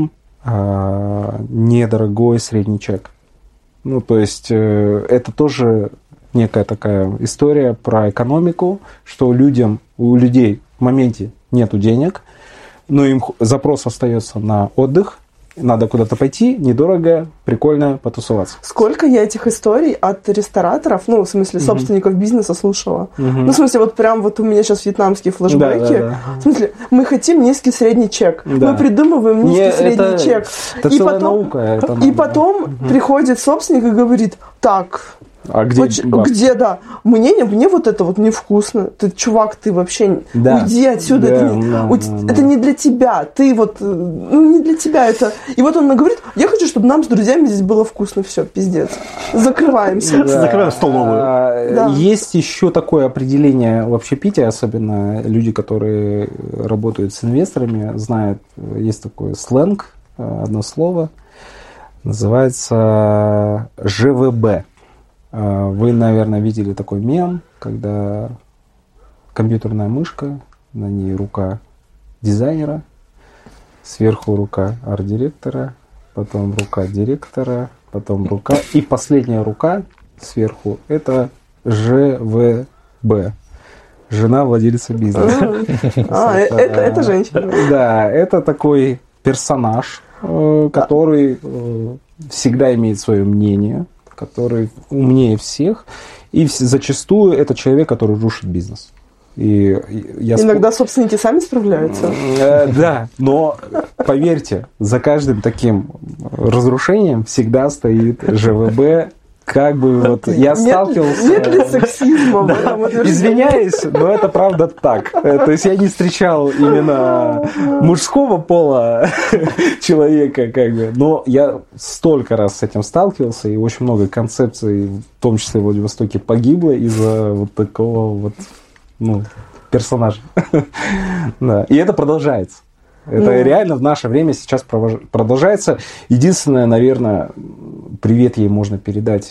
Speaker 3: недорогой средний чек. Ну, то есть, это тоже некая такая история про экономику, что у людей в моменте нету денег, но им запрос остается на отдых, надо куда-то пойти, недорого, прикольно потусоваться.
Speaker 4: Сколько я этих историй от рестораторов, ну, в смысле, собственников бизнеса слушала. Ну, в смысле, вот прям вот у меня сейчас вьетнамские флешбеки. Да. В смысле, мы хотим низкий средний чек. Да. Мы придумываем низкий средний чек.
Speaker 3: Это целая наука.
Speaker 4: И потом приходит собственник и говорит, так...
Speaker 3: А
Speaker 4: где, да. Мне вот это вот невкусно. Ты, чувак, ты вообще уйди отсюда. Это не для тебя. Ты вот, не для тебя это. И вот он говорит, я хочу, чтобы нам с друзьями здесь было вкусно. Все, пиздец. Закрываемся.
Speaker 2: Да. Закрываем столовую.
Speaker 3: Да. Есть еще такое определение в общепите, особенно люди, которые работают с инвесторами, знают, есть такой сленг, одно слово, называется ЖВБ. Вы, наверное, видели такой мем, когда компьютерная мышка, на ней рука дизайнера, сверху рука арт-директора, потом рука директора, потом рука, и последняя рука сверху – это ЖВБ, жена владельца бизнеса.
Speaker 4: Это женщина.
Speaker 3: Да, это такой персонаж, который всегда имеет свое мнение, который умнее всех, и зачастую это человек, который рушит бизнес.
Speaker 4: Иногда собственники сами справляются.
Speaker 3: Да, но поверьте, за каждым таким разрушением всегда стоит ЖВБ. Как бы вот я сталкивался...
Speaker 4: Нет ли сексизма в этом утверждении?
Speaker 3: Извиняюсь, но это правда так. То есть я не встречал именно мужского пола человека, как бы. Но я столько раз с этим сталкивался, и очень много концепций, в том числе в Владивостоке, погибло из-за вот такого вот, персонажа. Да. И это продолжается. Это реально в наше время сейчас продолжается. Единственное, наверное, привет ей можно передать,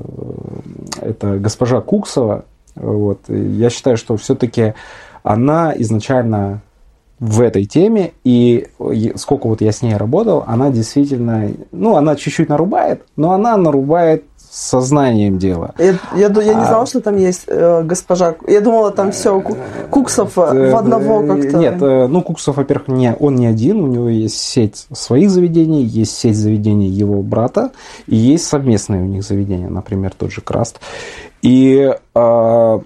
Speaker 3: это госпожа Куксова. Вот. Я считаю, что все-таки она изначально в этой теме, и сколько вот я с ней работал, она действительно, она чуть-чуть нарубает, но она нарубает сознанием дела.
Speaker 4: Я не знала, что там есть госпожа. Я думала, там все Куксов в одного как-то.
Speaker 3: Нет, Куксов, во-первых, он не один, у него есть сеть своих заведений, есть сеть заведений его брата, и есть совместные у них заведения, например, тот же Краст. И я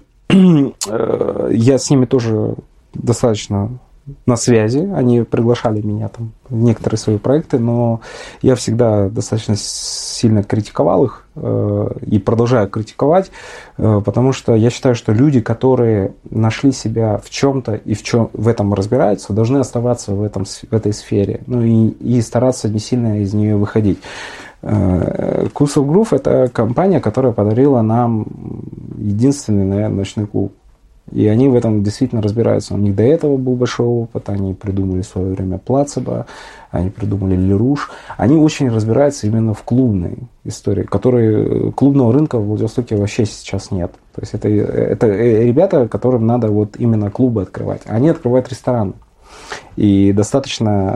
Speaker 3: с ними тоже достаточно на связи, они приглашали меня там в некоторые свои проекты, но я всегда достаточно сильно критиковал их и продолжаю критиковать, потому что я считаю, что люди, которые нашли себя в чем-то и в этом разбираются, должны оставаться в этой сфере, и стараться не сильно из нее выходить. Кусов Грув – это компания, которая подарила нам единственный, наверное, ночной клуб. И они в этом действительно разбираются. У них до этого был большой опыт, они придумали в свое время Плацебо, они придумали Леруш. Они очень разбираются именно в клубной истории, клубного рынка в Владивостоке вообще сейчас нет. То есть это ребята, которым надо вот именно клубы открывать. Они открывают рестораны. И достаточно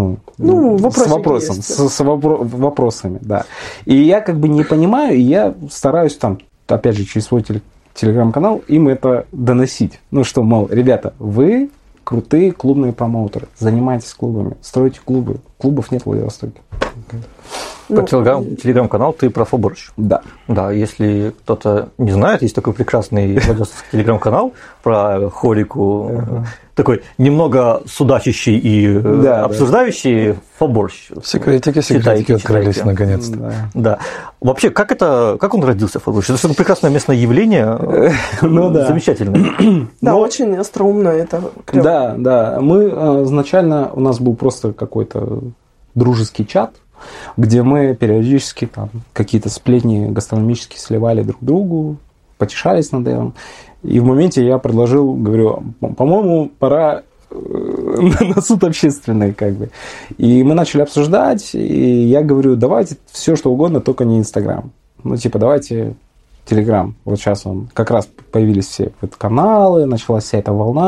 Speaker 3: с вопросами, да. И я как бы не понимаю, и я стараюсь там, опять же, через свой телеграм-канал им это доносить. Что, мол, ребята, вы крутые клубные промоутеры, занимайтесь клубами, стройте клубы. Клубов нет в Владивостоке.
Speaker 2: Телеграм-канал ты про Фоборщ.
Speaker 3: Да.
Speaker 2: Да, если кто-то не знает, есть такой прекрасный владивостокский телеграм-канал про хорику, такой немного судачащий и обсуждающий Фоборщ.
Speaker 1: Секретики открылись наконец-то.
Speaker 2: Да. Вообще, как он родился, Фоборщ? Это прекрасное местное явление, замечательное.
Speaker 4: Да, очень остроумно это.
Speaker 3: Да. Мы изначально, у нас был просто какой-то дружеский чат, где мы периодически там какие-то сплетни гастрономические сливали друг другу, потешались над этим. И в моменте я предложил, говорю, по-моему, пора на суд общественный, как бы. И мы начали обсуждать, и я говорю, давайте все что угодно, только не Инстаграм. Давайте Телеграм. Вот сейчас как раз появились все каналы, началась вся эта волна.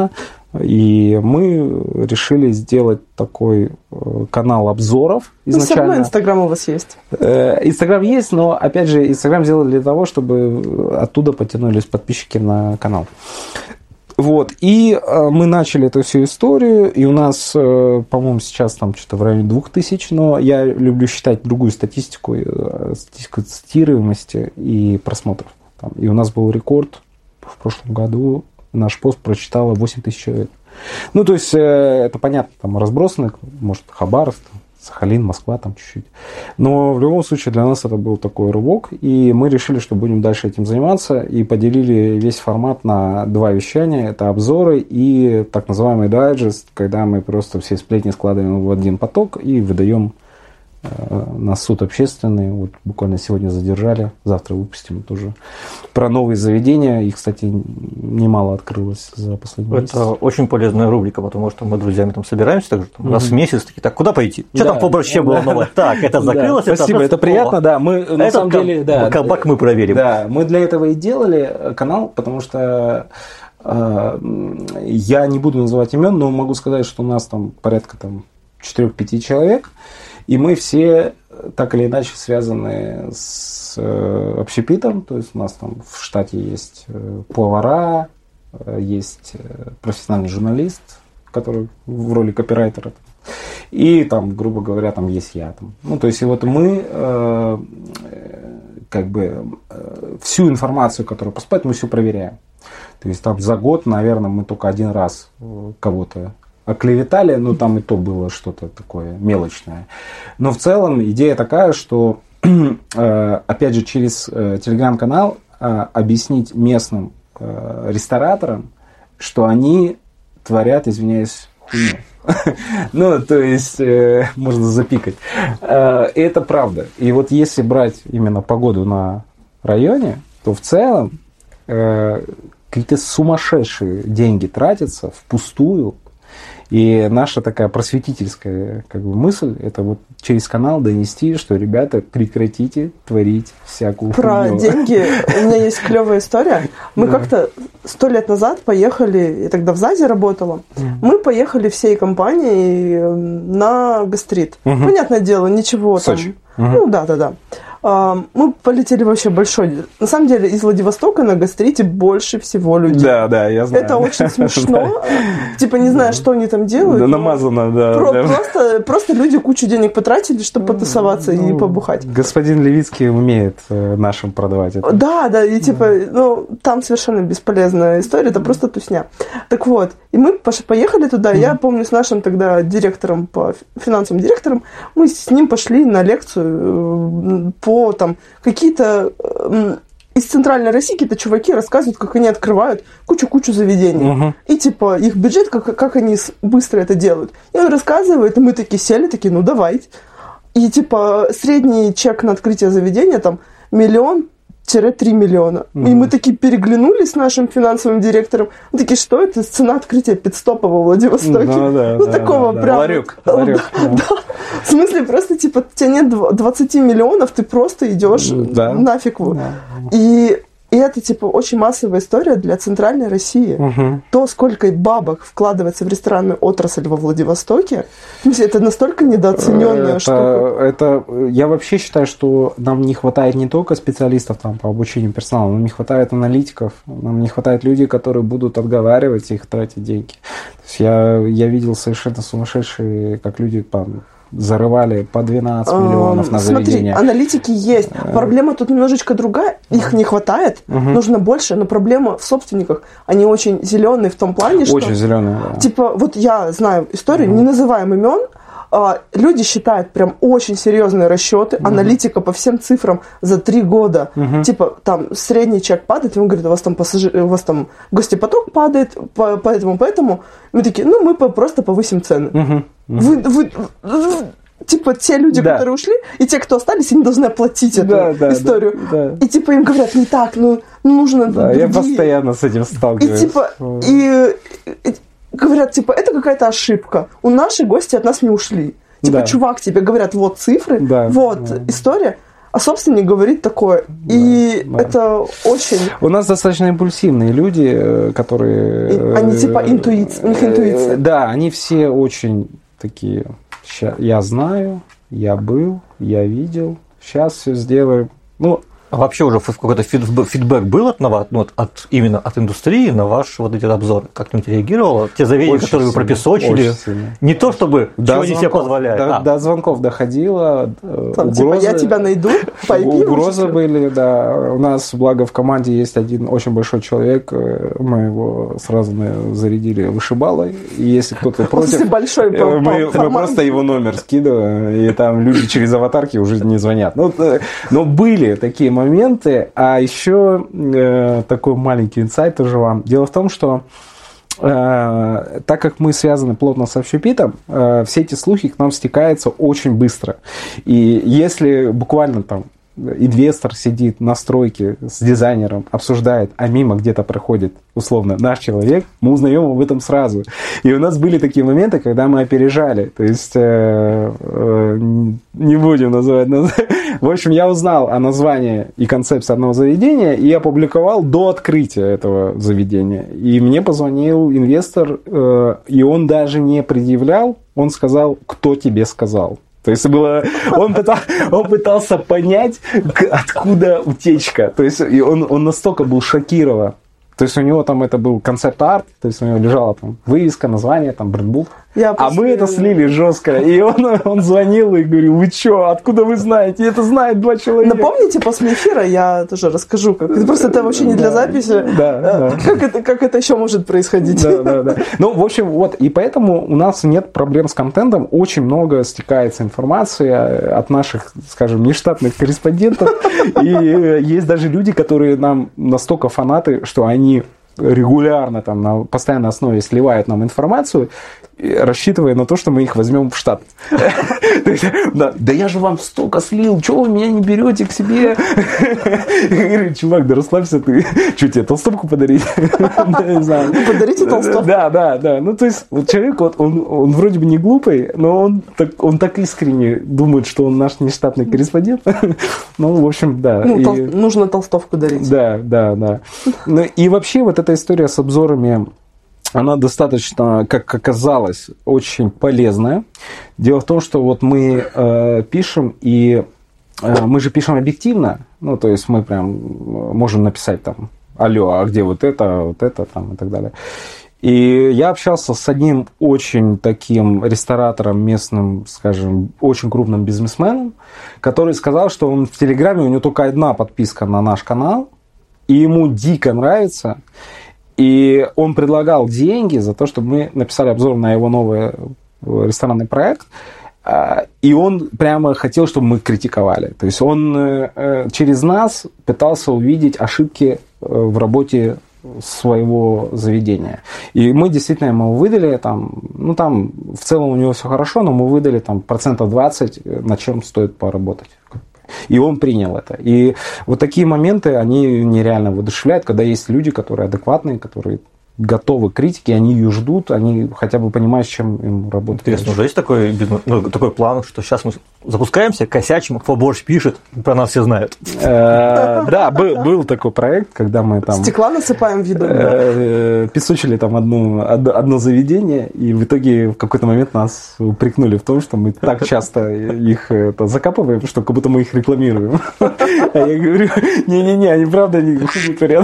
Speaker 3: И мы решили сделать такой канал обзоров изначально.
Speaker 4: Ну, все равно Инстаграм у вас есть.
Speaker 3: Инстаграм есть, но, опять же, Инстаграм сделали для того, чтобы оттуда потянулись подписчики на канал. Вот, и мы начали эту всю историю, и у нас, по-моему, сейчас там что-то в районе 2000, но я люблю считать другую статистику цитируемости и просмотров. И у нас был рекорд в прошлом году, наш пост прочитало 8 тысяч человек. Ну, то есть, это понятно, там разбросаны, может, Хабаровск, Сахалин, Москва там чуть-чуть. Но в любом случае для нас это был такой рывок, и мы решили, что будем дальше этим заниматься, и поделили весь формат на 2 вещания. Это обзоры и так называемый дайджест, когда мы просто все сплетни складываем в один поток и выдаем на суд общественный. Вот буквально сегодня задержали, завтра выпустим тоже про новые заведения. Их, кстати, немало открылось за последние месяцы.
Speaker 2: Это очень полезная рубрика, потому что мы с друзьями там собираемся также там, раз в месяц, такие, так, куда пойти? Что там по борще было новое? Так, это закрылось.
Speaker 3: Спасибо, это приятно, да. Мы, на самом деле,
Speaker 2: кабак мы проверим.
Speaker 3: Да, мы для этого и делали канал, потому что я не буду называть имен, но могу сказать, что у нас там порядка 4-5 человек. И мы все так или иначе связаны с общепитом. То есть у нас там в штате есть повара, есть профессиональный журналист, который в роли копирайтера. И там, грубо говоря, там есть я. Ну, то есть и вот мы всю информацию, которую поступает, мы все проверяем. То есть там за год, наверное, мы только один раз кого-то оклеветали, но там и то было что-то такое мелочное. Но в целом идея такая, что, опять же, через телеграм-канал объяснить местным рестораторам, что они творят, извиняюсь, хуйню. Ну, то есть, можно запикать. И это правда. И вот если брать именно погоду на районе, то в целом какие-то сумасшедшие деньги тратятся впустую. И наша такая просветительская мысль, это вот через канал донести, что, ребята, прекратите творить всякую
Speaker 4: хуйню. Про деньги у меня есть клевая история. Мы как-то 100 лет назад поехали, я тогда в ЗАЗе работала, мы поехали всей компанией на гастрит. Понятное дело, ничего там.
Speaker 3: Сочи.
Speaker 4: Ну, да. Мы полетели вообще большой. На самом деле, из Владивостока на гастрите больше всего людей.
Speaker 3: Да, я знаю.
Speaker 4: Это очень смешно. Типа, не знаю, что они там делают.
Speaker 3: Да, намазано, да.
Speaker 4: Просто люди кучу денег потратили, чтобы потусоваться и побухать.
Speaker 3: Господин Левицкий умеет нашим продавать это.
Speaker 4: Да, и типа, там совершенно бесполезная история, это просто тусня. Так вот, и мы поехали туда, я помню, с нашим тогда директором, финансовым директором, мы с ним пошли на лекцию по там какие-то из Центральной России какие-то чуваки рассказывают, как они открывают кучу-кучу заведений. И типа их бюджет, как они быстро это делают. И он рассказывает, и мы такие сели, такие, ну давайте. И типа средний чек на открытие заведения там 1 миллион-3 миллиона. И мы такие переглянулись с нашим финансовым директором. Мы такие, что это? Цена открытия пит-стопа во Владивостоке. Такого прям...
Speaker 3: Ларек.
Speaker 4: Да. В смысле, просто типа, у тебя нет 20 миллионов, ты просто идешь нафиг. И это, типа, очень массовая история для Центральной России. То, сколько бабок вкладывается в ресторанную отрасль во Владивостоке, это настолько недооцененная штука.
Speaker 3: Я вообще считаю, что нам не хватает не только специалистов там, по обучению персонала, нам не хватает аналитиков, нам не хватает людей, которые будут отговаривать их тратить деньги. То есть я видел совершенно сумасшедшие, как люди там зарывали по 12 миллионов на заведение.
Speaker 4: Смотри, аналитики есть. Проблема тут немножечко другая. Их не хватает, нужно больше, но проблема в собственниках. Они очень зеленые в том плане, что...
Speaker 3: Очень зеленые, да.
Speaker 4: Типа, вот я знаю историю, не называем имен, люди считают прям очень серьезные расчеты, аналитика по всем цифрам за 3 года. Типа, там, средний чек падает, и он говорит, у вас там гостепоток падает, поэтому. Мы такие, мы просто повысим цены. Вы типа, те люди, которые ушли, и те, кто остались, они должны оплатить эту историю. Да. И типа им говорят, не так, нужно...
Speaker 3: Да, я постоянно с этим сталкиваюсь.
Speaker 4: И типа, говорят, типа, это какая-то ошибка. Наши гости от нас не ушли. Типа, чувак, тебе говорят, вот цифры, история. а собственник говорит такое. И это очень...
Speaker 3: У нас достаточно импульсивные люди, которые...
Speaker 4: Они типа интуиция, у них интуиция.
Speaker 3: Да, они все очень такие, я знаю, я был, я видел, сейчас все сделаем. Ну,
Speaker 2: а вообще уже какой-то фидбэк был именно от индустрии на ваш вот эти обзоры? Как-нибудь реагировало? Те заверения,
Speaker 3: очень
Speaker 2: которые вы
Speaker 3: сильно,
Speaker 2: пропесочили? Не то, чтобы чего они себе позволяют.
Speaker 3: До звонков доходило.
Speaker 4: Там, угрозы, типа, я тебя найду, пойми.
Speaker 3: Угрозы были, да. У нас, благо, в команде есть один очень большой человек. Мы его сразу зарядили вышибалой. И если кто-то против,
Speaker 4: большой
Speaker 3: мы просто его номер скидываем, и там люди через аватарки уже не звонят. Но были такие моменты, а еще такой маленький инсайт тоже вам. Дело в том, что так как мы связаны плотно с общепитом, все эти слухи к нам стекаются очень быстро. И если буквально там инвестор сидит на стройке с дизайнером, обсуждает, а мимо где-то проходит, условно, наш человек, мы узнаем об этом сразу. И у нас были такие моменты, когда мы опережали. То есть, не будем называть. В общем, я узнал о названии и концепции одного заведения и опубликовал до открытия этого заведения. И мне позвонил инвестор, и он даже не предъявлял, он сказал, кто тебе сказал. То есть было, он пытался понять, откуда утечка. То есть он настолько был шокирован. То есть у него там это был концепт-арт, то есть у него лежала там вывеска, название, там брендбук. А мы это слили жестко. И он звонил и говорил, вы что, откуда вы знаете? Это знает 2 человека.
Speaker 4: Напомните, после эфира я тоже расскажу. Просто это вообще не для записи.
Speaker 3: Да.
Speaker 4: Как это еще может происходить?
Speaker 3: Да. Ну, в общем, вот. И поэтому у нас нет проблем с контентом. Очень много стекается информации от наших, скажем, нештатных корреспондентов. И есть даже люди, которые нам настолько фанаты, что они регулярно там, на постоянной основе сливают нам информацию, рассчитывая на то, что мы их возьмем в штат. Да я же вам столько слил, чего вы меня не берете к себе? Я говорю, чувак, да расслабься ты. Что, тебе толстовку подарить?
Speaker 4: Подарите толстовку.
Speaker 3: Да. Ну, то есть, вот человек, он вроде бы не глупый, но он так искренне думает, что он наш нештатный корреспондент. Ну, в общем, да.
Speaker 4: Нужно толстовку дарить.
Speaker 3: Да. Ну, и вообще, вот эта история с обзорами, она достаточно, как оказалось, очень полезная. Дело в том, что вот мы пишем, и мы же пишем объективно. Ну, то есть мы прям можем написать там, алло, а где вот это там и так далее. И я общался с одним очень таким ресторатором местным, скажем, очень крупным бизнесменом, который сказал, что он в Телеграме, у него только одна подписка на наш канал, и ему дико нравится. И он предлагал деньги за то, чтобы мы написали обзор на его новый ресторанный проект. И он прямо хотел, чтобы мы критиковали. То есть он через нас пытался увидеть ошибки в работе своего заведения. И мы действительно ему выдали там в целом у него все хорошо, но мы выдали там 20%, над чем стоит поработать. И он принял это. И вот такие моменты, они нереально воодушевляют, когда есть люди, которые адекватные, которые готовы к критике, они ее ждут, они хотя бы понимают, с чем им работать.
Speaker 2: Интересно, уже есть такой план, что сейчас мы запускаемся, косячим, Фаборщ пишет, про нас все знают.
Speaker 3: Да, был такой проект, когда мы там...
Speaker 4: Стекла насыпаем видом.
Speaker 3: Песочили там одно заведение, и в итоге в какой-то момент нас упрекнули в том, что мы так часто их закапываем, что как будто мы их рекламируем. А я говорю, не-не-не, они правда не творят.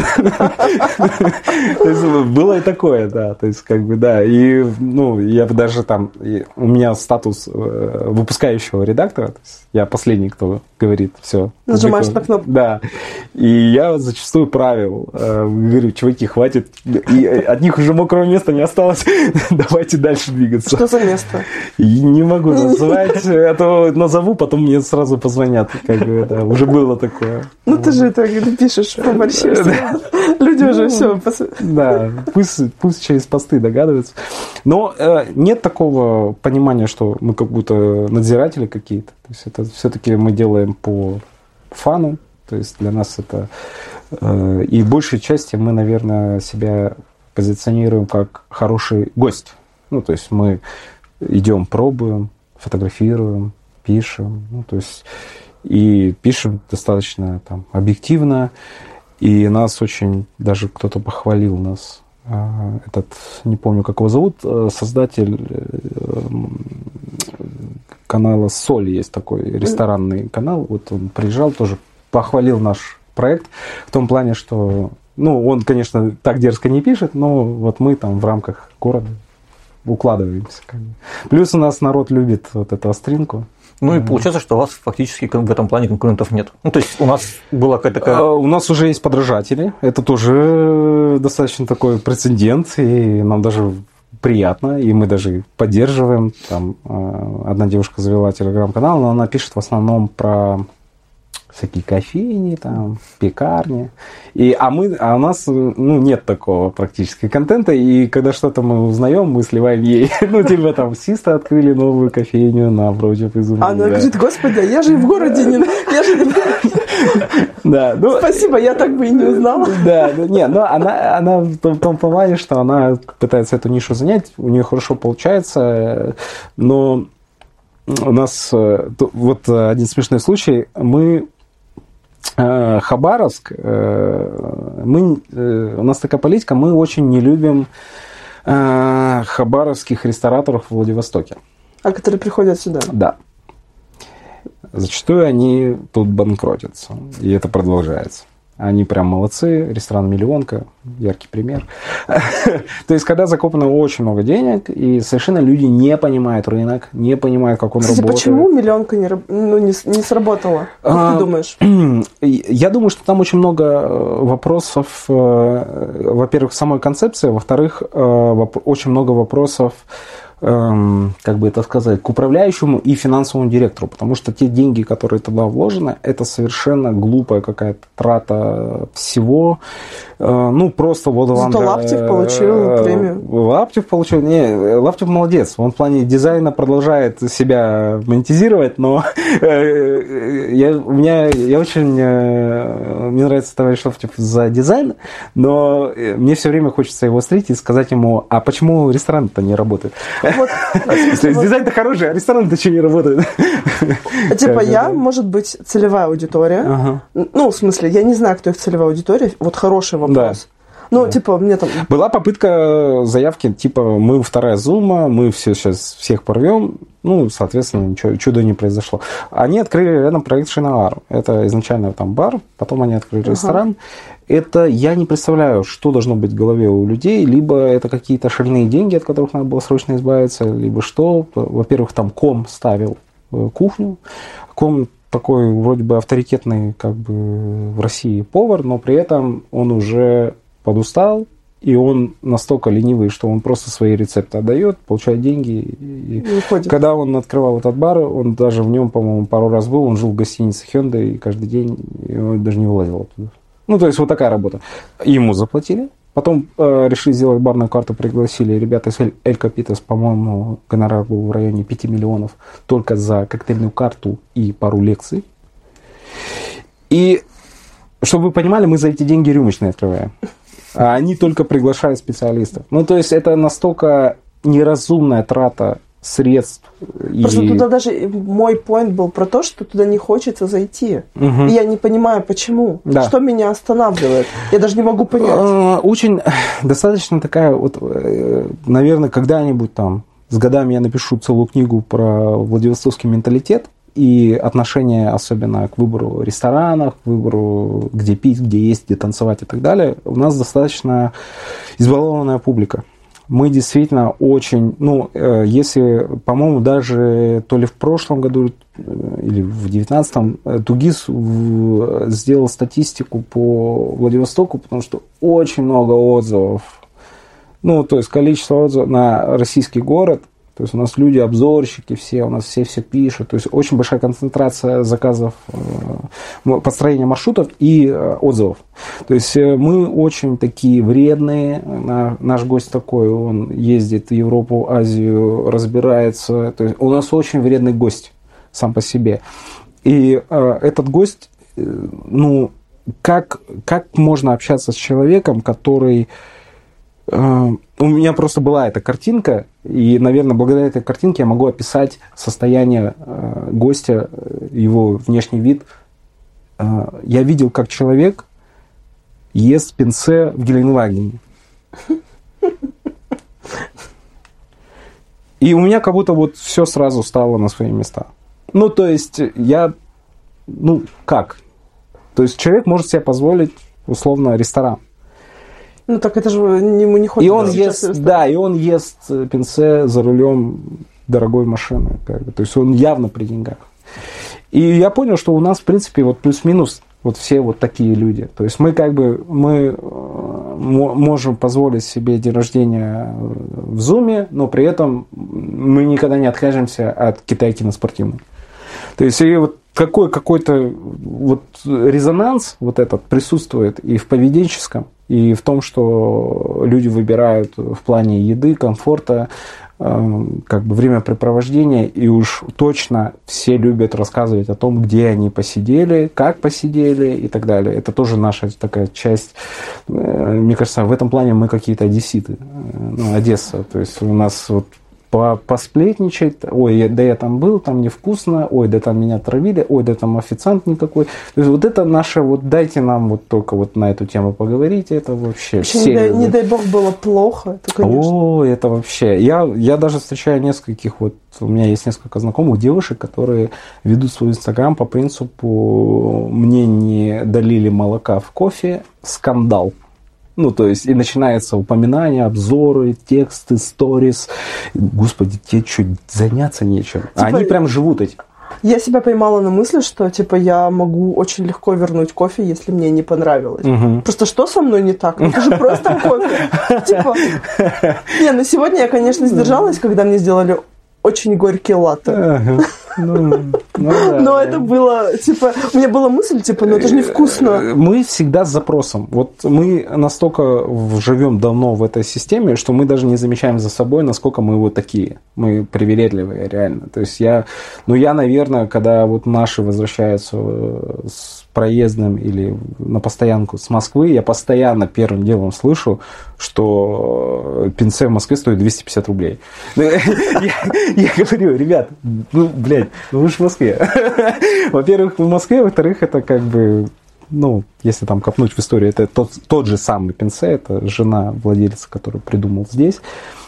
Speaker 3: Было и такое, да, то есть, как бы, да, и, ну, я даже там, у меня статус выпускающего редактора, то есть я последний, кто говорит, все.
Speaker 4: Нажимаешь на кнопку.
Speaker 3: Да, и я зачастую правил, говорю, чуваки, хватит, и от них уже мокрого места не осталось, давайте дальше двигаться.
Speaker 4: Что за место?
Speaker 3: И не могу называть, а то назову, потом мне сразу позвонят, как бы, да, уже было такое.
Speaker 4: Ну, ты же это пишешь, поборщишься, люди уже все.
Speaker 3: Да. Пусть через посты догадываются. Но нет такого понимания, что мы как будто надзиратели какие-то. То есть это все-таки мы делаем по фану. То есть для нас это... И в большей части мы, наверное, себя позиционируем как хороший гость. Ну, то есть мы идем, пробуем, фотографируем, пишем. Ну, то есть... и пишем достаточно там объективно. И нас очень, даже кто-то похвалил нас, этот, не помню, как его зовут, создатель канала «Соль», есть такой ресторанный канал, вот он приезжал, тоже похвалил наш проект в том плане, что, ну, он, конечно, так дерзко не пишет, но вот мы там в рамках города укладываемся. Как бы. Плюс у нас народ любит вот эту остринку.
Speaker 2: Ну и получается, что у вас фактически в этом плане конкурентов нет. Ну, то есть у нас была какая-то такая...
Speaker 3: У нас уже есть подражатели. Это тоже достаточно такой прецедент, и нам даже приятно, и мы даже поддерживаем. Там одна девушка завела телеграм-канал, но она пишет в основном про всякие кофейни, там, пекарни. А у нас нет такого практически контента, и когда что-то мы узнаем, мы сливаем ей. Ну, типа там Систа открыли новую кофейню напротив Изюма.
Speaker 4: Она говорит: господи, я же в городе не...
Speaker 3: Да,
Speaker 4: спасибо, я так бы и не узнала.
Speaker 3: Да, нет, но она в том плане, что она пытается эту нишу занять, у нее хорошо получается, но у нас вот один смешной случай. Мы Хабаровск, у нас такая политика, мы очень не любим хабаровских рестораторов в Владивостоке.
Speaker 4: А которые приходят сюда?
Speaker 3: Да. Зачастую они тут банкротятся, и это продолжается. Они прям молодцы, ресторан «Миллионка», яркий пример. То есть, когда закопано очень много денег, и совершенно люди не понимают рынок, не понимают, как он работает.
Speaker 4: Почему «Миллионка» не сработала? Как ты думаешь?
Speaker 3: Я думаю, что там очень много вопросов, во-первых, самой концепции, во-вторых, очень много вопросов, как бы это сказать, к управляющему и финансовому директору, потому что те деньги, которые туда вложены, это совершенно глупая какая-то трата всего. Ну, просто вот вам...
Speaker 4: Зато Лаптев получил премию.
Speaker 3: Лаптев получил... Не, Лаптев молодец. Он в плане дизайна продолжает себя монетизировать, но мне нравится товарищ Лаптев за дизайн, но мне все время хочется его встретить и сказать ему: а почему ресторан-то не работает? То есть дизайн-то хороший, а ресторан-то что не работает?
Speaker 4: Типа я, может быть, целевая аудитория. Ну, в смысле, я не знаю, кто их целевая аудитория. Вот хороший вопрос. Ну, типа, мне там...
Speaker 3: Была попытка заявки, типа, мы вторая Зума, мы все сейчас всех порвем. Ну, соответственно, ничего, чуда не произошло. Они открыли рядом проект Шиновар. Это изначально там бар, потом они открыли ресторан. Это я не представляю, что должно быть в голове у людей. Либо это какие-то шальные деньги, от которых надо было срочно избавиться, либо что. Во-первых, там Ком ставил кухню. Ком такой вроде бы авторитетный как бы в России повар, но при этом он уже подустал, и он настолько ленивый, что он просто свои рецепты отдает, получает деньги. И когда он открывал этот бар, он даже в нем, по-моему, пару раз был, он жил в гостинице Hyundai, и каждый день и он даже не вылазил оттуда. Ну, то есть вот такая работа. Ему заплатили. Потом решили сделать барную карту, пригласили ребята из Эль Капитас, по-моему, гонорар был в районе 5 миллионов только за коктейльную карту и пару лекций. И, чтобы вы понимали, мы за эти деньги рюмочные открываем. А они только приглашают специалистов. Ну, то есть это настолько неразумная трата средств.
Speaker 4: Просто туда даже мой поинт был про то, что туда не хочется зайти. И я не понимаю, почему. Да. Что меня останавливает. Я даже не могу понять.
Speaker 3: Очень достаточно такая вот, наверное, когда-нибудь там с годами я напишу целую книгу про владивостокский менталитет и отношение особенно к выбору ресторанов, к выбору, где пить, где есть, где танцевать и так далее. У нас достаточно избалованная публика. Мы действительно очень, если, по-моему, даже то ли в прошлом году или в 19-м Тугис сделал статистику по Владивостоку, потому что очень много отзывов, то есть количество отзывов на российский город. То есть у нас люди, обзорщики все, у нас все пишут. То есть очень большая концентрация заказов, построения маршрутов и отзывов. То есть мы очень такие вредные. Наш гость такой, он ездит в Европу, Азию, разбирается. То есть у нас очень вредный гость сам по себе. И этот гость, как можно общаться с человеком, который У меня просто была эта картинка, и, наверное, благодаря этой картинке я могу описать состояние гостя, его внешний вид. Я видел, как человек ест пинце в Геленвагене. И у меня как будто вот все сразу стало на свои места. Ну, то есть, как? То есть, человек может себе позволить, условно, ресторан.
Speaker 4: Ну, так это же ему не хочется.
Speaker 3: И он ест, да, и он ест пинце за рулем дорогой машины. То есть, он явно при деньгах. И я понял, что у нас, в принципе, вот плюс-минус вот все вот такие люди. То есть, мы можем позволить себе день рождения в Зуме, но при этом мы никогда не откажемся от китайки на спортивной. То есть, и вот какой-то вот резонанс вот этот присутствует и в поведенческом, и в том, что люди выбирают в плане еды, комфорта, как бы времяпрепровождения, и уж точно все любят рассказывать о том, где они посидели, как посидели и так далее. Это тоже наша такая часть. Мне кажется, в этом плане мы какие-то одесситы. Одесса. То есть у нас вот посплетничать, ой, да я там был, там невкусно, ой, да там меня травили, ой, да там официант никакой. То есть вот это наше, вот дайте нам вот только вот на эту тему поговорить, это вообще все.
Speaker 4: Не дай бог было плохо, это, конечно.
Speaker 3: О, это вообще. Я даже встречаю нескольких, вот у меня есть несколько знакомых девушек, которые ведут свой Инстаграм по принципу «мне не долили молока в кофе, скандал». Ну, то есть, и начинается упоминание, обзоры, тексты, сторис. Господи, тебе что, заняться нечем? Типа, они прям живут этим.
Speaker 4: Я себя поймала на мысли, что, я могу очень легко вернуть кофе, если мне не понравилось. Угу. Просто что со мной не так? Это же просто кофе. Сегодня я, конечно, сдержалась, когда мне сделали очень горький латте. Но это было, у меня была мысль, это же невкусно.
Speaker 3: Мы всегда с запросом. Вот мы настолько живем давно в этой системе, что мы даже не замечаем за собой, насколько мы вот такие. Мы привередливые, реально. То есть я, наверное, когда вот наши возвращаются с проездом или на постоянку с Москвы, я постоянно первым делом слышу, что пинце в Москве стоит 250 рублей. Я говорю, ребят, вы же в Москве. Во-первых, в Москве, во-вторых, это как бы, если там копнуть в историю, это тот же самый пинце, это жена владельца, который придумал здесь.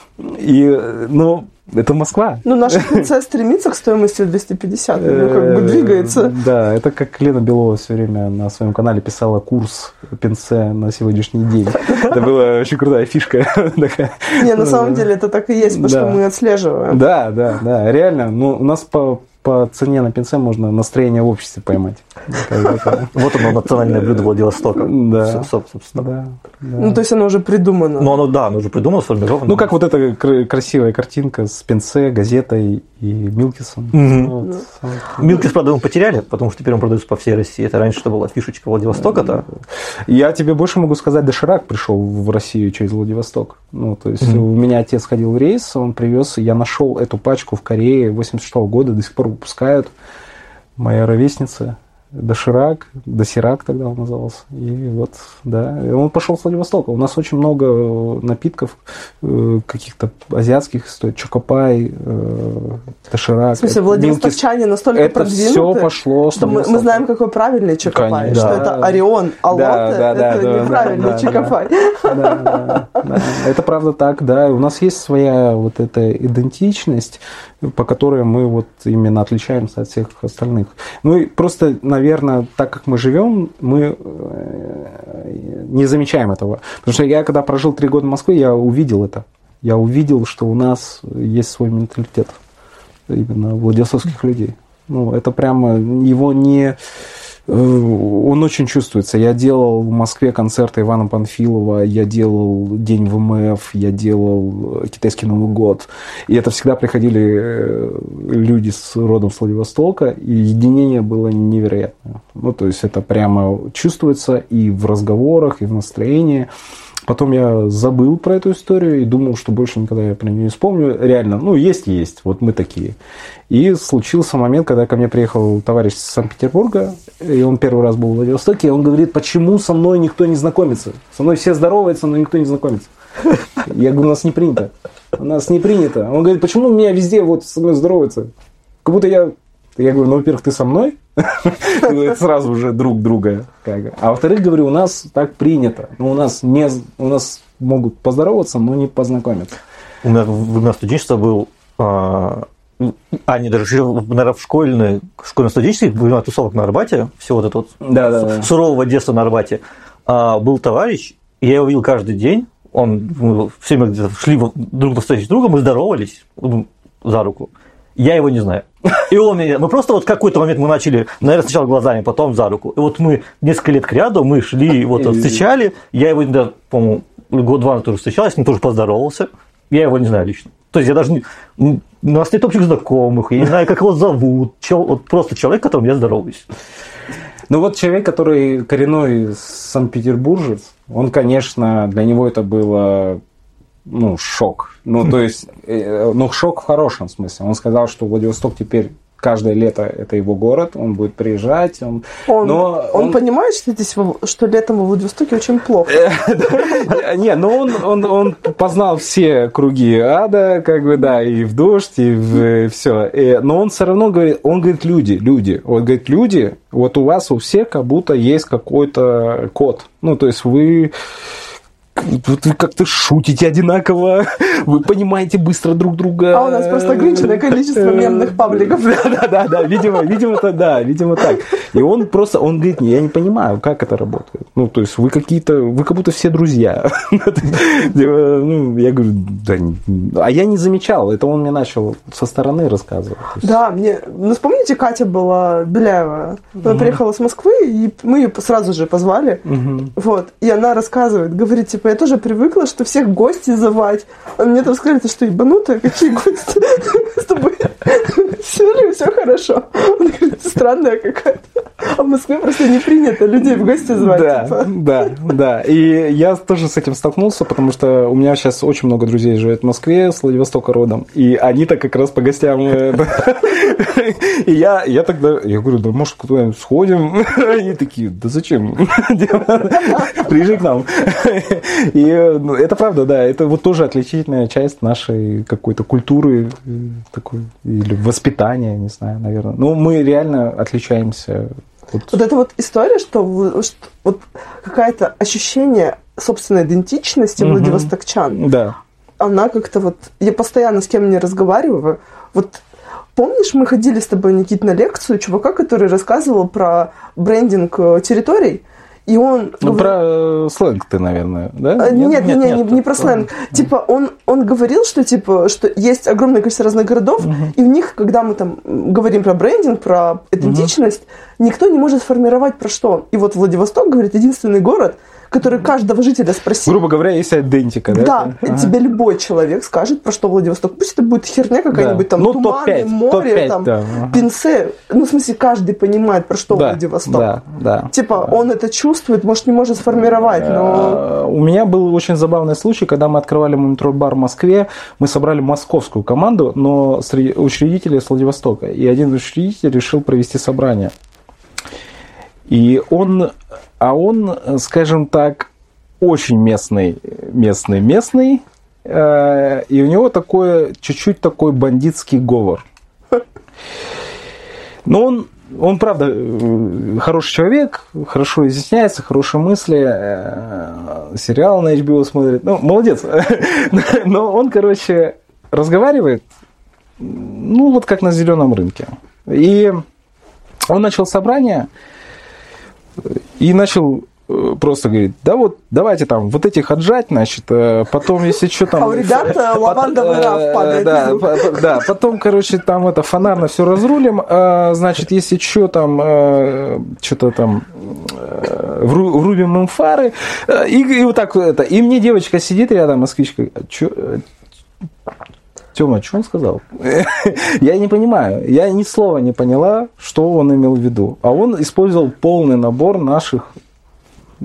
Speaker 3: Это Москва.
Speaker 4: Наша пинце стремится к стоимости 250, двигается.
Speaker 3: Да, это как Лена Белова все время на своем канале писала курс пинце на сегодняшний день. Это была очень крутая фишка.
Speaker 4: На самом деле это так и есть, потому что мы отслеживаем.
Speaker 3: Да, реально. У нас по цене на пинце можно настроение в обществе поймать.
Speaker 2: Вот оно, национальное блюдо Владивостока.
Speaker 3: Да.
Speaker 2: Собственно.
Speaker 4: То есть оно уже придумано.
Speaker 2: Оно уже придумано, сформировано.
Speaker 3: Как вот эта красивая картинка с пинце, газетой и Милкисом.
Speaker 2: Милкис, правда, мы потеряли, потому что теперь он продается по всей России. Это раньше что была фишечка Владивостока-то.
Speaker 3: Я тебе больше могу сказать, Доширак пришел в Россию через Владивосток. То есть у меня отец ходил в рейс, он привез, я нашел эту пачку в Корее 86-го года, до сих пор выпускают. Моя ровесница, Доширак тогда он назывался. И вот, он пошел с Владивостока. У нас очень много напитков каких-то азиатских стоит. Чокопай, Доширак.
Speaker 4: В смысле, владивостокчане настолько продвинуты,
Speaker 3: это все пошло
Speaker 4: что мы знаем, какой правильный Чокопай. Что это Орион, а латте это неправильный Чокопай.
Speaker 3: Это правда так, да. У нас есть своя вот эта идентичность, по которой мы вот именно отличаемся от всех остальных. И просто, наверное, так как мы живем, мы не замечаем этого. Потому что я, когда прожил 3 года в Москве, я увидел это. Я увидел, что у нас есть свой менталитет именно владивостокских людей. Это прямо его не... Он очень чувствуется. Я делал в Москве концерты Ивана Панфилова, я делал День ВМФ, я делал Китайский Новый год. И это всегда приходили люди с родом с Владивостока, и единение было невероятное. То есть это прямо чувствуется и в разговорах, и в настроении. Потом я забыл про эту историю и думал, что больше никогда я про нее не вспомню. Реально, ну, есть, вот мы такие. И случился момент, когда ко мне приехал товарищ из Санкт-Петербурга, и он первый раз был в Владивостоке, и он говорит, почему со мной никто не знакомится? Со мной все здороваются, но никто не знакомится. Я говорю, у нас не принято. У нас не принято. Он говорит, почему меня везде вот со мной здороваются? Как будто я говорю, ну, во-первых, ты со мной? Это сразу уже друг друга. А во-вторых, говорю, у нас так принято. У нас могут поздороваться, но не познакомиться.
Speaker 2: У меня студенчество был... Они даже жили, наверное, в школьной студенчестве, были тусовок на Арбате, все вот это вот сурового детства на Арбате. Был товарищ, я его видел каждый день, мы все время шли друг на встречу с другом, мы здоровались за руку. Я его не знаю. И он меня... Мы просто вот в какой-то момент мы начали, наверное, сначала глазами, потом за руку. И вот мы несколько лет к ряду, мы шли, вот встречали. Я его, по-моему, год-два тоже встречался, с ним тоже поздоровался. Я его не знаю лично. То есть я даже не... У нас нет общих знакомых, я не знаю, как его зовут. Вот просто человек, с которым я здороваюсь.
Speaker 3: Ну вот человек, который коренной санкт-петербуржец, он, конечно, для него это было... шок. То есть, шок в хорошем смысле. Он сказал, что Владивосток теперь каждое лето это его город, он будет приезжать. Он
Speaker 4: понимает, что летом во Владивостоке очень плохо.
Speaker 3: Не, но он познал все круги ада, и в дождь, и в все. Но он все равно говорит, люди. Он говорит, люди, вот у вас у всех как будто есть какой-то код. То есть вы как-то шутите одинаково, вы понимаете быстро друг друга.
Speaker 4: А у нас просто ограниченное количество мемных пабликов.
Speaker 3: Да, видимо так. И он говорит, я не понимаю, как это работает. То есть вы как будто все друзья. Я говорю, да, а я не замечал, это он мне начал со стороны рассказывать.
Speaker 4: Да, вспомните, Катя была Беляева, она приехала с Москвы, и мы ее сразу же позвали, и она рассказывает, говорит, я тоже привыкла, что всех гостей звать. А мне там сказали, ты что, ебанутая? Какие гости? С тобой все хорошо. Он говорит, ты странная какая-то. А в Москве просто не принято людей в гости звать.
Speaker 3: Да. И я тоже с этим столкнулся, потому что у меня сейчас очень много друзей живет в Москве, с Владивостока родом. И они-то как раз по гостям. И я говорю, да может куда-нибудь сходим? Они такие, да зачем? Приезжай к нам. И это правда, да, это вот тоже отличительная часть нашей какой-то культуры такой, или воспитания, не знаю, наверное. Но мы реально отличаемся.
Speaker 4: Вот эта вот история, что вот какое-то ощущение собственной идентичности владивостокчан,
Speaker 3: да.
Speaker 4: Она как-то я постоянно с кем не разговариваю, помнишь, мы ходили с тобой, Никит, на лекцию чувака, который рассказывал про брендинг территорий, и он...
Speaker 3: про сленг ты, наверное, да?
Speaker 4: Нет, не про сленг. Он говорил, что есть огромное количество разных городов, и в них, когда мы там говорим про брендинг, про идентичность, никто не может сформировать про что. И вот Владивосток, говорит, единственный город, который каждого жителя спросил.
Speaker 3: Грубо говоря, есть идентика, да?
Speaker 4: Да, тебе любой человек скажет, про что Владивосток. Пусть это будет херня какая-нибудь, там, туманы, море, там, Пинце. В смысле, каждый понимает, про что Владивосток.
Speaker 3: Да.
Speaker 4: Он это чувствует, может, не может сформировать, но...
Speaker 3: У меня был очень забавный случай, когда мы открывали Моментроид-бар в Москве, мы собрали московскую команду, но среди учредителей с Владивостока. И один учредитель решил провести собрание. И он, скажем так, очень местный, и у него чуть-чуть такой бандитский говор. Но он, правда, хороший человек, хорошо изъясняется, хорошие мысли, сериал на HBO смотрит, молодец. Но он, разговаривает, как на зеленом рынке. И он начал собрание, и начал просто говорить, давайте там вот этих отжать, значит, потом, если что там...
Speaker 4: А у ребят лавандовый раф падает.
Speaker 3: Да, потом, там фонарно все разрулим, значит, если что там, что-то там врубим им фары, и вот так это. И мне девочка сидит рядом, москвичка, Тёма, что он сказал? Я не понимаю. Я ни слова не поняла, что он имел в виду. А он использовал полный набор наших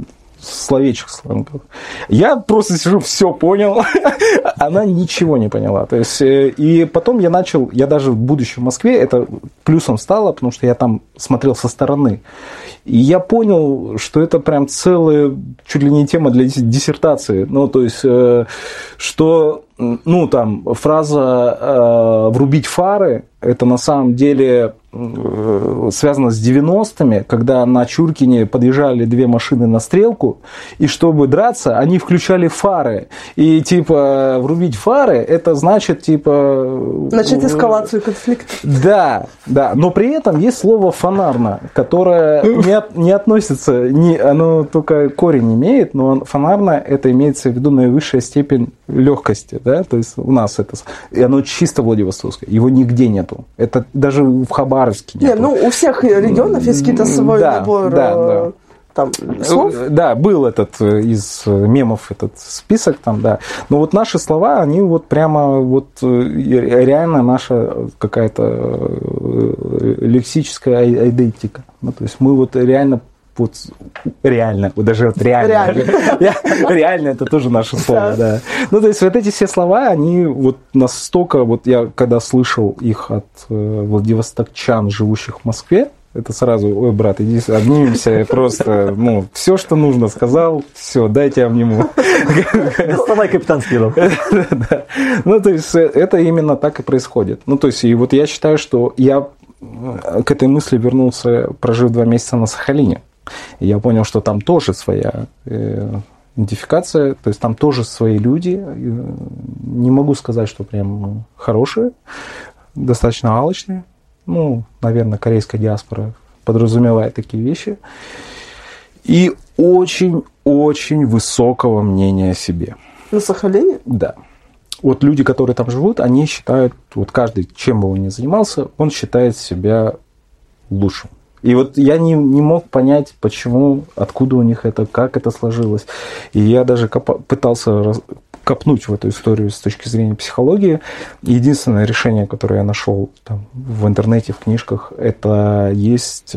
Speaker 3: словечек сленговых. Я просто сижу, все понял, она ничего не поняла. То есть, и потом я даже будучи в Москве, это плюсом стало, потому что я там смотрел со стороны. И я понял, что это прям целая, чуть ли не тема для диссертации. Ну, то есть, что, ну, там, фраза «врубить фары», это на самом деле связано с 90-ми, когда на Чуркине подъезжали две машины на стрелку, и чтобы драться, они включали фары. И, типа, врубить фары, это значит, типа...
Speaker 4: Начать эскалацию конфликта.
Speaker 3: Да, да. Но при этом есть слово «фонарно», которое не относится, оно только корень имеет, но фонарно это имеется в виду наивысшая степень легкости, да, то есть у нас это, и оно чисто Владивостокское, его нигде нету, это даже в Хабаровске нету.
Speaker 4: Не, ну у всех регионов есть какие-то свой набор там слов.
Speaker 3: Да, был этот из мемов этот список там, да, но вот наши слова, они вот прямо вот реально наша какая-то лексическая айдентика, ну, то есть мы вот реально вот реально, вот даже вот реально. Реально это тоже наше слово, да. Ну, то есть вот эти все слова, они вот настолько, вот я когда слышал их от владивостокчан, живущих в Москве, это сразу, ой, брат, иди обнимемся, просто, ну, все, что нужно, сказал, все, дайте я обниму.
Speaker 2: Доставай капитанский рог.
Speaker 3: Ну, то есть это именно так и происходит. Ну, то есть и вот я считаю, что я к этой мысли вернулся, прожив 2 месяца на Сахалине. И я понял, что там тоже своя идентификация, то есть там тоже свои люди. Не могу сказать, что прям хорошие, достаточно алчные. Ну, наверное, корейская диаспора подразумевает такие вещи. И очень-очень высокого мнения о себе.
Speaker 4: На Сахалине?
Speaker 3: Да. Вот люди, которые там живут, они считают, вот каждый, чем бы он ни занимался, он считает себя лучшим. И вот я не мог понять, почему, откуда у них это, как это сложилось. И я даже пытался копнуть в эту историю с точки зрения психологии. Единственное решение, которое я нашел там, в интернете, в книжках, это есть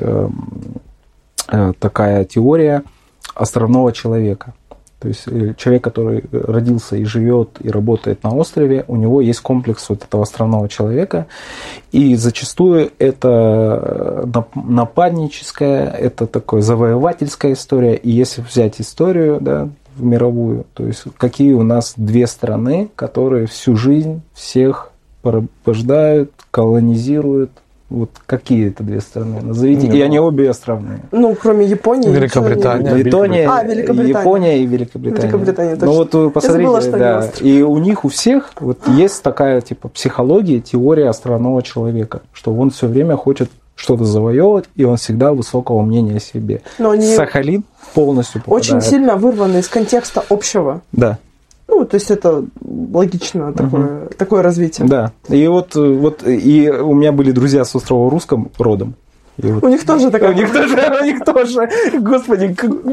Speaker 3: такая теория островного человека. То есть человек, который родился и живет, и работает на острове, у него есть комплекс вот этого островного человека. И зачастую это нападническая, это такая завоевательская история. И если взять историю, да, мировую, то есть какие у нас 2 страны, которые всю жизнь всех порождают, колонизируют. Вот какие это 2 страны? Назовите. И они обе островные.
Speaker 4: Ну, кроме Японии.
Speaker 1: Великобритания.
Speaker 3: Япония и Великобритания.
Speaker 4: Ну
Speaker 3: вот вы посмотрите, да. И у них у всех вот есть такая типа психология, теория островного человека, что он все время хочет что-то завоевывать, и он всегда высокого мнения о себе. Сахалин полностью попадает.
Speaker 4: Очень сильно вырвано из контекста общего.
Speaker 3: Да.
Speaker 4: Ну, то есть это логично такое развитие.
Speaker 3: Да. И вот и у меня были друзья с острова Русском родом.
Speaker 4: Вот. У них тоже такая...
Speaker 3: У них тоже. Господи.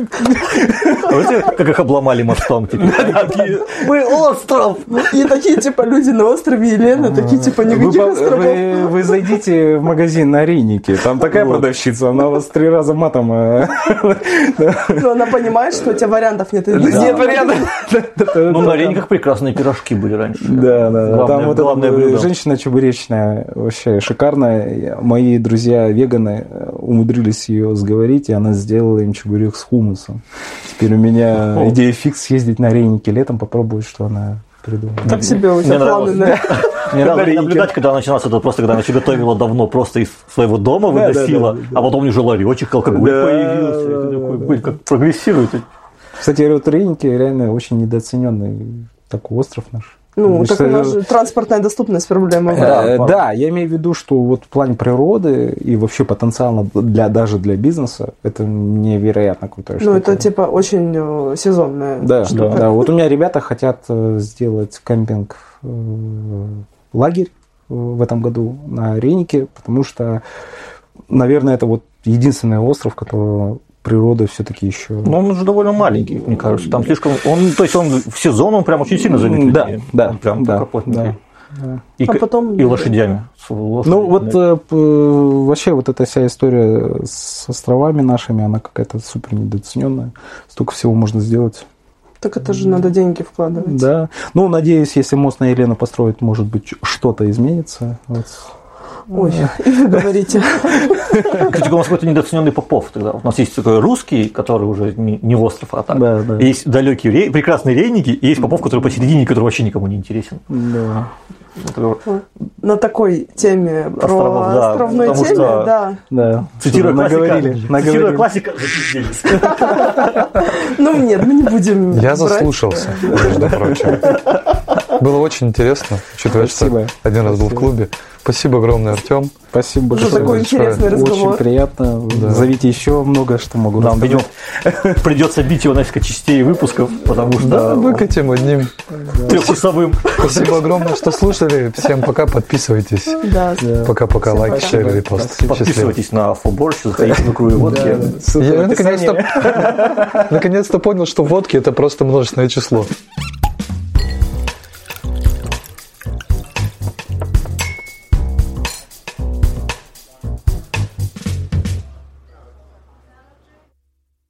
Speaker 2: Как их обломали мостом. Мы остров!
Speaker 4: И такие, типа, люди на острове Елены, такие, типа, никаких островов.
Speaker 3: Вы зайдите в магазин на Рейнике, там такая продавщица, она вас 3 раза матом...
Speaker 4: Но она понимает, что у тебя вариантов нет.
Speaker 3: Нет вариантов.
Speaker 2: Ну, на Рейниках прекрасные пирожки были раньше.
Speaker 3: Да. Там вот эта женщина чебуречная, вообще шикарная. Мои друзья веганы умудрились ее сговорить, и она сделала им чебурек с хумусом. Теперь у меня идея фикс съездить на Рейники летом, попробовать, что она придумала.
Speaker 4: Так себе у тебя планы, да?
Speaker 2: Мне надо наблюдать, когда начиналось это, просто когда она еще готовила давно, просто из своего дома выносила, а потом уже ларечек, алкоголь появился. Это такой, блин, как прогрессирует.
Speaker 3: Кстати, вот Рейники реально очень недооцененный такой остров наш.
Speaker 4: Ну, так у нас же транспортная доступность проблема.
Speaker 3: Да, я имею в виду, что вот в плане природы и вообще потенциально даже для бизнеса это невероятно крутая штука.
Speaker 4: Ну, это типа очень сезонная штука.
Speaker 3: Да. Вот у меня ребята хотят сделать кемпинг-лагерь в этом году на Рейнике, потому что, наверное, это вот единственный остров, которого природа все-таки еще...
Speaker 2: Ну, он уже довольно маленький, мне кажется. Там слишком... То есть он в сезон, он прям очень сильно занят.
Speaker 3: Да.
Speaker 2: Он прям такой плотный. И,
Speaker 4: потом...
Speaker 2: и лошадями.
Speaker 3: Ну, вот вообще вот эта вся история с островами нашими, она какая-то супер недооцененная. Столько всего можно сделать.
Speaker 4: Так это же надо деньги вкладывать.
Speaker 3: Да. Ну, надеюсь, если мост на Елену построить, может быть, что-то изменится. Вот.
Speaker 4: Ой, и вы говорите.
Speaker 2: Кстати, у нас какой-то недооцененный Попов тогда. У нас есть такой русский, который уже не остров, а так.
Speaker 3: Да, да.
Speaker 2: Есть далекие, прекрасные рейники, и есть Попов, который посередине, который вообще никому не интересен.
Speaker 3: Да.
Speaker 4: На такой теме, про
Speaker 2: Островов, да,
Speaker 4: островной
Speaker 2: потому
Speaker 4: теме,
Speaker 2: что-
Speaker 4: да.
Speaker 3: Да.
Speaker 2: Цитируя
Speaker 3: Наговорили.
Speaker 2: классика,
Speaker 4: Ну нет, мы не будем
Speaker 1: Я
Speaker 4: брать.
Speaker 1: заслушался, между прочим. Было очень интересно, учитывая, что
Speaker 3: Спасибо.
Speaker 1: один раз был в клубе. Спасибо огромное, Артем.
Speaker 3: Спасибо
Speaker 4: За
Speaker 3: большое.
Speaker 4: такой интересный
Speaker 3: Очень
Speaker 4: разговор.
Speaker 3: приятно.
Speaker 1: Да.
Speaker 3: Зовите еще много, что могу
Speaker 2: Нам
Speaker 3: рассказать.
Speaker 2: придется бить его на несколько частей выпусков, потому что
Speaker 1: Да, выкатим одним.
Speaker 2: трехчасовым.
Speaker 1: Спасибо огромное, что слушали. Всем пока, подписывайтесь.
Speaker 4: Да.
Speaker 1: Пока-пока,
Speaker 4: Всем
Speaker 1: лайк,
Speaker 4: пока.
Speaker 1: шер, репост. Счастливо.
Speaker 2: Подписывайтесь на Фоборщ, заходите на Крую водки.
Speaker 1: Я наконец-то понял, что водки – это просто множественное число.